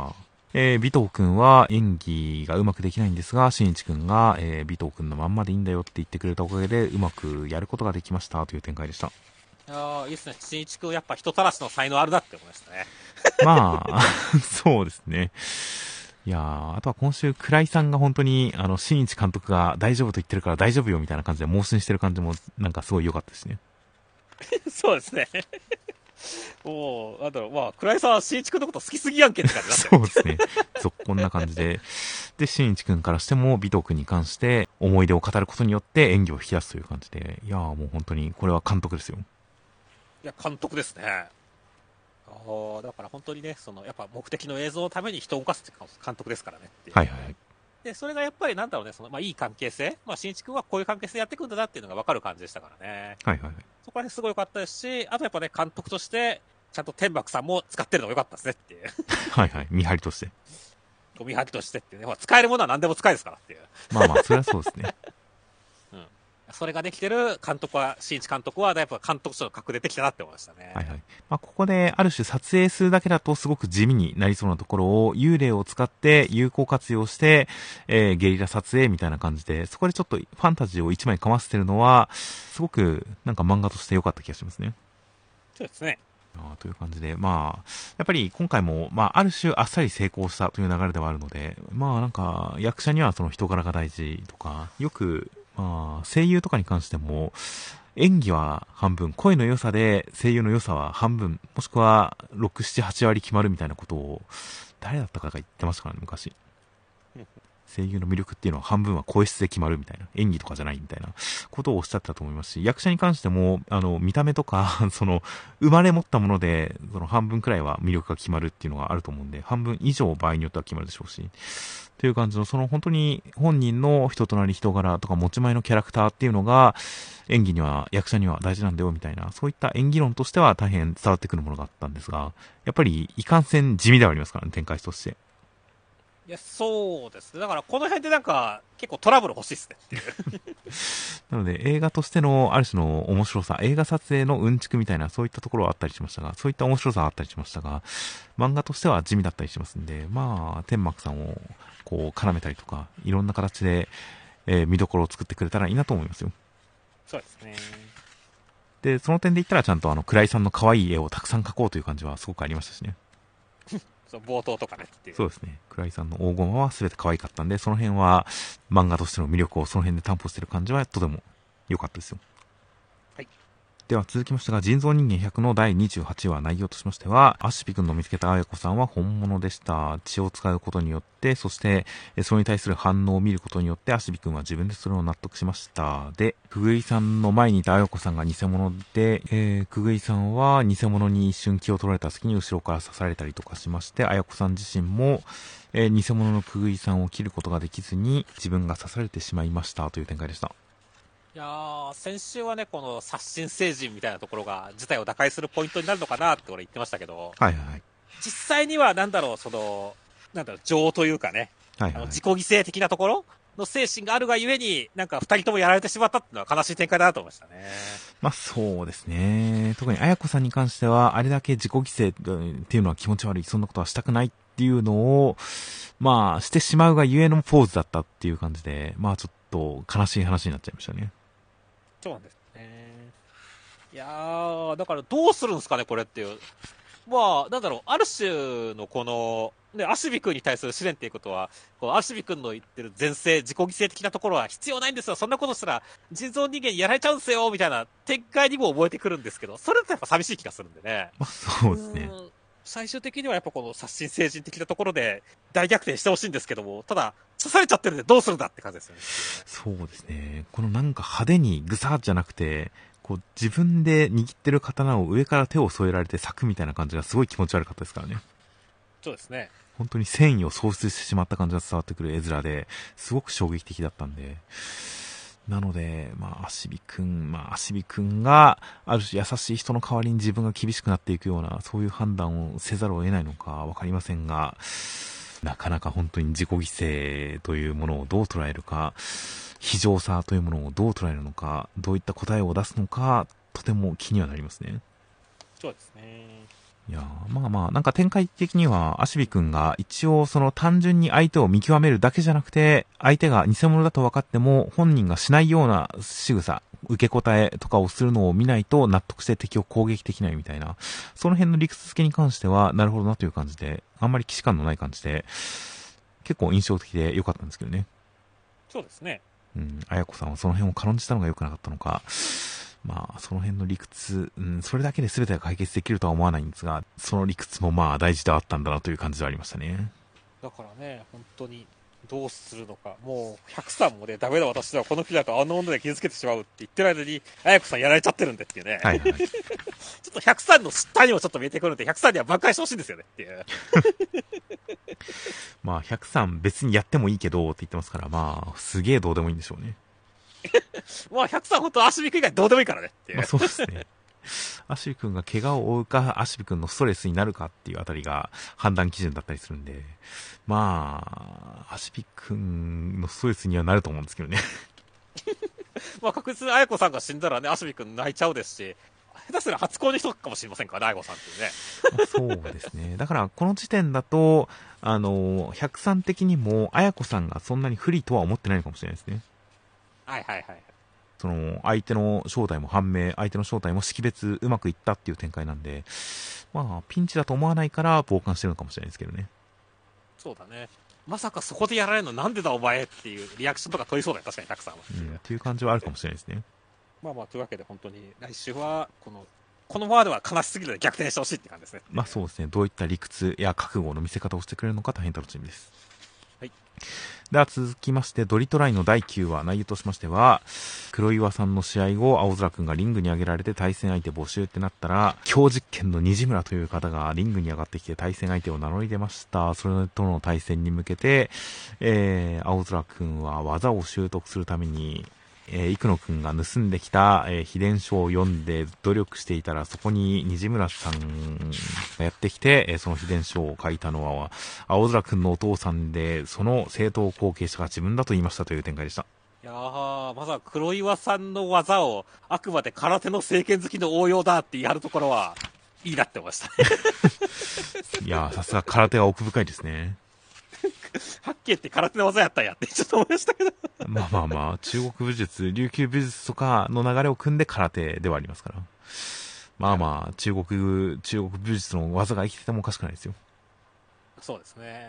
えー、尾藤くんは演技がうまくできないんですが、新一くんが、えー、尾藤くんのまんまでいいんだよって言ってくれたおかげで、うまくやることができましたという展開でした。 ああ、いいですね。新一くんやっぱ人たらしの才能あるなって思いましたね。 まあ、そうですね。いやー、あとは今週、倉井さんが本当に、あの、新一監督が大丈夫と言ってるから大丈夫よみたいな感じで盲信してる感じも、なんかすごい良かったですね。 そうですね。もう、なんだろう、まあ、倉井さんは新一くんのこと好きすぎやんけって感じなんそうですね。そこんな感じで。で、新一くんからしても、尾藤くんに関して思い出を語ることによって演技を引き出すという感じで、いやーもう本当に、これは監督ですよ。 いや、監督ですね。ああ、だから本当にね、その、やっぱ目的の映像のために人を動かすって監督ですからねっていう。 はいはいはい。 で、それがやっぱりなんだろうね、その、まあ、いい関係性。まあ、新一くんはこういう関係性やっていくんだなっていうのが分かる感じでしたからね。 はいはいはい。 そこら辺すごい良かったですし、あとやっぱね、監督として、ちゃんと天幕さんも使ってるのが良かったですねっていう。 はいはい。見張りとして。 見張りとしてっていうね、まあ、使えるものは何でも使えですからっていう。 まあまあ、それはそうですね。 うん。それができてる監督は、新一監督は、やっぱ監督との格でできたなって思いましたね。 はいはい。まあ、ここで、ある種撮影するだけだとすごく地味になりそうなところを、幽霊を使って有効活用して、えー、ゲリラ撮影みたいな感じで、そこでちょっとファンタジーを一枚かませてるのは、すごくなんか漫画として良かった気がしますね。 そうですね。 あという感じで、まあ、やっぱり今回も、まあ、ある種あっさり成功したという流れではあるので、まあなんか、役者にはその人柄が大事とか、よく、まあ、声優とかに関しても、演技は半分、声の良さで声優の良さは半分、もしくはろく、なな、はち割決まるみたいなことを、誰だったかが言ってましたからね、昔。声優の魅力っていうのは半分は声質で決まるみたいな、演技とかじゃないみたいなことをおっしゃってたと思いますし、役者に関しても、あの、見た目とか、その、生まれ持ったもので、その半分くらいは魅力が決まるっていうのがあると思うんで、半分以上場合によっては決まるでしょうし、という感じの、その本当に本人の人となり人柄とか持ち前のキャラクターっていうのが、演技には、役者には大事なんだよみたいな、そういった演技論としては大変伝わってくるものがあったんですが、やっぱりいかんせん地味ではありますからね、展開として。 いや、そうですね。だからこの辺でなんか、結構トラブル欲しいっすねっていう。 なので映画としてのある種の面白さ、映画撮影のうんちくみたいなそういったところはあったりしましたが、そういった面白さはあったりしましたが、漫画としては地味だったりしますんで、まあ、天幕さんをこう絡めたりとか、いろんな形で、えー見どころを作ってくれたらいいなと思いますよ。 そうですね。 で、その点で言ったらちゃんとあの、倉井さんの可愛い絵をたくさん描こうという感じはすごくありましたしね。 そう冒頭とかねっていう。 そうですね。倉井さんの大駒は全て可愛かったんで、その辺は漫画としての魅力をその辺で担保してる感じはとても良かったですよ。 はい。 では続きましてが、人造人間ひゃくのだいにじゅうはちわ、内容としましては、アシビ君の見つけたあやこさんは本物でした。血を使うことによって、そして、それに対する反応を見ることによって、アシビ君は自分でそれを納得しました。で、くぐいさんの前にいたあやこさんが偽物で、えー、くぐいさんは偽物に一瞬気を取られた隙に後ろから刺されたりとかしまして、あやこさん自身も、えー、偽物のくぐいさんを切ることができずに、自分が刺されてしまいましたという展開でした。 いやー、先週はね、この殺人成人みたいなところが事態を打開するポイントになるのかなって俺言ってましたけど、 はいはいはい。 実際にはなんだろう、その、なんだろう、情というかね、 はいはい、 あの自己犠牲的なところの精神があるがゆえに、なんか二人ともやられてしまったっていうのは悲しい展開だなと思いましたね。 まあそうですね。特にあやこさんに関しては、あれだけ自己犠牲っていうのは気持ち悪い、そんなことはしたくないっていうのを、まあしてしまうがゆえのポーズだったっていう感じで、まあちょっと悲しい話になっちゃいましたね。 そうなんですね。いやー、だからどうするんですかね、これっていう。まあ、なんだろう、ある種のこの、ね、アシビ君に対する試練っていうことは、こうアシビ君の言ってる前世、自己犠牲的なところは必要ないんですよ。そんなことしたら、人造人間にやられちゃうんですよ、みたいな展開にも覚えてくるんですけど、それだとやっぱ寂しい気がするんでね。 まあそうですね。 最終的にはやっぱこの殺人成人的なところで大逆転してほしいんですけども、ただ、刺されちゃってるんでどうするんだって感じですよね。 そうですね。このなんか派手にグサーじゃなくて、こう自分で握ってる刀を上から手を添えられて裂くみたいな感じがすごい気持ち悪かったですからね。 そうですね。 本当に繊維を喪失してしまった感じが伝わってくる絵面で、すごく衝撃的だったんで。なので、まあ、アシビくん、まあ、アシビくんが、ある種優しい人の代わりに自分が厳しくなっていくような、そういう判断をせざるを得ないのかわかりませんが、なかなか本当に自己犠牲というものをどう捉えるか、非常さというものをどう捉えるのか、どういった答えを出すのか、とても気にはなりますね。 そうですね。 いやまあまあ、なんか展開的には、アシビ君が一応その単純に相手を見極めるだけじゃなくて、相手が偽物だと分かっても、本人がしないような仕草、受け答えとかをするのを見ないと納得して敵を攻撃できないみたいな、その辺の理屈付けに関しては、なるほどなという感じで、あんまり既視感のない感じで、結構印象的で良かったんですけどね。 そうですね。 うん、あやこさんはその辺を軽んじたのが良くなかったのか、まあ、その辺の理屈、うん、それだけで全てが解決できるとは思わないんですが、その理屈もまあ大事ではあったんだなという感じではありましたね。 だからね、本当にどうするのか、もうひゃくさんもね、ダメだ私ではこのフィラとあの女で傷つけてしまうって言ってる間に、あやこさんやられちゃってるんでっていうね。 はいはい。ちょっとひゃくさんの失態にもちょっと見えてくるんで、ひゃくさんには挽回してほしいんですよねっていう。 まあ、ひゃくさん別にやってもいいけどって言ってますから、まあ、すげえどうでもいいんでしょうね。 まあ、ひゃくさん本当アシビ君以外どうでもいいからねっていう。 まあ、そうですね。アシビ君が怪我を負うか、アシビ君のストレスになるかっていうあたりが判断基準だったりするんで、まあ、アシビ君のストレスにはなると思うんですけどね。 まあ、確実にあやこさんが死んだらね、アシビ君泣いちゃうですし、下手すら初恋の人かもしれませんからね、あやこさんっていうね。 まあ、そうですね。だから、この時点だと、あの、ひゃくさん的にも、あやこさんがそんなに不利とは思ってないのかもしれないですね。 はいはいはい。 その、相手の正体も判明、相手の正体も識別うまくいったっていう展開なんで、まあ、ピンチだと思わないから傍観してるのかもしれないですけどね。 そうだね。まさかそこでやられるのなんでだお前っていうリアクションとか取りそうだよ、確かにたくさんは。 うん、っていう感じはあるかもしれないですね。 まあまあ、というわけで本当に来週は、この、このままでは悲しすぎるので逆転してほしいって感じですね。 まあそうですね。どういった理屈や覚悟の見せ方をしてくれるのか大変楽しみです。 はい。 では続きまして、ドリトライのだいきゅうわ、内容としましては、黒岩さんの試合後、青空くんがリングに上げられて対戦相手募集ってなったら、強実験の虹村という方がリングに上がってきて対戦相手を名乗り出ました。それとの対戦に向けて、えー、青空くんは技を習得するために、えー、生野くんが盗んできた、えー、秘伝書を読んで努力していたら、そこに虹村さんがやってきて、えー、その秘伝書を書いたのは、青空くんのお父さんで、その正当後継者が自分だと言いましたという展開でした。 いやー、まさか黒岩さんの技を、あくまで空手の政権好きの応用だってやるところは、いいなって思いました。 いやー、さすが空手は奥深いですね。 はっきり言って空手の技やったんやってちょっと思いましたけど。 まあまあまあ、中国武術、琉球武術とかの流れを組んで空手ではありますから。まあまあ、中国、中国武術の技が生きててもおかしくないですよ。 そうですね。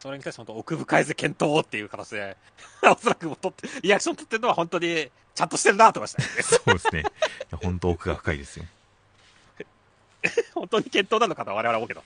それに対して本当奥深いぜ検討っていう形で、おそらくも取って、リアクション取ってるのは本当にちゃんとしてるなと思いましたね。 そうですね。本当奥が深いですよ。 本当に検討なのかとは我々は思うけど。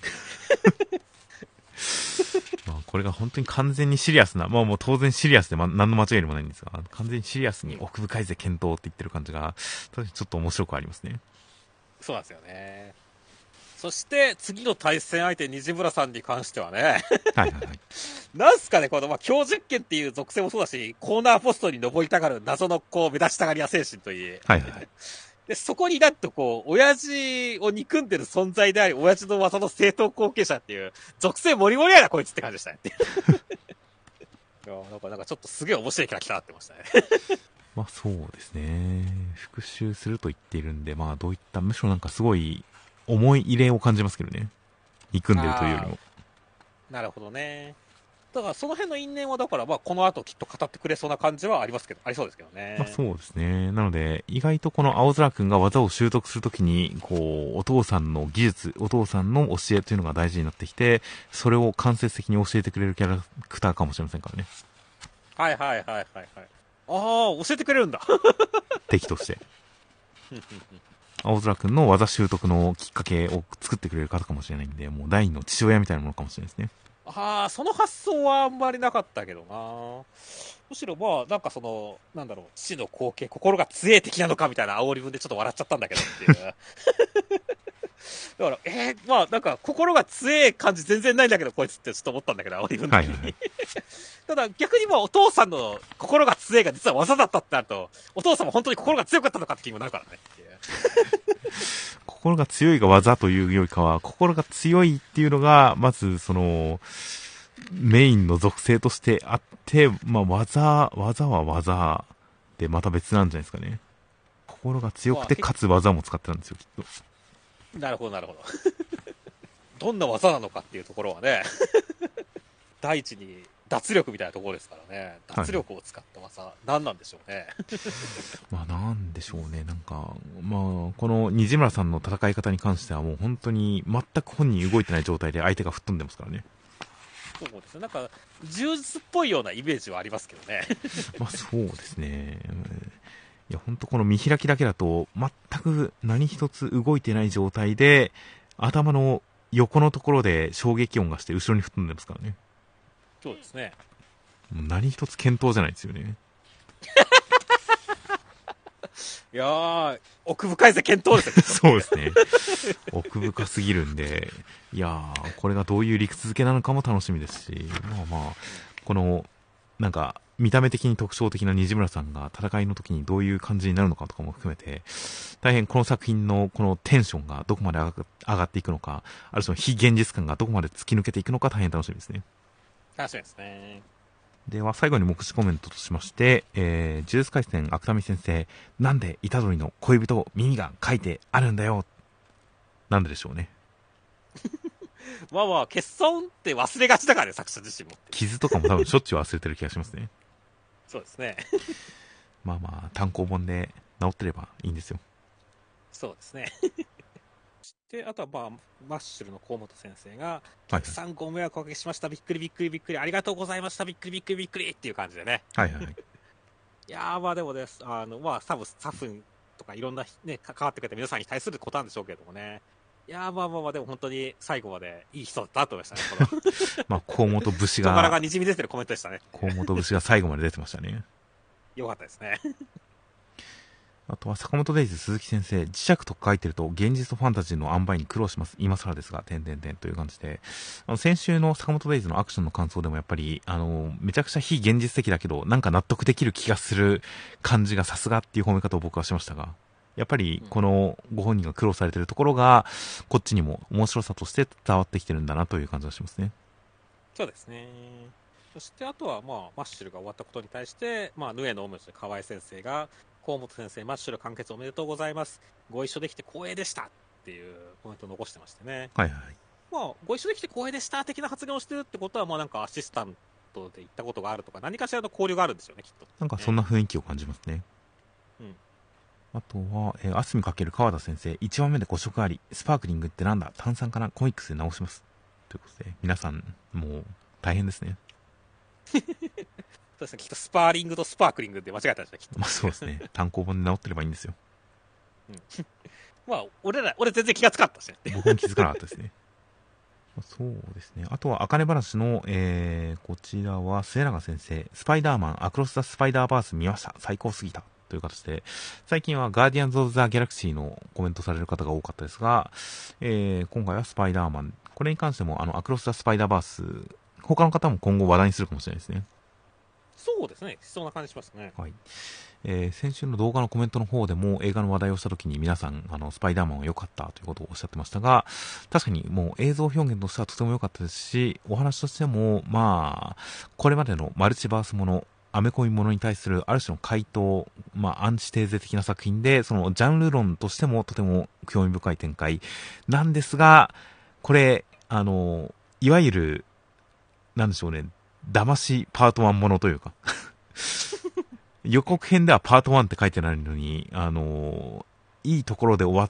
まあこれが本当に完全にシリアスな、まあもう当然シリアスで、ま、何の間違いもないんですが、完全にシリアスに奥深いぜ検討って言ってる感じが、確かにちょっと面白くありますね。 そうなんですよね。そして次の対戦相手、西村さんに関してはね、 はいはいはい。 なんすかね、この、まあ、強実験っていう属性もそうだし、コーナーポストに登りたがる謎のこう目立ちたがり屋精神といい、 はいはいはい。 で、そこになんとこう、親父を憎んでる存在であり、親父の技の正当後継者っていう、属性モリモリやな、こいつって感じでしたね。いやなんか、なんかちょっとすげえ面白いキャラ来たなってましたね。 まあそうですね。復讐すると言っているんで、まあどういった、むしろなんかすごい思い入れを感じますけどね。憎んでるというよりも。 なるほどね。だからその辺の因縁は、だからまあこの後きっと語ってくれそうな感じはありますけど、ありそうですけどね。 まあそうですね。なので、意外とこの青空くんが技を習得するときに、こう、お父さんの技術、お父さんの教えというのが大事になってきて、それを間接的に教えてくれるキャラクターかもしれませんからね。 はいはいはいはいはい。ああ、教えてくれるんだ。 敵として。青空くんの技習得のきっかけを作ってくれる方かもしれないんで、もう第二の父親みたいなものかもしれないですね。 ああ、その発想はあんまりなかったけどな。むしろまあ、なんかその、なんだろう、父の後継、心が強え敵なのかみたいな煽り文でちょっと笑っちゃったんだけどっていう。だから、えー、まあ、なんか、心が強え感じ全然ないんだけど、こいつってちょっと思ったんだけど、煽り文的に。はいはいはい、ただ、逆にまあ、お父さんの心が強えが実は技だったってなると、お父さんも本当に心が強かったのかって気にもなるからね。 心が強いが技というよりかは、心が強いっていうのが、まず、その、メインの属性としてあって、まあ、技、技は技でまた別なんじゃないですかね。心が強くて、かつ技も使ってたんですよ、きっと。なるほど、なるほど。どんな技なのかっていうところはね、第一に脱力みたいなところですからね、脱力を使った技、はい、何なんでしょうね。 まあなんでしょうね、なんか、まあ、この西村さんの戦い方に関してはもう本当に全く本人動いてない状態で相手が吹っ飛んでますからね。 そうですね、なんか、柔術っぽいようなイメージはありますけどね。 まあそうですね。いや、本当この見開きだけだと、全く何一つ動いてない状態で、頭の横のところで衝撃音がして後ろに吹っ飛んでますからね。 そうですね。 もう何一つ検討じゃないですよね。 いやー、奥深いぜ、検討ですよ。そうですね。奥深すぎるんで、いやー、これがどういう理屈付けなのかも楽しみですし、まあまあ、この、なんか、見た目的に特徴的な西村さんが戦いの時にどういう感じになるのかとかも含めて、大変この作品のこのテンションがどこまで上がっていくのか、ある種の非現実感がどこまで突き抜けていくのか大変楽しみですね。 楽しみですね。 では最後に目視コメントとしまして、えー、呪術廻戦芥見先生、なんで虎杖の恋人耳が書いてあるんだよ。なんででしょうね。 まあまあ、欠損って忘れがちだからね、作者自身も。 傷とかも多分しょっちゅう忘れてる気がしますね。 そうですね。 まあまあ、単行本で治ってればいいんですよ。 そうですね。そしてあとは、まあ、マッシュルの河本先生が、たくさんご迷惑をおかけしました、びっくりびっくりびっくり、ありがとうございました、びっくりびっくりびっくりっていう感じでね。 はいはいはい。 いやー、まあでもね、あの、まあ、多分スタッフとかいろんなね、関わってくれた皆さんに対することなんでしょうけれどもね。いやー、まあまあまあ、でも本当に最後までいい人だったと思いましたね、この。 まあ、河本節が。 人柄がにじみ出てるコメントでしたね。 河本節が最後まで出てましたね。 よかったですね。 あとは坂本デイズ鈴木先生、磁石と書いてると現実とファンタジーの塩梅に苦労します。今更ですが、点々点という感じで。あの、先週の坂本デイズのアクションの感想でもやっぱり、あの、めちゃくちゃ非現実的だけど、なんか納得できる気がする感じがさすがっていう褒め方を僕はしましたが、やっぱりこのご本人が苦労されてるところが、こっちにも面白さとして伝わってきてるんだなという感じがしますね。 そうですね。そしてあとは、まあ、マッシュルが終わったことに対して、まあ、ヌエのオムジュ河合先生が、河本先生、マッシュル完結おめでとうございます。ご一緒できて光栄でしたっていうコメントを残してましてね。 はいはい。 まあ、ご一緒できて光栄でした的な発言をしてるってことは、まあなんかアシスタントで行ったことがあるとか、何かしらの交流があるんですよね、きっと。 なんかそんな雰囲気を感じますね。 うん。 あとは、えー、あすみかける川田先生、いちわめでご色あり、スパークリングってなんだ炭酸かなコミックスで直します。ということで、皆さん、もう、 大変ですね。 そうですね、きっとスパーリングとスパークリングで間違えたんですね、きっと。 まあそうですね。単行本で直ってればいいんですよ。 うん、まあ、俺ら、俺全然気がつかなかったしね。 僕も気づかなかったですね。そうですね。あとは、あかね話の、えー、こちらは、末永先生、スパイダーマン、アクロス・ザ・スパイダーバース見ました。最高すぎた。という形で、最近はガーディアンズ・オブ・ザ・ギャラクシーのコメントされる方が多かったですが、えー、今回はスパイダーマン、これに関しても、あの、アクロス・ザ・スパイダーバース、他の方も今後話題にするかもしれないですね。 そうですね、しそうな感じしますね。 はい。えー、先週の動画のコメントの方でも映画の話題をしたときに皆さん、あの、スパイダーマンは良かったということをおっしゃってましたが、確かにもう映像表現としてはとても良かったですし、お話としても、まあ、これまでのマルチバースもの、アメコミものに対するある種の回答、まあ、アンチテーゼ的な作品で、そのジャンル論としてもとても興味深い展開なんですが、これ、あの、いわゆる、なんでしょうね、騙しパートワンものというか、予告編ではパートワンって書いてないのに、あのー、いいところで終わって、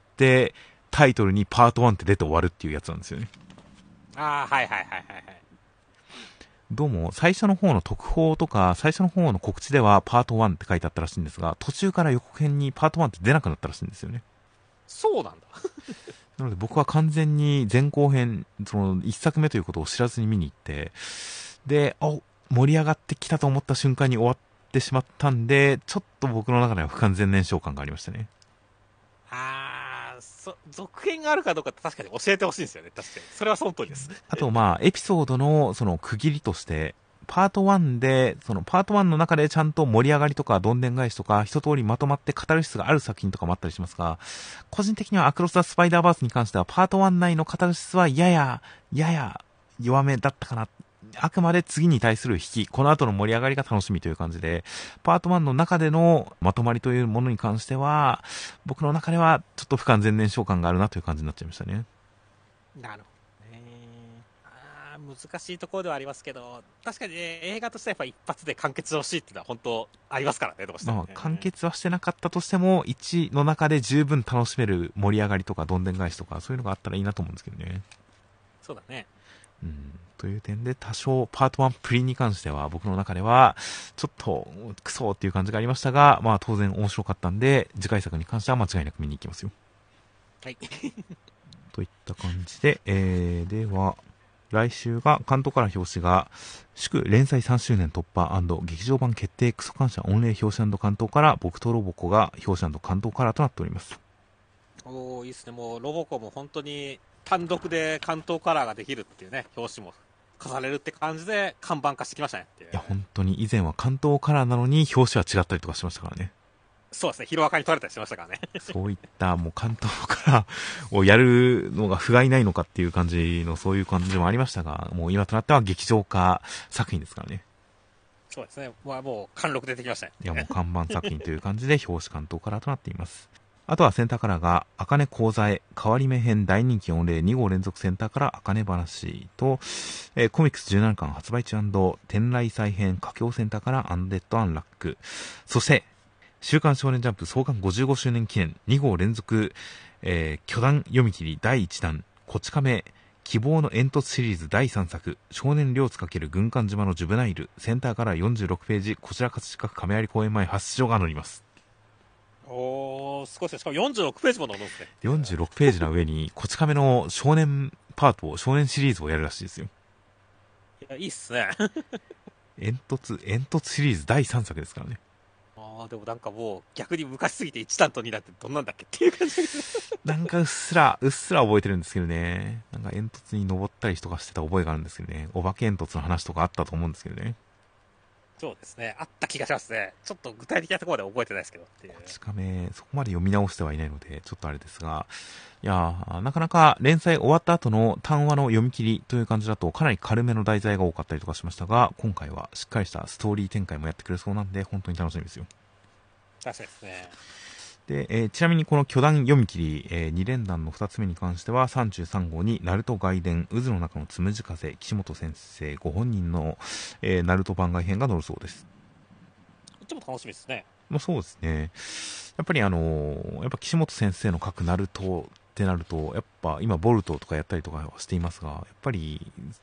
タイトルにパートワンって出て終わるっていうやつなんですよね。 ああ、はいはいはいはいはい。 どうも、最初の方の特報とか、最初の方の告知ではパートワンって書いてあったらしいんですが、途中から予告編にパートワンって出なくなったらしいんですよね。 そうなんだ。 なので僕は完全に前後編、その一作目ということを知らずに見に行って、で、あ、盛り上がってきたと思った瞬間に終わってしまったんで、ちょっと僕の中では不完全燃焼感がありましたね。 ああ、そ、続編があるかどうかって確かに教えてほしいんですよね、確かに。それはその通りです。 あと、まあ、エピソードの、その、区切りとして、パートワンで、その、パートワンの中でちゃんと盛り上がりとか、どんでん返しとか、一通りまとまってカタルシスがある作品とかもあったりしますが、個人的にはアクロス・ザ・スパイダーバースに関しては、パートワン内のカタルシスは、やや、やや、弱めだったかな。あくまで次に対する引き、この後の盛り上がりが楽しみという感じで、パートワンの中でのまとまりというものに関しては、僕の中ではちょっと不完全燃焼感があるなという感じになっちゃいましたね。 なるほどね。ああ、難しいところではありますけど、確かに、ね、映画としてはやっぱ一発で完結してほしいっていうのは本当ありますからね、どうしても、ね。 まあ、完結はしてなかったとしても、いちの中で十分楽しめる盛り上がりとか、どんでん返しとか、そういうのがあったらいいなと思うんですけどね。 そうだね。 うん、という点で、多少パートワンプリに関しては、僕の中では、ちょっと、クソっていう感じがありましたが、まあ当然面白かったんで、次回作に関しては間違いなく見に行きますよ。 はい。 といった感じで、えー、では、来週が関東から表紙が祝連載さんしゅうねん突破&劇場版決定クソ感謝御礼表紙&関東から僕とロボコが表紙&関東カラーとなっております。 おー、いいですね。もうロボコも本当に単独で関東カラーができるっていうね、表紙も飾れるって感じで看板化してきましたねっていう。 いや本当に以前は関東カラーなのに表紙は違ったりとかしましたからね。 そうですね、ヒロアカに取られたりしましたからね。 そういったもう関東カラーをやるのが不甲斐ないのかっていう感じのそういう感じもありましたが、もう今となっては劇場化作品ですからね。 そうですね、まあ、もう貫禄出てきましたね。 いやもう看板作品という感じで表紙関東カラーとなっています。あとはセンターカラーが、あかね講座へ、変わり目編大人気御礼に号連続センターカラーあかね話と、えー、コミックスじゅうななかん発売中&天来再編佳境センターカラーアンデッドアンラック。そして、週刊少年ジャンプ創刊ごじゅうごしゅうねん記念に号連続、えー、巨弾読み切りだいいちだん、こち亀、希望の煙突シリーズだいさんさく、少年両津×軍艦島のジュブナイル、センターカラーよんじゅうろくページ、こちら葛飾区亀有公園前発出場が載ります。 おー、少し、しかもよんじゅうろくページも載るんですね。 よんじゅうろくページの上に、こち亀の少年パートを、少年シリーズをやるらしいですよ。 いや、いいっすね。 煙突、煙突シリーズだいさんさくですからね。 ああ、でもなんかもう逆に昔すぎていちだんとにだんってどんなんだっけっていう感じ。 なんかうっすら、うっすら覚えてるんですけどね。なんか煙突に登ったりとかしてた覚えがあるんですけどね。お化け煙突の話とかあったと思うんですけどね。 そうですね。あった気がしますね。ちょっと具体的なところまで覚えてないですけどっていう。 こち亀、そこまで読み直してはいないので、ちょっとあれですが、いやー、なかなか連載終わった後の単話の読み切りという感じだと、かなり軽めの題材が多かったりとかしましたが、今回はしっかりしたストーリー展開もやってくれそうなんで、本当に楽しみですよ。 確かにですね。 で、えー、ちなみにこの巨弾読み切り、えー、に連弾のふたつめに関してはさんじゅうさんごうにナルト外伝渦の中のつむじ風岸本先生ご本人の、えー、ナルト番外編が載るそうです。 こっちも楽しみですね。 まあ、そうですね。やっぱりあのー、やっぱ岸本先生の書くナルトってなると、やっぱ今ボルトとかやったりとかしていますが、やっぱり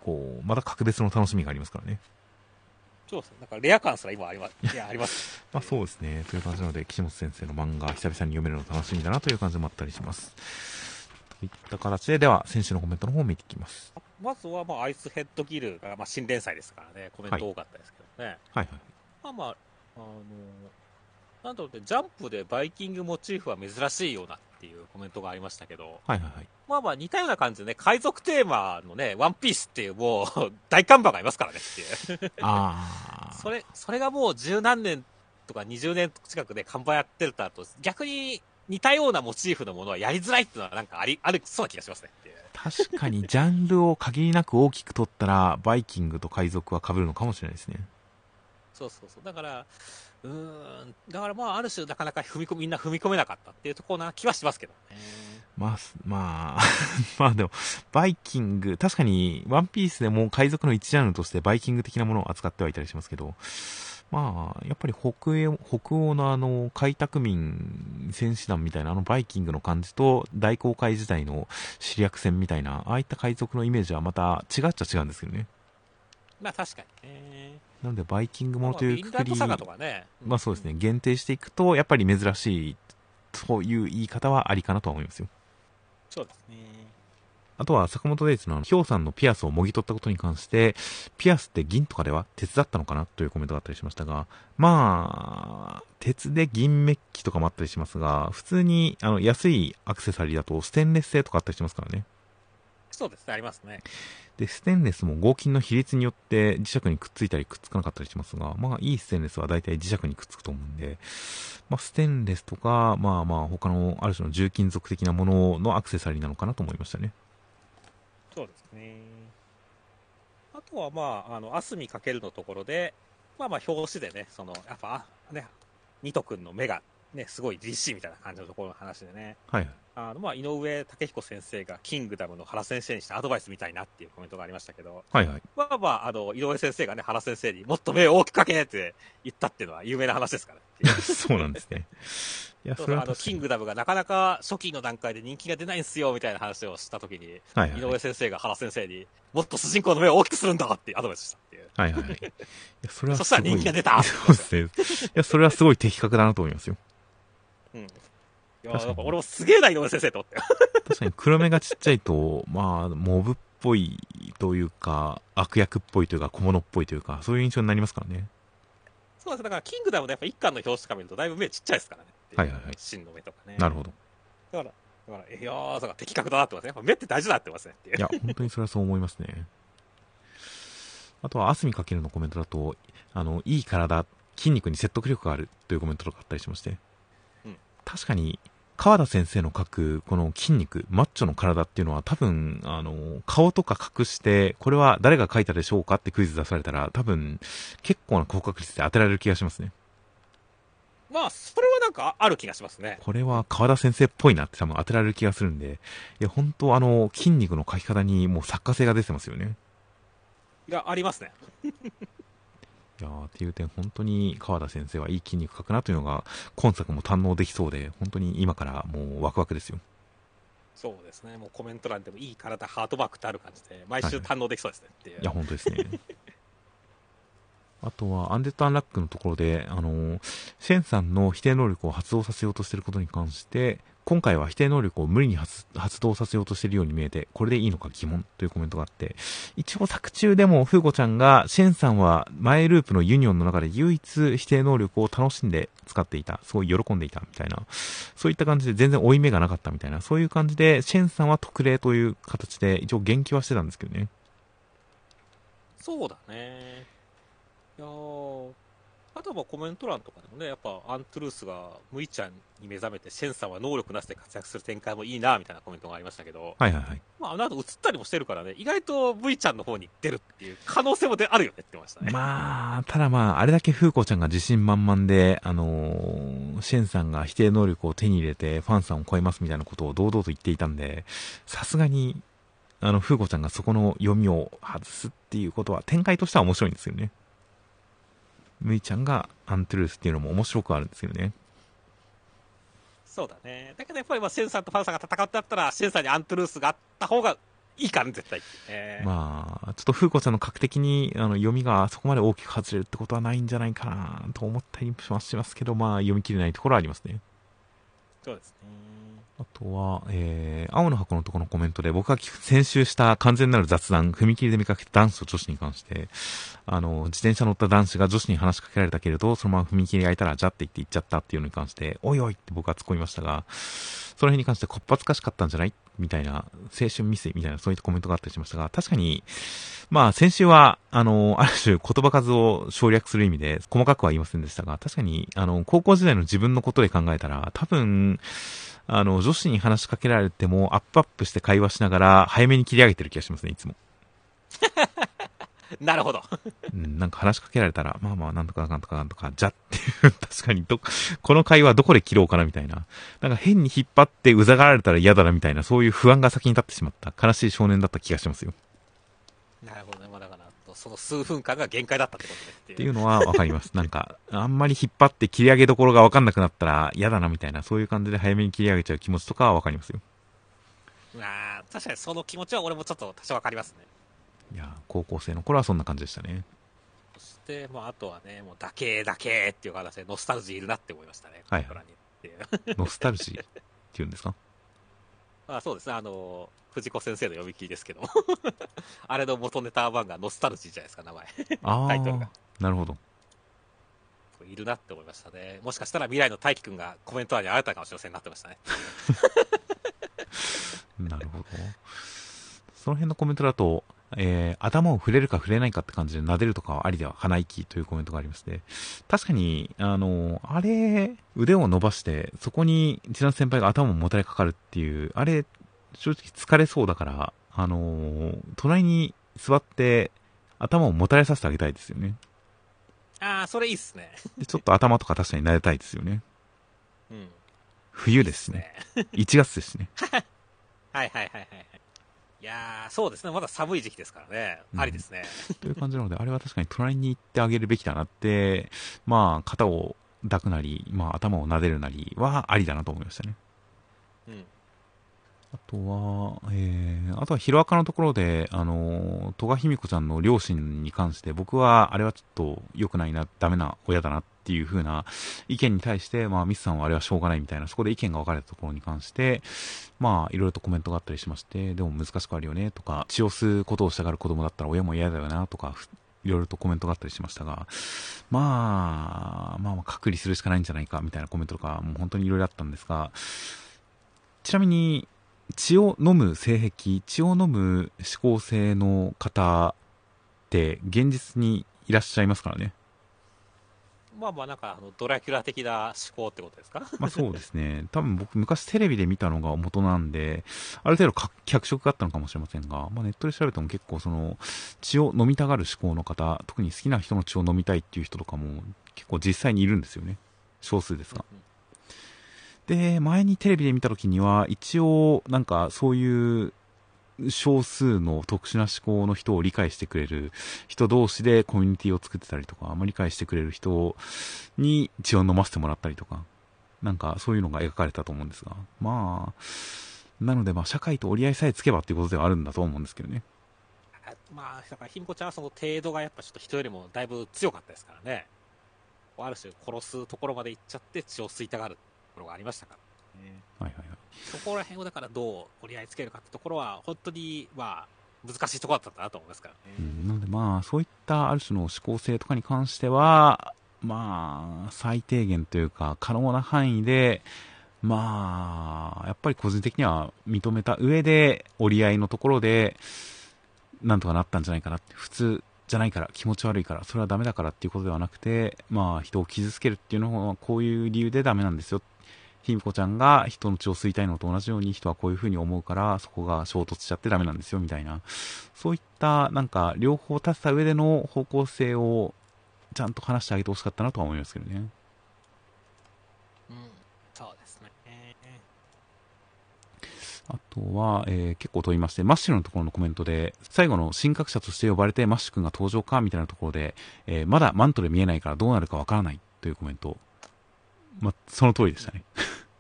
こう、また格別の楽しみがありますからね。 そうですね。なんかレア感すら今あります。いや、あります。 まあそうですね。という感じなので、岸本先生の漫画、久々に読めるの楽しみだなという感じもあったりします。といった形で、では、選手のコメントの方を見ていきます。 まずは、まあ、アイスヘッドギルが、まあ、新連載ですからね、コメント多かったですけどね。 はいはい。 まあまあ、あの、なんだろうね、ジャンプでバイキングモチーフは珍しいようなっていうコメントがありましたけど、 はいはいはい。 まあまあ似たような感じでね、海賊テーマのね、ワンピースっていうもう大看板がいますからねっていう。 ああ。 それ、それがもう十何年とかにじゅうねん近くで看板やってると、逆に似たようなモチーフのものはやりづらいっていうのはなんかあり、あるそうな気がしますねっていう。 確かにジャンルを限りなく大きく取ったら、バイキングと海賊は被るのかもしれないですね。 そうそうそう。だから、うーん、だからまあ、ある種なかなか踏み込み、みんな踏み込めなかったっていうところな気はしますけどね。 まあ、まあ、まあでも、バイキング、確かに、ワンピースでも海賊の一ジャンルとしてバイキング的なものを扱ってはいたりしますけど、まあ、やっぱり北欧、北欧のあの、開拓民戦士団みたいなあのバイキングの感じと、大航海時代の侵略戦みたいな、ああいった海賊のイメージはまた違っちゃ違うんですけどね。 まあ確かにね。 なので、バイキングものというくくり、 まあ、サガとかね。 まあそうですね、限定していくと、やっぱり珍しいという言い方はありかなとは思いますよ。 そうですね。 あとは坂本デイツのヒョウさんのピアスをもぎ取ったことに関して、ピアスって銀とかでは鉄だったのかなというコメントがあったりしましたが、まあ、鉄で銀メッキとかもあったりしますが、普通にあの安いアクセサリーだとステンレス製とかあったりしますからね。 そうですね、ありますね。 で、ステンレスも合金の比率によって磁石にくっついたりくっつかなかったりしますが、まあいいステンレスは大体磁石にくっつくと思うんで、まあステンレスとか、まあまあ他のある種の重金属的なもののアクセサリーなのかなと思いましたね。 そうですね。あとはまあ、あの、アスミかけるのところで、まあまあ表紙でね、その、やっぱ、ね、ニト君の目がね、すごい ディーシー みたいな感じのところの話でね。 はい。 あの、まあ、井上武彦先生がキングダムの原先生にしてアドバイスみたいなっていうコメントがありましたけど、 はいはい。 まあまあ、あの、井上先生がね、原先生にもっと目を大きくかけって言ったっていうのは有名な話ですから、ね、 そうなんですね。いや、 それはあの、キングダムがなかなか初期の段階で人気が出ないんですよ、みたいな話をしたときに、はいはい、井上先生が原先生に、もっと主人公の目を大きくするんだってアドバイスしたっていう。 はいはい。いや、それはそしたら人気が出たそうですね。いや、それはすごい的確だなと思いますよ。 うん。いや、なんか俺もすげえな、井上先生と思って。 確かに黒目がちっちゃいと、まあ、モブっぽいというか、悪役っぽいというか、小物っぽいというか、そういう印象になりますからね。 そうです。だから、キングダムでやっぱ一巻の表紙とか見ると、だいぶ目ちっちゃいですからね。 はいはいはい。 真の目とかね。 なるほど。 だから、だから、いやー、だから的確だなってますね。やっぱ目って大事だってますね。 いや、本当にそれはそう思いますね。あとは、アスミかけるのコメントだと、あの、いい体、筋肉に説得力があるというコメントとかあったりしまして。うん。確かに、川田先生の描く、この筋肉、マッチョの体っていうのは多分、あの、顔とか隠して、これは誰が描いたでしょうかってクイズ出されたら、多分、結構な高確率で当てられる気がしますね。 まあ、それはなんかある気がしますね。 これは川田先生っぽいなって多分当てられる気がするんで、いや、本当あの、筋肉の描き方にもう作家性が出てますよね。 いや、ありますね。 いやーっていう点、本当に川田先生はいい筋肉描くなというのが、今作も堪能できそうで、本当に今からもうワクワクですよ。 そうですね。もうコメント欄でもいい体、ハートマークってある感じで、毎週堪能できそうですね。はい、 いや、本当ですね。あとは、アンデッド・アンラックのところで、あのー、シェンさんの否定能力を発動させようとしていることに関して、今回は否定能力を無理に 発, 発動させようとしているように見えて、これでいいのか疑問というコメントがあって、一応作中でもフーゴちゃんが、シェンさんは前ループのユニオンの中で唯一否定能力を楽しんで使っていた、すごい喜んでいたみたいな、そういった感じで全然負い目がなかったみたいな、そういう感じで、シェンさんは特例という形で一応言及はしてたんですけどね。 そうだね。いやー、あとはコメント欄とかでもね、やっぱアントゥルースがムイちゃんに目覚めて、シェンさんは能力なしで活躍する展開もいいなみたいなコメントがありましたけど、 はいはいはい。 まあ、あの後映ったりもしてるからね、意外とムイちゃんの方に出るっていう可能性もであるよねって言ってましたね。 まあ、ただまあ、あれだけフーコちゃんが自信満々で、あのー、シェンさんが否定能力を手に入れてファンさんを超えますみたいなことを堂々と言っていたんで、さすがに、あの、フーコちゃんがそこの読みを外すっていうことは、展開としては面白いんですよね。ムイちゃんがアントゥルースっていうのも面白くあるんですけどね。 そうだね。だけどやっぱりまあシェンさんとファンさんが戦ってあったら、シェンさんにアントゥルースがあった方がいいかね、絶対。えー、 まあ、ちょっと風子ちゃんの格的にあの読みがそこまで大きく外れるってことはないんじゃないかなと思ったりもしますけど、まあ読み切れないところはありますね。 そうですね。 あとは、えー、青の箱のところのコメントで僕が先週した完全なる雑談、踏切で見かけた男子と女子に関して、あの、自転車乗った男子が女子に話しかけられたけれど、そのまま踏切が開いたら、じゃって言って行っちゃったっていうのに関して、おいおいって僕は突っ込みましたが、その辺に関してこっぱずかしかったんじゃないみたいな、青春未遂みたいな、そういったコメントがあったりしましたが、確かに、まあ先週は、あの、ある種言葉数を省略する意味で、細かくは言いませんでしたが、確かに、あの、高校時代の自分のことで考えたら、多分、あの、女子に話しかけられても、アップアップして会話しながら、早めに切り上げてる気がしますね、いつも。 なるほど。 うん、なんか話しかけられたら、まあまあ、なんとかなんとかなんとか、じゃっていう、確かにど、この会話どこで切ろうかなみたいな。なんか変に引っ張ってうざがられたら嫌だなみたいな、そういう不安が先に立ってしまった悲しい少年だった気がしますよ。 なるほどね。まあだから、その数分間が限界だったってことねっていう。 っていうのはわかります。なんか、あんまり引っ張って切り上げどころがわかんなくなったら嫌だなみたいな、そういう感じで早めに切り上げちゃう気持ちとかはわかりますよ。 ああ、確かにその気持ちは俺もちょっと多少わかりますね。 いや、高校生の頃はそんな感じでしたね。 そして、もうあとはね、もうだけだけっていう形でノスタルジーいるなって思いましたね。 はいコラにっていうノスタルジーっていうんですか？ まあそうですね、あの、藤子先生の読み切りですけどもあれの元ネタ版がノスタルジーじゃないですか、名前。 あタイトルが。 ー、なるほど。 いるなって思いましたね。もしかしたら未来の大輝くんがコメント欄にあったかもしれませんなってましたね。 なるほど。その辺のコメントだと、えー、頭を触れるか触れないかって感じで撫でるとかはありでは鼻息というコメントがありまして、確かに、あの、あれ、腕を伸ばして、そこに千奈先輩が頭をもたれかかるっていう、あれ、正直疲れそうだから、あの、隣に座って頭をもたれさせてあげたいですよね。 ああ、それいいっすね。 でちょっと頭とか確かに撫でたいですよね。 うん。 冬ですね。いちがつですしね。 はいはいはいはい。いやー、そうですね。まだ寒い時期ですからね。 うんありですね。 という感じなので、あれは確かに隣に行ってあげるべきだなって、まあ、肩を抱くなり、まあ、頭を撫でるなりはありだなと思いましたね。 うん。 あとは、えー、あとはヒロアカのところで、あの、戸賀卑弥子ちゃんの両親に関して、僕はあれはちょっと良くないな、ダメな親だなっていう風な意見に対して、まあ、ミスさんはあれはしょうがないみたいな、そこで意見が分かれたところに関して、まあ、いろいろとコメントがあったりしまして、でも難しくあるよね、とか、血を吸うことをしたがる子供だったら親も嫌だよな、とか、いろいろとコメントがあったりしましたが、まあ、まあ、隔離するしかないんじゃないか、みたいなコメントとか、もう本当にいろいろあったんですが、ちなみに、血を飲む性癖、血を飲む指向性の方って現実にいらっしゃいますからね。 まあまあ、なんか、あのドラキュラ的な思考ってことですか？ まあそうですね。多分僕昔テレビで見たのが元なんで、ある程度脚色があったのかもしれませんが、まあネットで調べても結構その血を飲みたがる思考の方、特に好きな人の血を飲みたいっていう人とかも結構実際にいるんですよね。少数ですが。 うんうんで、前にテレビで見た時には、一応、なんか、そういう、少数の特殊な思考の人を理解してくれる人同士でコミュニティを作ってたりとか、あんまり理解してくれる人に血を飲ませてもらったりとか、なんか、そういうのが描かれたと思うんですが、まあ、なので、まあ、社会と折り合いさえつけばっていうことではあるんだと思うんですけどね。 あまあ、だから、ひみこちゃんはその程度がやっぱちょっと人よりもだいぶ強かったですからね。ある種、殺すところまで行っちゃって血を吸いたがるところがありましたからね。 はいはいはい。 そこら辺をだからどう折り合いつけるかってところは、本当に、まあ、難しいところだったんだなと思いますからね。 うん、なのでまあ、そういったある種の思考性とかに関しては、まあ、最低限というか、可能な範囲で、まあ、やっぱり個人的には認めた上で、折り合いのところで、なんとかなったんじゃないかなって、普通じゃないから、気持ち悪いから、それはダメだからっていうことではなくて、まあ、人を傷つけるっていうのは、こういう理由でダメなんですよ。ひみこちゃんが人の血を吸いたいのと同じように人はこういう風に思うからそこが衝突しちゃってダメなんですよみたいな、そういったなんか両方立てた上での方向性をちゃんと話してあげてほしかったなとは思いますけどね。 うん、そうですね。 あとは、えー、結構問いまして、マッシュのところのコメントで、最後の新格者として呼ばれてマッシュ君が登場かみたいなところで、えー、まだマントで見えないからどうなるかわからないというコメント。ま、その通りでしたね。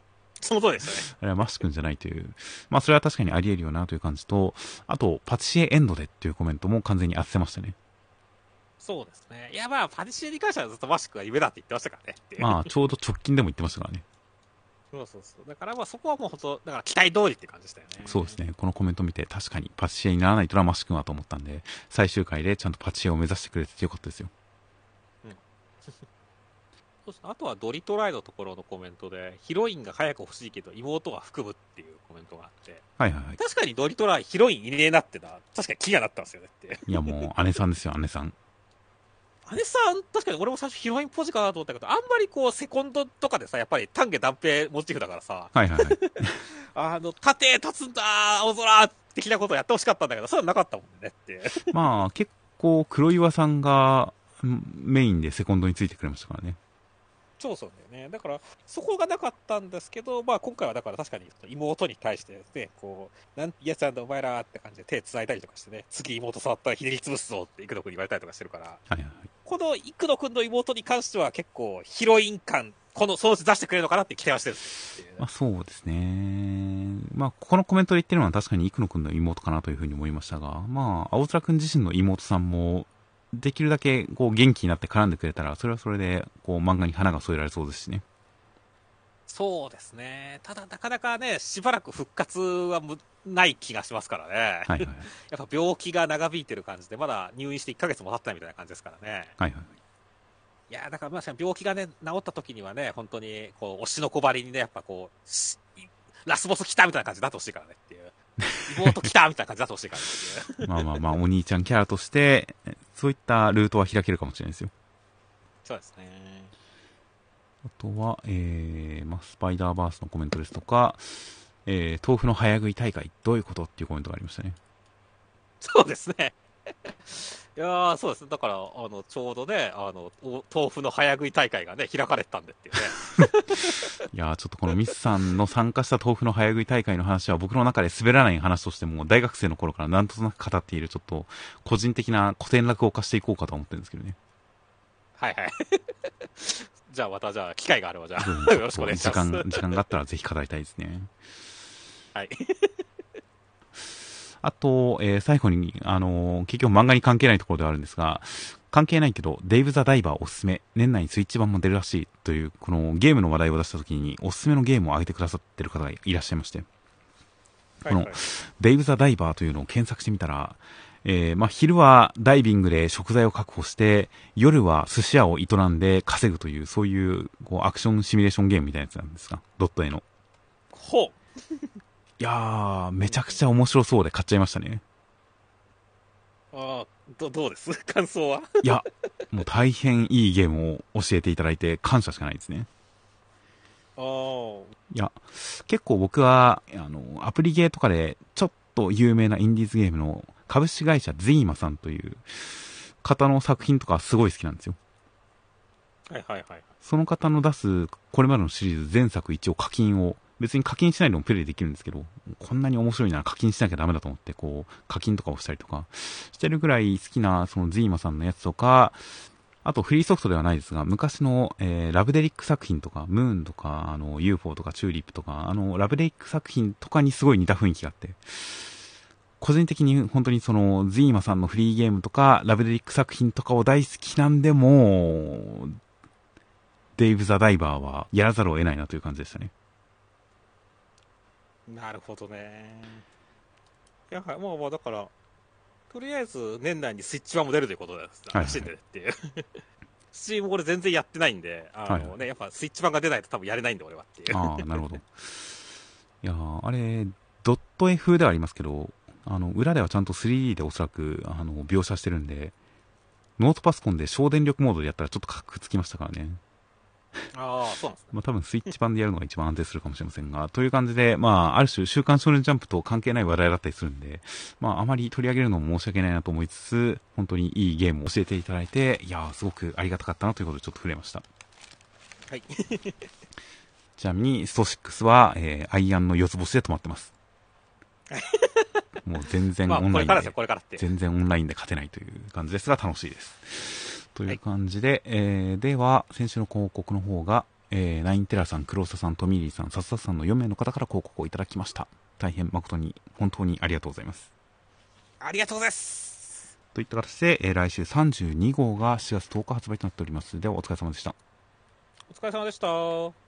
その通りでしたね。 あれはマッシュ君じゃないという。まあそれは確かにあり得るよなという感じと、あと、パティシエエンドでっていうコメントも完全に当ててましたね。 そうですね。いやまあ、パティシエに関してはずっとマッシュ君が夢だって言ってましたからねっていう。 まあちょうど直近でも言ってましたからね。 そうそうそう。だからまあそこはもう本当、だから期待通りって感じでしたよね。 そうですね。このコメント見て確かにパティシエにならないとな、マッシュ君はと思ったんで、最終回でちゃんとパティシエを目指してくれててよかったですよ。 うん。そしてあとはドリトライのところのコメントで、ヒロインが早く欲しいけど妹は含むっていうコメントがあって、 はいはいはい。 確かにドリトライヒロインいねえなってのは、確かに気がなったんですよねって。 いやもう、姉さんですよ、姉さん。 姉さん、確かに俺も最初ヒロインっぽいかなと思ったけど、あんまりこう、セコンドとかでさ、やっぱり丹下断平モチーフだからさ、 はいはいはい。 あの、盾立つんだ青空的なことをやってほしかったんだけど、そういうのなかったもんねって。 まあ結構黒岩さんがメインでセコンドについてくれましたからね。 そうそうだよね。だから、そこがなかったんですけど、まあ今回はだから確かに妹に対してね、こう、なんやつなんだお前らって感じで手繋いだりとかしてね、次妹触ったらひねり潰すぞって幾野くんに言われたりとかしてるから、 はいはいはい。 この幾野くんの妹に関しては結構ヒロイン感、この、そのうち出してくれるのかなって期待はしてるんですよ。 まあそうですね。まあこのコメントで言ってるのは確かに幾野くんの妹かなというふうに思いましたが、まあ青空くん自身の妹さんも、できるだけこう元気になって絡んでくれたら、それはそれでこう漫画に花が添えられそうですしね。 そうですね。ただなかなかね、しばらく復活はむない気がしますからね。 はいはいはい。 やっぱ病気が長引いてる感じで、まだ入院していっかげつも経ってないみたいな感じですからね。 はいはい。 いやだからまあ病気がね、治った時にはね、本当に、こう、推しの子ばりにね、やっぱこう、ラスボス来たみたいな感じになってほしいからねっていう。妹来たみたいな感じになってほしいからねっていう。 まあまあまあ、お兄ちゃんキャラとして、そういったルートは開けるかもしれないですよ。 そうですね。 あとは、えー、まあ、スパイダーバースのコメントですとか、えー、豆腐の早食い大会、どういうことっていうコメントがありましたね。 そうですね。いやー、そうですね。だから、あの、ちょうどね、あの、豆腐の早食い大会がね、開かれてたんでっていうね。 いやー、ちょっとこのミスさんの参加した豆腐の早食い大会の話は僕の中で滑らない話としても、大学生の頃からなんとなく語っている、ちょっと、個人的な古典落語を化していこうかと思ってるんですけどね。 はいはい。じゃあまた、じゃあ、機会があれば、じゃあ、 よよろしくお願いします。 時間、時間があったらぜひ語りたいですね。 はい。 あと、えー、最後に、あのー、結局漫画に関係ないところではあるんですが、関係ないけど、デイブ・ザ・ダイバーおすすめ、年内にスイッチ版も出るらしいという、このゲームの話題を出したときに、おすすめのゲームを挙げてくださってる方がいらっしゃいまして、この、デイブ・ザ・ダイバーというのを検索してみたら、えー、まあ、昼はダイビングで食材を確保して、夜は寿司屋を営んで稼ぐという、そういう、こう、アクションシミュレーションゲームみたいなやつなんですが、ドット絵の。 ほう。 いやー、めちゃくちゃ面白そうで買っちゃいましたね。 ああ、ど、どうです感想は。 いや、もう大変いいゲームを教えていただいて感謝しかないですね。 ああ。 いや、結構僕は、あの、アプリゲーとかでちょっと有名なインディーズゲームの株式会社ゼイマさんという方の作品とかすごい好きなんですよ。 はいはいはい。 その方の出すこれまでのシリーズ全作一応課金を、別に課金しないでもプレイできるんですけど、こんなに面白いなら課金しなきゃダメだと思って、こう、課金とかをしたりとかしてるぐらい好きな、そのゼイマさんのやつとか、あとフリーソフトではないですが、昔の、えー、ラブデリック作品とか、ムーンとか、あの、ユーフォー とかチューリップとか、あの、ラブデリック作品とかにすごい似た雰囲気があって、個人的に本当にその、ゼイマさんのフリーゲームとか、ラブデリック作品とかを大好きなんで、もう、デイブ・ザ・ダイバーはやらざるを得ないなという感じでしたね。 なるほどね。いや、はい、もう、もうだから、とりあえず年内にスイッチ版も出るということです。らしいんでねっていう。スチームこれ全然やってないんで、あのね、はいはい、やっぱスイッチ版が出ないと多分やれないんで、俺はっていう。 ああ、なるほど。いやー、あれ、ドット絵風ではありますけど、あの、裏ではちゃんと スリーディー でおそらく、あの、描写してるんで、ノートパソコンで省電力モードでやったらちょっとカクつきましたからね。 ああ、そうなんですね。 まあ多分スイッチ版でやるのが一番安定するかもしれませんが、という感じで、まあある種週刊少年ジャンプと関係ない話題だったりするんで、まああまり取り上げるのも申し訳ないなと思いつつ、本当にいいゲームを教えていただいて、いやーすごくありがたかったなということでちょっと触れました。 はい。 ちなみにストシックスは、えー、アイアンの四つ星で止まってます。もう全然オンラインで、全然オンラインで勝てないという感じですが楽しいです。という感じで、はい、えー、では、先週の広告の方がえー、ナインテラさん、黒沢さん、トミリーさん、サスサスさんのよん名の方から広告をいただきました。大変誠に、本当にありがとうございます。 ありがとうございます。 といった形で、えー、来週さんじゅうに号がしがつとおか発売となっております。では、お疲れ様でした。 お疲れ様でした。